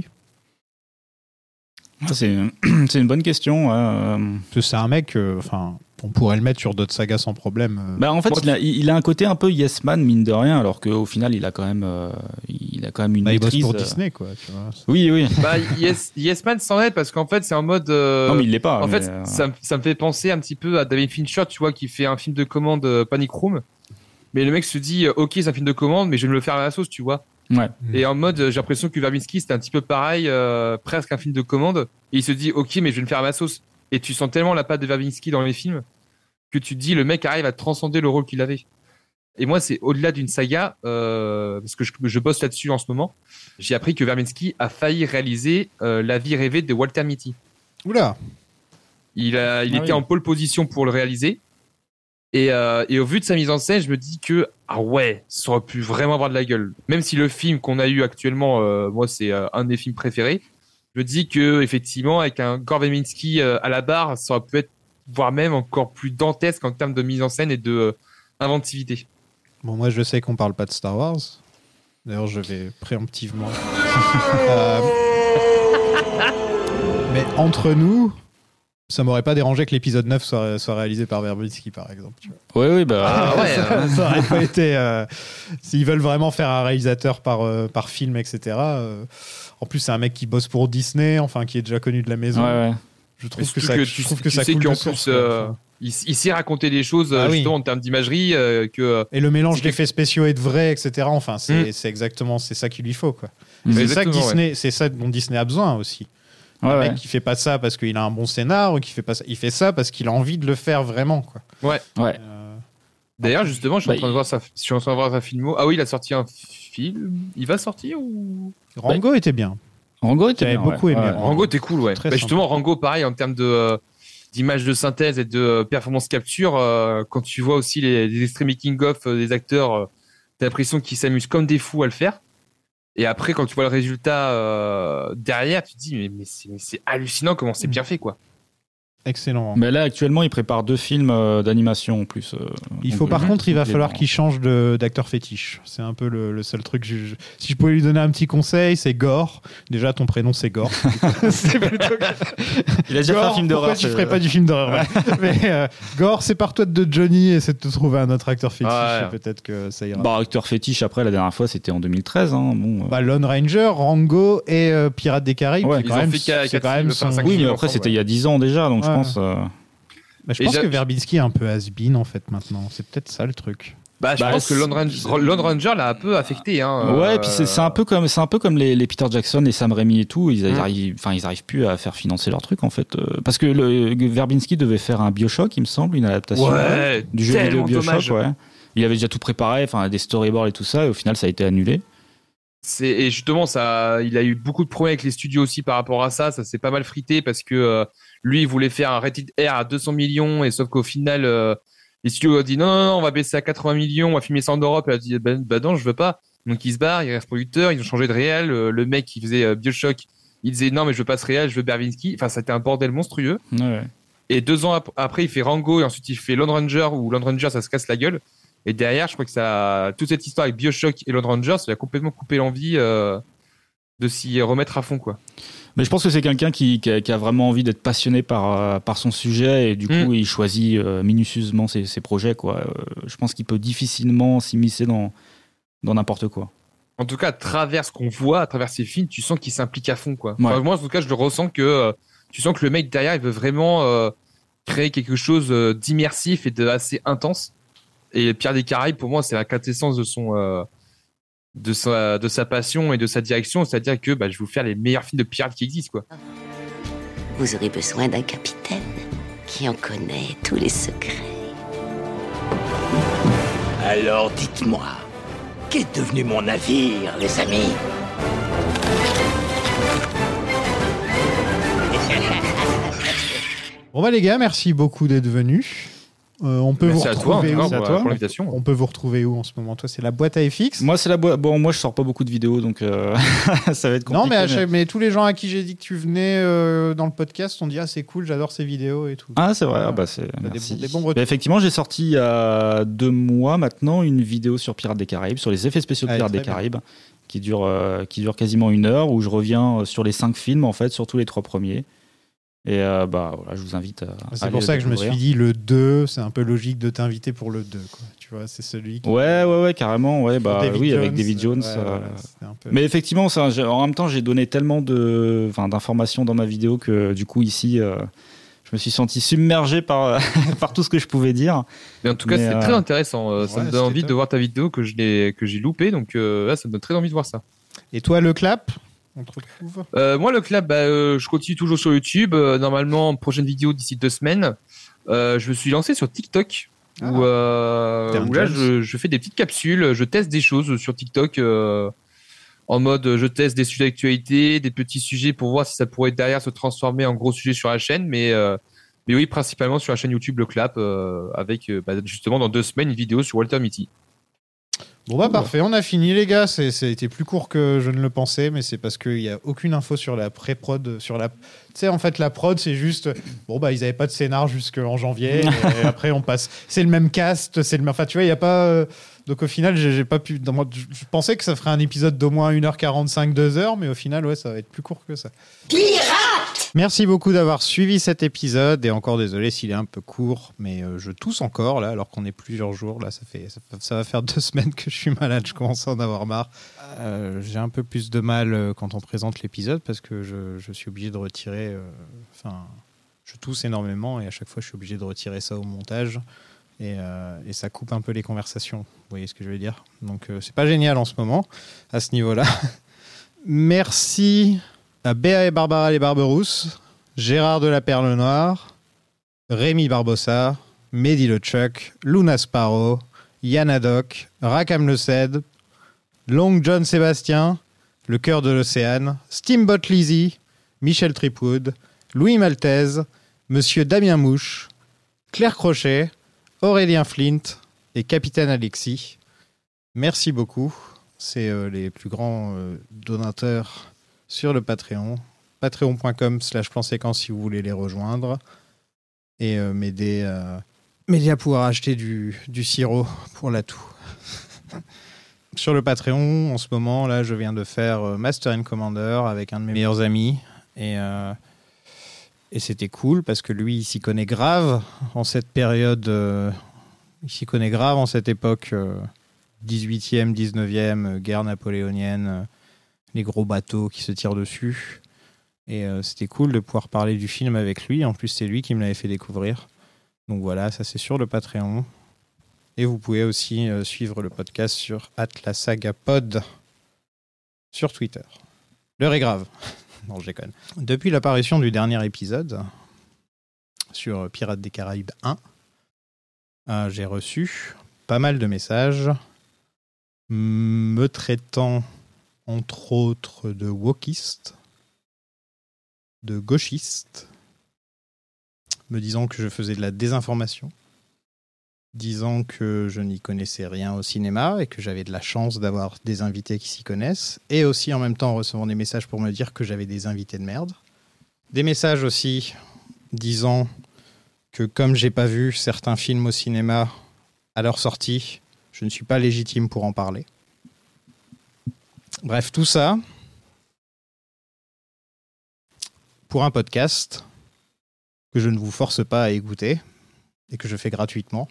Ça, c'est, c'est une bonne question. Euh... Parce que c'est un mec, euh, enfin, on pourrait le mettre sur d'autres sagas sans problème. Euh. Bah en fait, Moi, il a, il a un côté un peu Yes Man, mine de rien, alors qu'au final, il a quand même, euh, il a quand même une bah, maîtrise. Il bosse pour euh... Disney, quoi. Tu vois. Oui, oui. Bah, yes, yes Man s'en est parce qu'en fait, c'est en mode. Euh... Non, mais il l'est pas. En mais... fait, ça, ça me fait penser un petit peu à David Fincher, tu vois, qui fait un film de commande euh, Panic Room. Mais le mec se dit, ok, c'est un film de commande, mais je vais me le faire à la sauce, tu vois. Ouais. Et en mode, j'ai l'impression que Verbinski, c'était un petit peu pareil, euh, presque un film de commande. Et il se dit, ok, mais je vais me faire à ma sauce. Et tu sens tellement la patte de Verbinski dans les films que tu te dis, le mec arrive à transcender le rôle qu'il avait. Et moi, c'est au-delà d'une saga, euh, parce que je, je bosse là-dessus en ce moment. J'ai appris que Verbinski a failli réaliser euh, La vie rêvée de Walter Mitty. Oula. Il, a, il Ah était oui. en pole position pour le réaliser. Et, euh, et au vu de sa mise en scène, je me dis que, ah ouais, ça aurait pu vraiment avoir de la gueule. Même si le film qu'on a eu actuellement, euh, moi, c'est euh, un des films préférés, je me dis que, effectivement, avec un Gore Verbinski euh, à la barre, ça aurait pu être, voire même encore plus dantesque en termes de mise en scène et de euh, inventivité. Bon, moi, je sais qu'on parle pas de Star Wars. D'ailleurs, je vais préemptivement. euh... Mais entre nous, ça m'aurait pas dérangé que l'épisode neuf soit, soit réalisé par Verbinski, par exemple. Tu vois. Oui, oui, bah. Ah ouais, ça, euh... ça aurait pas été. Euh... S'ils veulent vraiment faire un réalisateur par, euh, par film, et cetera. Euh... En plus, c'est un mec qui bosse pour Disney, enfin, qui est déjà connu de la maison. Ouais, ouais. Je trouve que, surtout ça, que je tu, trouve que tu ça sais coule qu'en de plus, source, quoi. euh, il, il sait raconter des choses, Ah euh, oui. justement, en termes d'imagerie, euh, que. Et le mélange c'est d'effets spéciaux et de vrai, et cetera. Enfin, c'est, Mm. c'est exactement c'est ça qu'il lui faut, quoi. Mm. C'est ça que Exactement, Disney, c'est ça dont Disney a besoin aussi. Ouais, un ouais. mec qui fait pas ça parce qu'il a un bon scénar ou qui fait pas ça, il fait ça parce qu'il a envie de le faire vraiment, quoi. Ouais. Ouais. Euh, D'ailleurs, justement, je suis, Bah, en train de voir sa, je suis en train de voir sa filmo. Ah oui, il a sorti un film. Il va sortir ou. Rango était bien. Rango était J'avais bien, beaucoup ouais. aimé. Ouais. Rango. Rango, t'es cool, ouais. Très Bah, sympa. justement, Rango, pareil, en termes de, euh, d'image de synthèse et de euh, performance capture, euh, quand tu vois aussi les, les extraits making-of euh, des acteurs, euh, t'as l'impression qu'ils s'amusent comme des fous à le faire. Et après, quand tu vois le résultat euh, derrière, tu te dis, mais, mais, c'est, mais c'est hallucinant comment c'est bien fait, quoi. Excellent. Mais là, actuellement, il prépare deux films euh, d'animation en plus. euh, Il donc, faut par euh, contre, il va donc, falloir est- qu'il change de, d'acteur fétiche. C'est un peu le, le seul truc. Je- je- si je pouvais lui donner un petit conseil, c'est Gore. Déjà, ton prénom c'est Gore. c'est plutôt... Il a déjà Gore, fait un film d'horreur. pourquoi tu c'est- ferais pas du film d'horreur ouais. Mais euh, Gore, sépare-toi de Johnny et essaie de te trouver un autre acteur fétiche. Ouais. Et peut-être que ça ira. Bah, acteur fétiche, après, la dernière fois, c'était en deux mille treize. Hein. Bon, euh, Bah, Lone Ranger, Rango et euh, Pirates des Caraïbes. Ouais, c'est ils quand ont même, fait qu'à- c'est quatre quand même films, enfin, son- cinq oui, mais films après, ensemble, c'était ouais. il y a dix ans déjà, donc Ouais. je pense. euh, Bah, je Et pense j'a- que Verbinski est un peu has-been en fait maintenant. C'est peut-être ça le truc. Bah, je Bah, pense que c'est- Lone Ranger, Lone Ranger l'a un peu affecté, hein. Ouais, euh, et puis c'est, c'est un peu comme c'est un peu comme les, les Peter Jackson, les Sam Raimi et tout. Ils, ils Mm. arrivent, enfin ils arrivent plus à faire financer leur truc en fait, euh, parce que le Verbinski devait faire un BioShock, il me semble, une adaptation Ouais, du jeu vidéo tellement BioShock. dommage. Ouais. Il avait déjà tout préparé, enfin des storyboards et tout ça, et au final ça a été annulé. C'est, et justement, ça, il a eu beaucoup de problèmes avec les studios aussi par rapport à ça. Ça s'est pas mal frité parce que euh, lui, il voulait faire un rated R à deux cents millions et sauf qu'au final, euh, les studios ont dit non, non, non, on va baisser à quatre-vingts millions, on va filmer ça en Europe. Et il a dit bah, bah non, je veux pas. Donc il se barre, il reste producteur, ils ont changé de réel. Euh, le mec qui faisait euh, BioShock, il disait non, mais je veux pas ce réel, je veux Verbinski. Enfin, ça a été un bordel monstrueux. Ouais. Et deux ans ap- après, il fait Rango et ensuite il fait Lone Ranger où Lone Ranger, ça se casse la gueule. Et derrière, je crois que ça, toute cette histoire avec BioShock et Lone Ranger, ça lui a complètement coupé l'envie euh, de s'y remettre à fond, quoi. Mais je pense que c'est quelqu'un qui, qui, a, qui a vraiment envie d'être passionné par, euh, par son sujet et du coup Mm. il choisit euh, minutieusement ses, ses projets quoi. Euh, je pense qu'il peut difficilement s'immiscer dans, dans n'importe quoi. En tout cas, à travers ce qu'on voit, à travers ses films, tu sens qu'il s'implique à fond, quoi. Ouais. Enfin, moi, en tout cas, je le ressens que euh, tu sens que le mec derrière, il veut vraiment euh, créer quelque chose euh, d'immersif et de assez intense. Et Pierre des Caraïbes, pour moi, c'est la quintessence de son, euh, de sa, de sa passion et de sa direction. C'est-à-dire que bah, je vais vous faire les meilleurs films de pirates qui existent, quoi. Vous aurez besoin d'un capitaine qui en connaît tous les secrets. Alors dites-moi, qu'est devenu mon navire, les amis? Bon bah les gars, merci beaucoup d'être venus. Euh, on peut Merci vous à toi, retrouver en tout où cas, pour- pour l'invitation. On peut vous retrouver où en ce moment? Toi, c'est la boîte à F X. Moi, c'est la boîte. Bon, moi, je sors pas beaucoup de vidéos, donc euh, ça va être compliqué. Non, mais, à chaque- mais tous les gens à qui j'ai dit que tu venais euh, dans le podcast ont dit ah c'est cool, j'adore ces vidéos et tout. Ah, c'est vrai. Voilà. Ah, bah, c'est. T'as des Merci. bons- des bons retours. Bah, effectivement, j'ai sorti il y a deux mois maintenant une vidéo sur Pirates des Caraïbes, sur les effets spéciaux de Ah, Pirates très des bien. Caraïbes, qui dure, euh, qui dure quasiment une heure, où je reviens euh, sur les cinq films, en fait, surtout les trois premiers. Et euh, bah voilà, je vous invite à. C'est à pour aller ça le que je me suis découvrir. dit le deux, c'est un peu logique de t'inviter pour le deux. Quoi. Tu vois, c'est celui qui. Ouais, ouais, ouais, carrément, ouais, bah David oui, avec Jones, David Jones. ouais, euh, voilà, c'était un peu- Mais effectivement, ça, j'ai- en même temps, j'ai donné tellement de, enfin, d'informations dans ma vidéo que du coup ici, euh, je me suis senti submergé par par tout ce que je pouvais dire. Mais en tout cas, Mais, c'est euh, très intéressant. euh, ça ouais, me donne c'était envie top. de voir ta vidéo que je l'ai que j'ai loupé, donc euh, là, ça me donne très envie de voir ça. Et toi, le clap, on te retrouve Euh, moi, le club, bah, euh, je continue toujours sur YouTube. Euh, normalement, prochaine vidéo d'ici deux semaines. Euh, je me suis lancé sur TikTok. Ah. Où, euh, T'es un où là, Jones. je, je fais des petites capsules. Je teste des choses sur TikTok. euh, en mode, je teste des sujets d'actualité, des petits sujets pour voir si ça pourrait derrière se transformer en gros sujets sur la chaîne. Mais, euh, mais oui, principalement sur la chaîne YouTube Le Clap, euh, avec euh, bah, justement dans deux semaines une vidéo sur Walter Mitty. Bon bah parfait, on a fini les gars. C'est, ça a été plus court que je ne le pensais, mais c'est parce qu'il n'y a aucune info sur la pré-prod. Sur la... Tu sais, en fait, la prod, c'est juste... Bon bah ils n'avaient pas de scénar jusqu'en janvier, et après on passe... C'est le même cast, c'est le même... Enfin tu vois, il n'y a pas... euh, Donc au final, j'ai, j'ai pas pu... dans moi, Je pensais que ça ferait un épisode d'au moins une heure quarante-cinq, deux heures, mais au final, ouais, ça va être plus court que ça. Merci beaucoup d'avoir suivi cet épisode et encore désolé s'il est un peu court, mais euh, je tousse encore là alors qu'on est plusieurs jours là, ça fait ça, ça va faire deux semaines que je suis malade, je commence à en avoir marre. Euh, j'ai un peu plus de mal euh, quand on présente l'épisode parce que je, je suis obligé de retirer, euh, enfin je tousse énormément et à chaque fois je suis obligé de retirer ça au montage et, euh, et ça coupe un peu les conversations. Vous voyez ce que je veux dire? Donc euh, c'est pas génial en ce moment à ce niveau-là. Merci à Béa et Barbara les Barberousses, Gérard de la Perle Noire, Rémi Barbossa, Mehdi LeChuck, Luna Sparrow, Yann Haddock, Rakam Le Ced, Long John Sébastien, Le Cœur de l'Océan, Steamboat Lizzy, Michel Tripwood, Louis Maltese, Monsieur Damien Mouche, Claire Crochet, Aurélien Flint et Capitaine Alexis. Merci beaucoup. C'est euh, les plus grands euh, donateurs sur le Patreon. Patreon.com slash plan séquence si vous voulez les rejoindre. Et euh, m'aider, euh, m'aider à pouvoir acheter du, du sirop pour la toux. Sur le Patreon, en ce moment, là, je viens de faire euh, Master and Commander avec un de mes meilleurs amis. Et, euh, et c'était cool parce que lui, il s'y connaît grave en cette période. Euh, il s'y connaît grave en cette époque euh, dix-huitième, dix-neuvième, euh, guerre napoléonienne, euh, les gros bateaux qui se tirent dessus. Et euh, c'était cool de pouvoir parler du film avec lui. En plus, c'est lui qui me l'avait fait découvrir. Donc voilà, ça c'est sur le Patreon. Et vous pouvez aussi euh, suivre le podcast sur atlasagapod sur Twitter. L'heure est grave. Non, je déconne. Depuis l'apparition du dernier épisode sur Pirates des Caraïbes un, euh, j'ai reçu pas mal de messages me traitant entre autres de wokiste, de gauchiste, me disant que je faisais de la désinformation, disant que je n'y connaissais rien au cinéma et que j'avais de la chance d'avoir des invités qui s'y connaissent, et aussi en même temps recevant des messages pour me dire que j'avais des invités de merde. Des messages aussi disant que comme j'ai pas vu certains films au cinéma à leur sortie, je ne suis pas légitime pour en parler. Bref, tout ça pour un podcast que je ne vous force pas à écouter et que je fais gratuitement.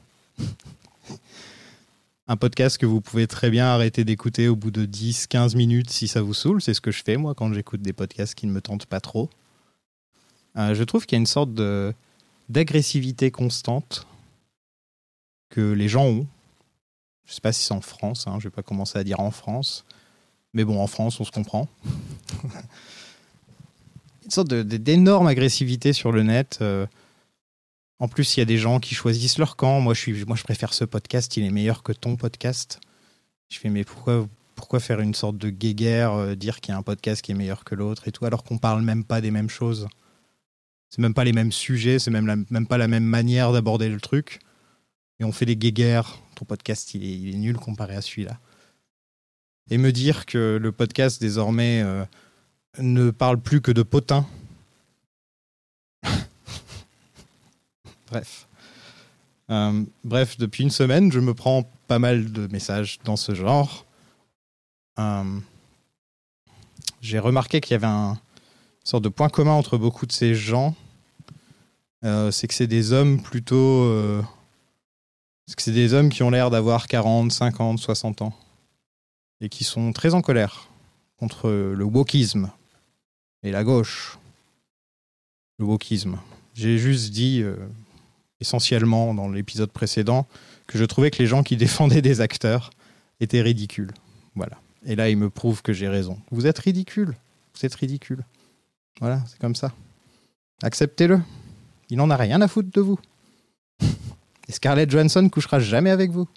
Un podcast que vous pouvez très bien arrêter d'écouter au bout de dix à quinze minutes si ça vous saoule. C'est ce que je fais, moi, quand j'écoute des podcasts qui ne me tentent pas trop. Euh, je trouve qu'il y a une sorte de, d'agressivité constante que les gens ont. Je ne sais pas si c'est en France, hein, je ne vais pas commencer à dire en France. Mais bon, en France, on se comprend. Une sorte de, de, d'énorme agressivité sur le net. Euh, En plus, il y a des gens qui choisissent leur camp. Moi je, suis, moi, je préfère ce podcast, il est meilleur que ton podcast. Je fais, mais pourquoi, pourquoi faire une sorte de guéguerre, euh, dire qu'il y a un podcast qui est meilleur que l'autre et tout, alors qu'on parle même pas des mêmes choses. C'est même pas les mêmes sujets, c'est même, la, même pas la même manière d'aborder le truc. et on fait des guéguerres. Ton podcast, il est, il est nul comparé à celui-là. Et me dire que le podcast, désormais, euh, ne parle plus que de potins. Bref. Euh, bref, depuis une semaine, je me prends pas mal de messages dans ce genre. Euh, j'ai remarqué qu'il y avait un une sorte de point commun entre beaucoup de ces gens. Euh, c'est que c'est des hommes plutôt... Euh, c'est que c'est des hommes qui ont l'air d'avoir quarante, cinquante, soixante ans. Et qui sont très en colère contre le wokisme et la gauche. Le wokisme. J'ai juste dit... Euh, essentiellement dans l'épisode précédent, que je trouvais que les gens qui défendaient des acteurs étaient ridicules. Voilà. Et là, il me prouve que j'ai raison. Vous êtes ridicule. Vous êtes ridicule. Voilà, c'est comme ça. Acceptez-le. Il n'en a rien à foutre de vous. Et Scarlett Johansson couchera jamais avec vous.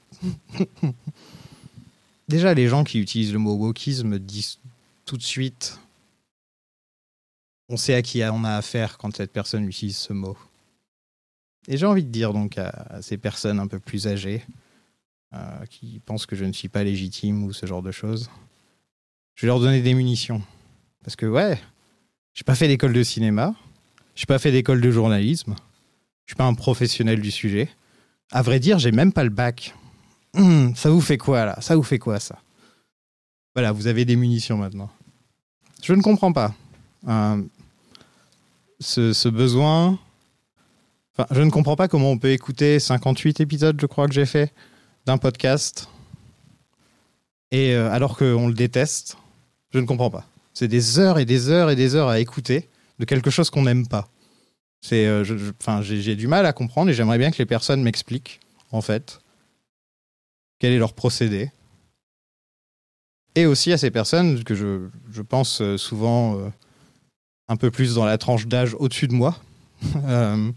Déjà, les gens qui utilisent le mot wokisme disent tout de suite on sait à qui on a affaire quand cette personne utilise ce mot. Et j'ai envie de dire donc à, à ces personnes un peu plus âgées euh, qui pensent que je ne suis pas légitime ou ce genre de choses, je vais leur donner des munitions. Parce que ouais, j'ai pas fait d'école de cinéma, j'ai pas fait d'école de journalisme, je suis pas un professionnel du sujet. À vrai dire, j'ai même pas le bac. Hum, ça vous fait quoi là ? Ça vous fait quoi ça ? Voilà, vous avez des munitions maintenant. Je ne comprends pas euh, ce, ce besoin... Enfin, je ne comprends pas comment on peut écouter cinquante-huit épisodes, je crois que j'ai fait, d'un podcast, et euh, alors qu'on le déteste. Je ne comprends pas. C'est des heures et des heures et des heures à écouter de quelque chose qu'on n'aime pas. C'est, euh, je, je, enfin, j'ai, j'ai du mal à comprendre et j'aimerais bien que les personnes m'expliquent, en fait, quel est leur procédé. Et aussi à ces personnes que je, je pense souvent euh, un peu plus dans la tranche d'âge au-dessus de moi. euh,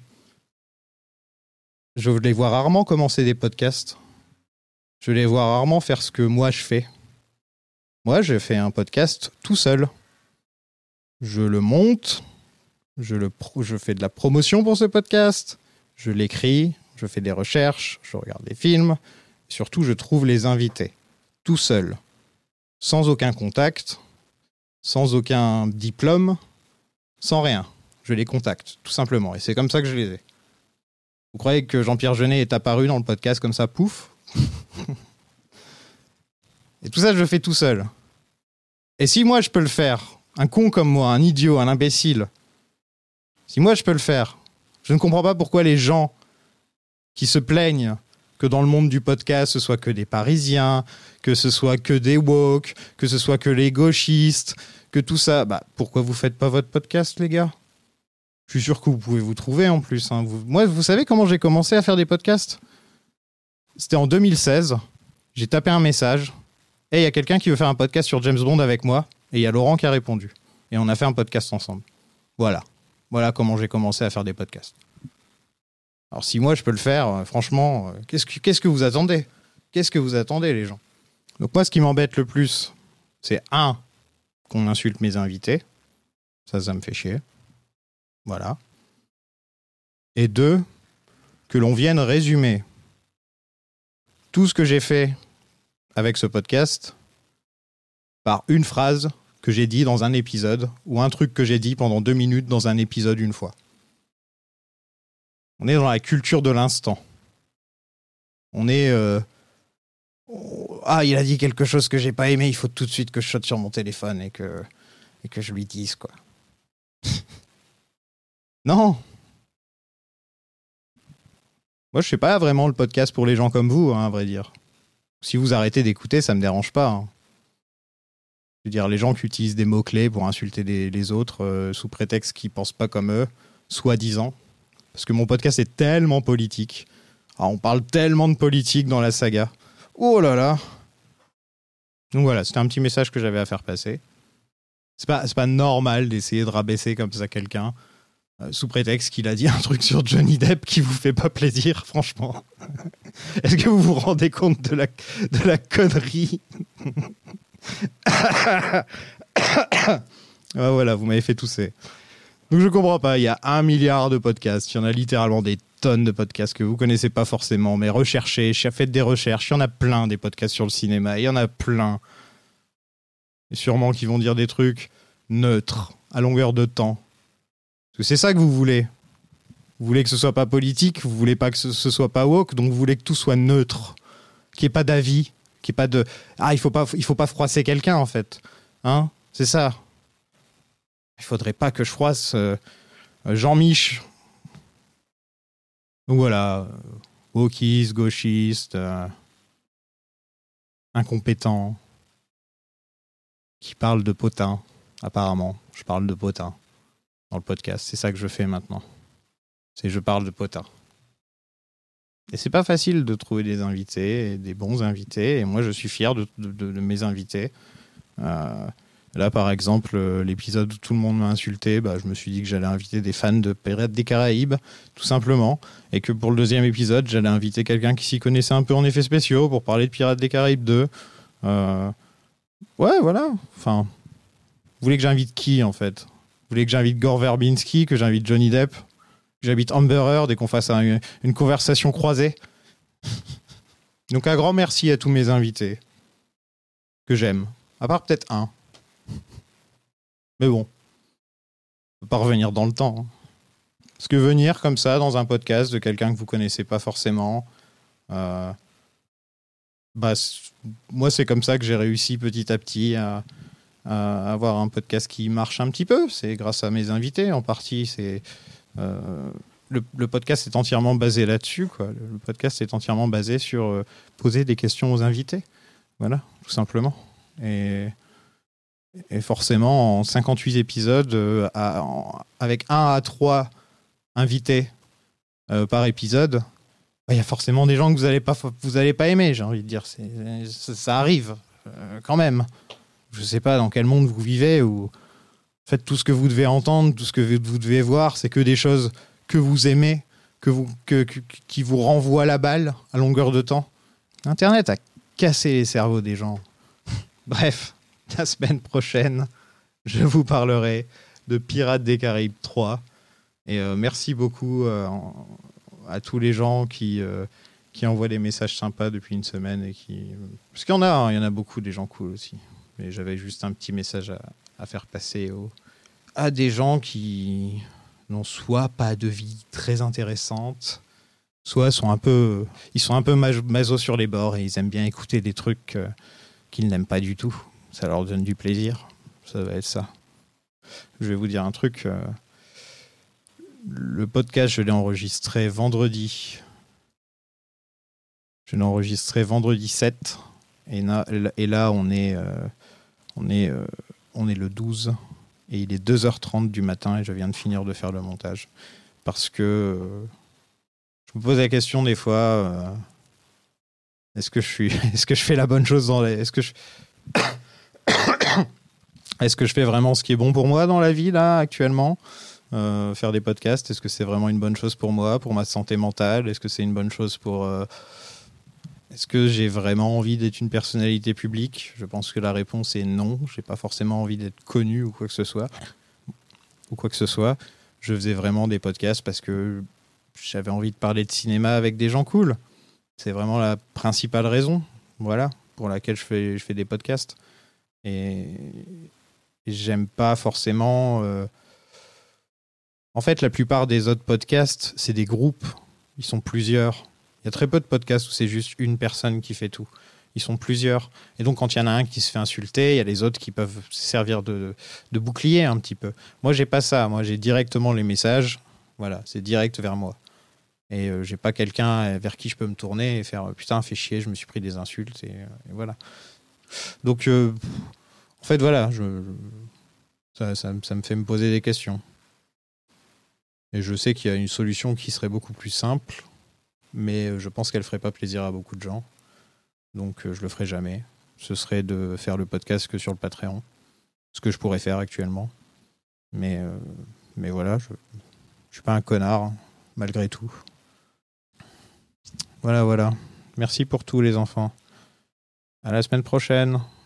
Je les vois rarement commencer des podcasts. Je les vois rarement faire ce que moi je fais. Moi, je fais un podcast tout seul. Je le monte, je, le pro- je fais de la promotion pour ce podcast, je l'écris, je fais des recherches, je regarde des films. Surtout, je trouve les invités. Tout seul. Sans aucun contact, sans aucun diplôme, sans rien. Je les contacte, tout simplement. Et c'est comme ça que je les ai. Vous croyez que Jean-Pierre Jeunet est apparu dans le podcast comme ça, pouf ? Et tout ça, je le fais tout seul. Et si moi, je peux le faire, un con comme moi, un idiot, un imbécile, si moi, je peux le faire, je ne comprends pas pourquoi les gens qui se plaignent que dans le monde du podcast, ce soit que des Parisiens, que ce soit que des woke, que ce soit que les gauchistes, que tout ça... Bah, pourquoi vous faites pas votre podcast, les gars ? Je suis sûr que vous pouvez vous trouver en plus. Hein. Vous, moi, vous savez comment j'ai commencé à faire des podcasts ? C'était en deux mille seize. J'ai tapé un message. Et il y a quelqu'un qui veut faire un podcast sur James Bond avec moi. Et il y a Laurent qui a répondu. Et on a fait un podcast ensemble. Voilà. Voilà comment j'ai commencé à faire des podcasts. Alors si moi je peux le faire, franchement, qu'est-ce que, qu'est-ce que vous attendez ? Qu'est-ce que vous attendez, les gens ? Donc moi, ce qui m'embête le plus, c'est un, qu'on insulte mes invités. Ça, ça me fait chier. Voilà. Et deux, que l'on vienne résumer tout ce que j'ai fait avec ce podcast par une phrase que j'ai dit dans un épisode ou un truc que j'ai dit pendant deux minutes dans un épisode une fois. On est dans la culture de l'instant. On est... Euh... Ah, il a dit quelque chose que j'ai pas aimé, il faut tout de suite que je saute sur mon téléphone et que, et que je lui dise, quoi. Non. Moi, je fais pas vraiment le podcast pour les gens comme vous, hein, à vrai dire. Si vous arrêtez d'écouter, ça me dérange pas. Hein. Je veux dire, les gens qui utilisent des mots-clés pour insulter des, les autres euh, sous prétexte qu'ils pensent pas comme eux, soi-disant. Parce que mon podcast est tellement politique. Alors, on parle tellement de politique dans la saga. Oh là là. Donc voilà, c'était un petit message que j'avais à faire passer. C'est pas, c'est pas normal d'essayer de rabaisser comme ça quelqu'un euh, sous prétexte qu'il a dit un truc sur Johnny Depp qui vous fait pas plaisir, franchement. Est-ce que vous vous rendez compte de la, de la connerie? Ah, voilà, vous m'avez fait tousser. Donc je comprends pas, il y a un milliard de podcasts, il y en a littéralement des tonnes de podcasts que vous connaissez pas forcément, mais recherchez, faites des recherches. Il y en a plein des podcasts sur le cinéma. Il y en a plein. Et sûrement qui vont dire des trucs neutres, à longueur de temps. Parce que c'est ça que vous voulez. Vous voulez que ce soit pas politique, vous voulez pas que ce, ce soit pas woke, donc vous voulez que tout soit neutre, qu'il n'y ait pas d'avis, qu'il n'y ait pas de ah il faut pas il faut pas froisser quelqu'un en fait, hein, c'est ça. Il faudrait pas que je froisse euh, Jean-Mich. Donc voilà, wokiste, gauchiste, euh, incompétent, qui parle de potin. Apparemment, je parle de potin dans le podcast. C'est ça que je fais maintenant. C'est je parle de potin. Et c'est pas facile de trouver des invités, des bons invités. Et moi, je suis fier de, de, de mes invités. Euh, là, par exemple, l'épisode où tout le monde m'a insulté, bah, je me suis dit que j'allais inviter des fans de Pirates des Caraïbes, tout simplement. Et que pour le deuxième épisode, j'allais inviter quelqu'un qui s'y connaissait un peu en effets spéciaux pour parler de Pirates des Caraïbes deux. Euh, ouais, voilà. Enfin, vous voulez que j'invite qui, en fait ? Vous voulez que j'invite Gore Verbinski, que j'invite Johnny Depp ? J'habite Amber Heard et qu'on fasse un, une conversation croisée. Donc un grand merci à tous mes invités que j'aime. À part peut-être un. Mais bon. On peut pas revenir dans le temps. Hein. Parce que venir comme ça dans un podcast de quelqu'un que vous connaissez pas forcément, euh, bah, moi c'est comme ça que j'ai réussi petit à petit à, à avoir un podcast qui marche un petit peu. C'est grâce à mes invités en partie. C'est... Euh, le, le podcast est entièrement basé là-dessus, quoi. Le, le podcast est entièrement basé sur euh, poser des questions aux invités. Voilà, tout simplement. Et, et forcément, en cinquante-huit épisodes, euh, à, en, avec un à trois invités euh, par épisode, il bah, y a forcément des gens que vous n'allez pas, vous allez pas aimer, j'ai envie de dire. C'est, ça, ça arrive, euh, quand même. Je ne sais pas dans quel monde vous vivez ou... En fait, tout ce que vous devez entendre, tout ce que vous devez voir, c'est que des choses que vous aimez, que vous, que, que, qui vous renvoient la balle à longueur de temps. Internet a cassé les cerveaux des gens. Bref, la semaine prochaine, je vous parlerai de Pirates des Caraïbes trois. Et euh, merci beaucoup euh, à tous les gens qui, euh, qui envoient des messages sympas depuis une semaine. Et qui... Parce qu'il y en a, hein, il y en a beaucoup, des gens cool aussi. Mais j'avais juste un petit message à... à faire passer au, à des gens qui n'ont soit pas de vie très intéressante, soit sont un peu, ils sont un peu maso sur les bords et ils aiment bien écouter des trucs euh, qu'ils n'aiment pas du tout. Ça leur donne du plaisir. Ça va être ça. Je vais vous dire un truc. Euh, le podcast, je l'ai enregistré vendredi. Je l'ai enregistré vendredi sept. Et là, et là on est... Euh, on est euh, On est le douze et il est deux heures trente du matin et je viens de finir de faire le montage. Parce que euh, je me pose la question des fois, euh, est-ce que je suis, est-ce que je fais la bonne chose dans les, est-ce que je, est-ce que je fais vraiment ce qui est bon pour moi dans la vie là actuellement, euh, faire des podcasts, est-ce que c'est vraiment une bonne chose pour moi, pour ma santé mentale, est-ce que c'est une bonne chose pour euh, Est-ce que j'ai vraiment envie d'être une personnalité publique ? Je pense que la réponse est non. J'ai pas forcément envie d'être connu ou quoi que ce soit. Ou quoi que ce soit. Je faisais vraiment des podcasts parce que j'avais envie de parler de cinéma avec des gens cool. C'est vraiment la principale raison, voilà, pour laquelle je fais, je fais des podcasts. Et, et j'aime pas forcément... Euh... En fait, la plupart des autres podcasts, c'est des groupes. Ils sont plusieurs. Il y a très peu de podcasts où c'est juste une personne qui fait tout. Ils sont plusieurs. Et donc, quand il y en a un qui se fait insulter, il y a les autres qui peuvent servir de, de bouclier un petit peu. Moi, j'ai pas ça. Moi, j'ai directement les messages. Voilà, c'est direct vers moi. Et euh, j'ai pas quelqu'un vers qui je peux me tourner et faire « Putain, fais chier, je me suis pris des insultes. » Et, et voilà. Donc, euh, en fait, voilà. Je, ça, ça, ça me fait me poser des questions. Et je sais qu'il y a une solution qui serait beaucoup plus simple. Mais je pense qu'elle ferait pas plaisir à beaucoup de gens. Donc je le ferai jamais. Ce serait de faire le podcast que sur le Patreon. Ce que je pourrais faire actuellement. Mais, euh, mais voilà, je, je suis pas un connard, malgré tout. Voilà, voilà. Merci pour tout, les enfants. À la semaine prochaine.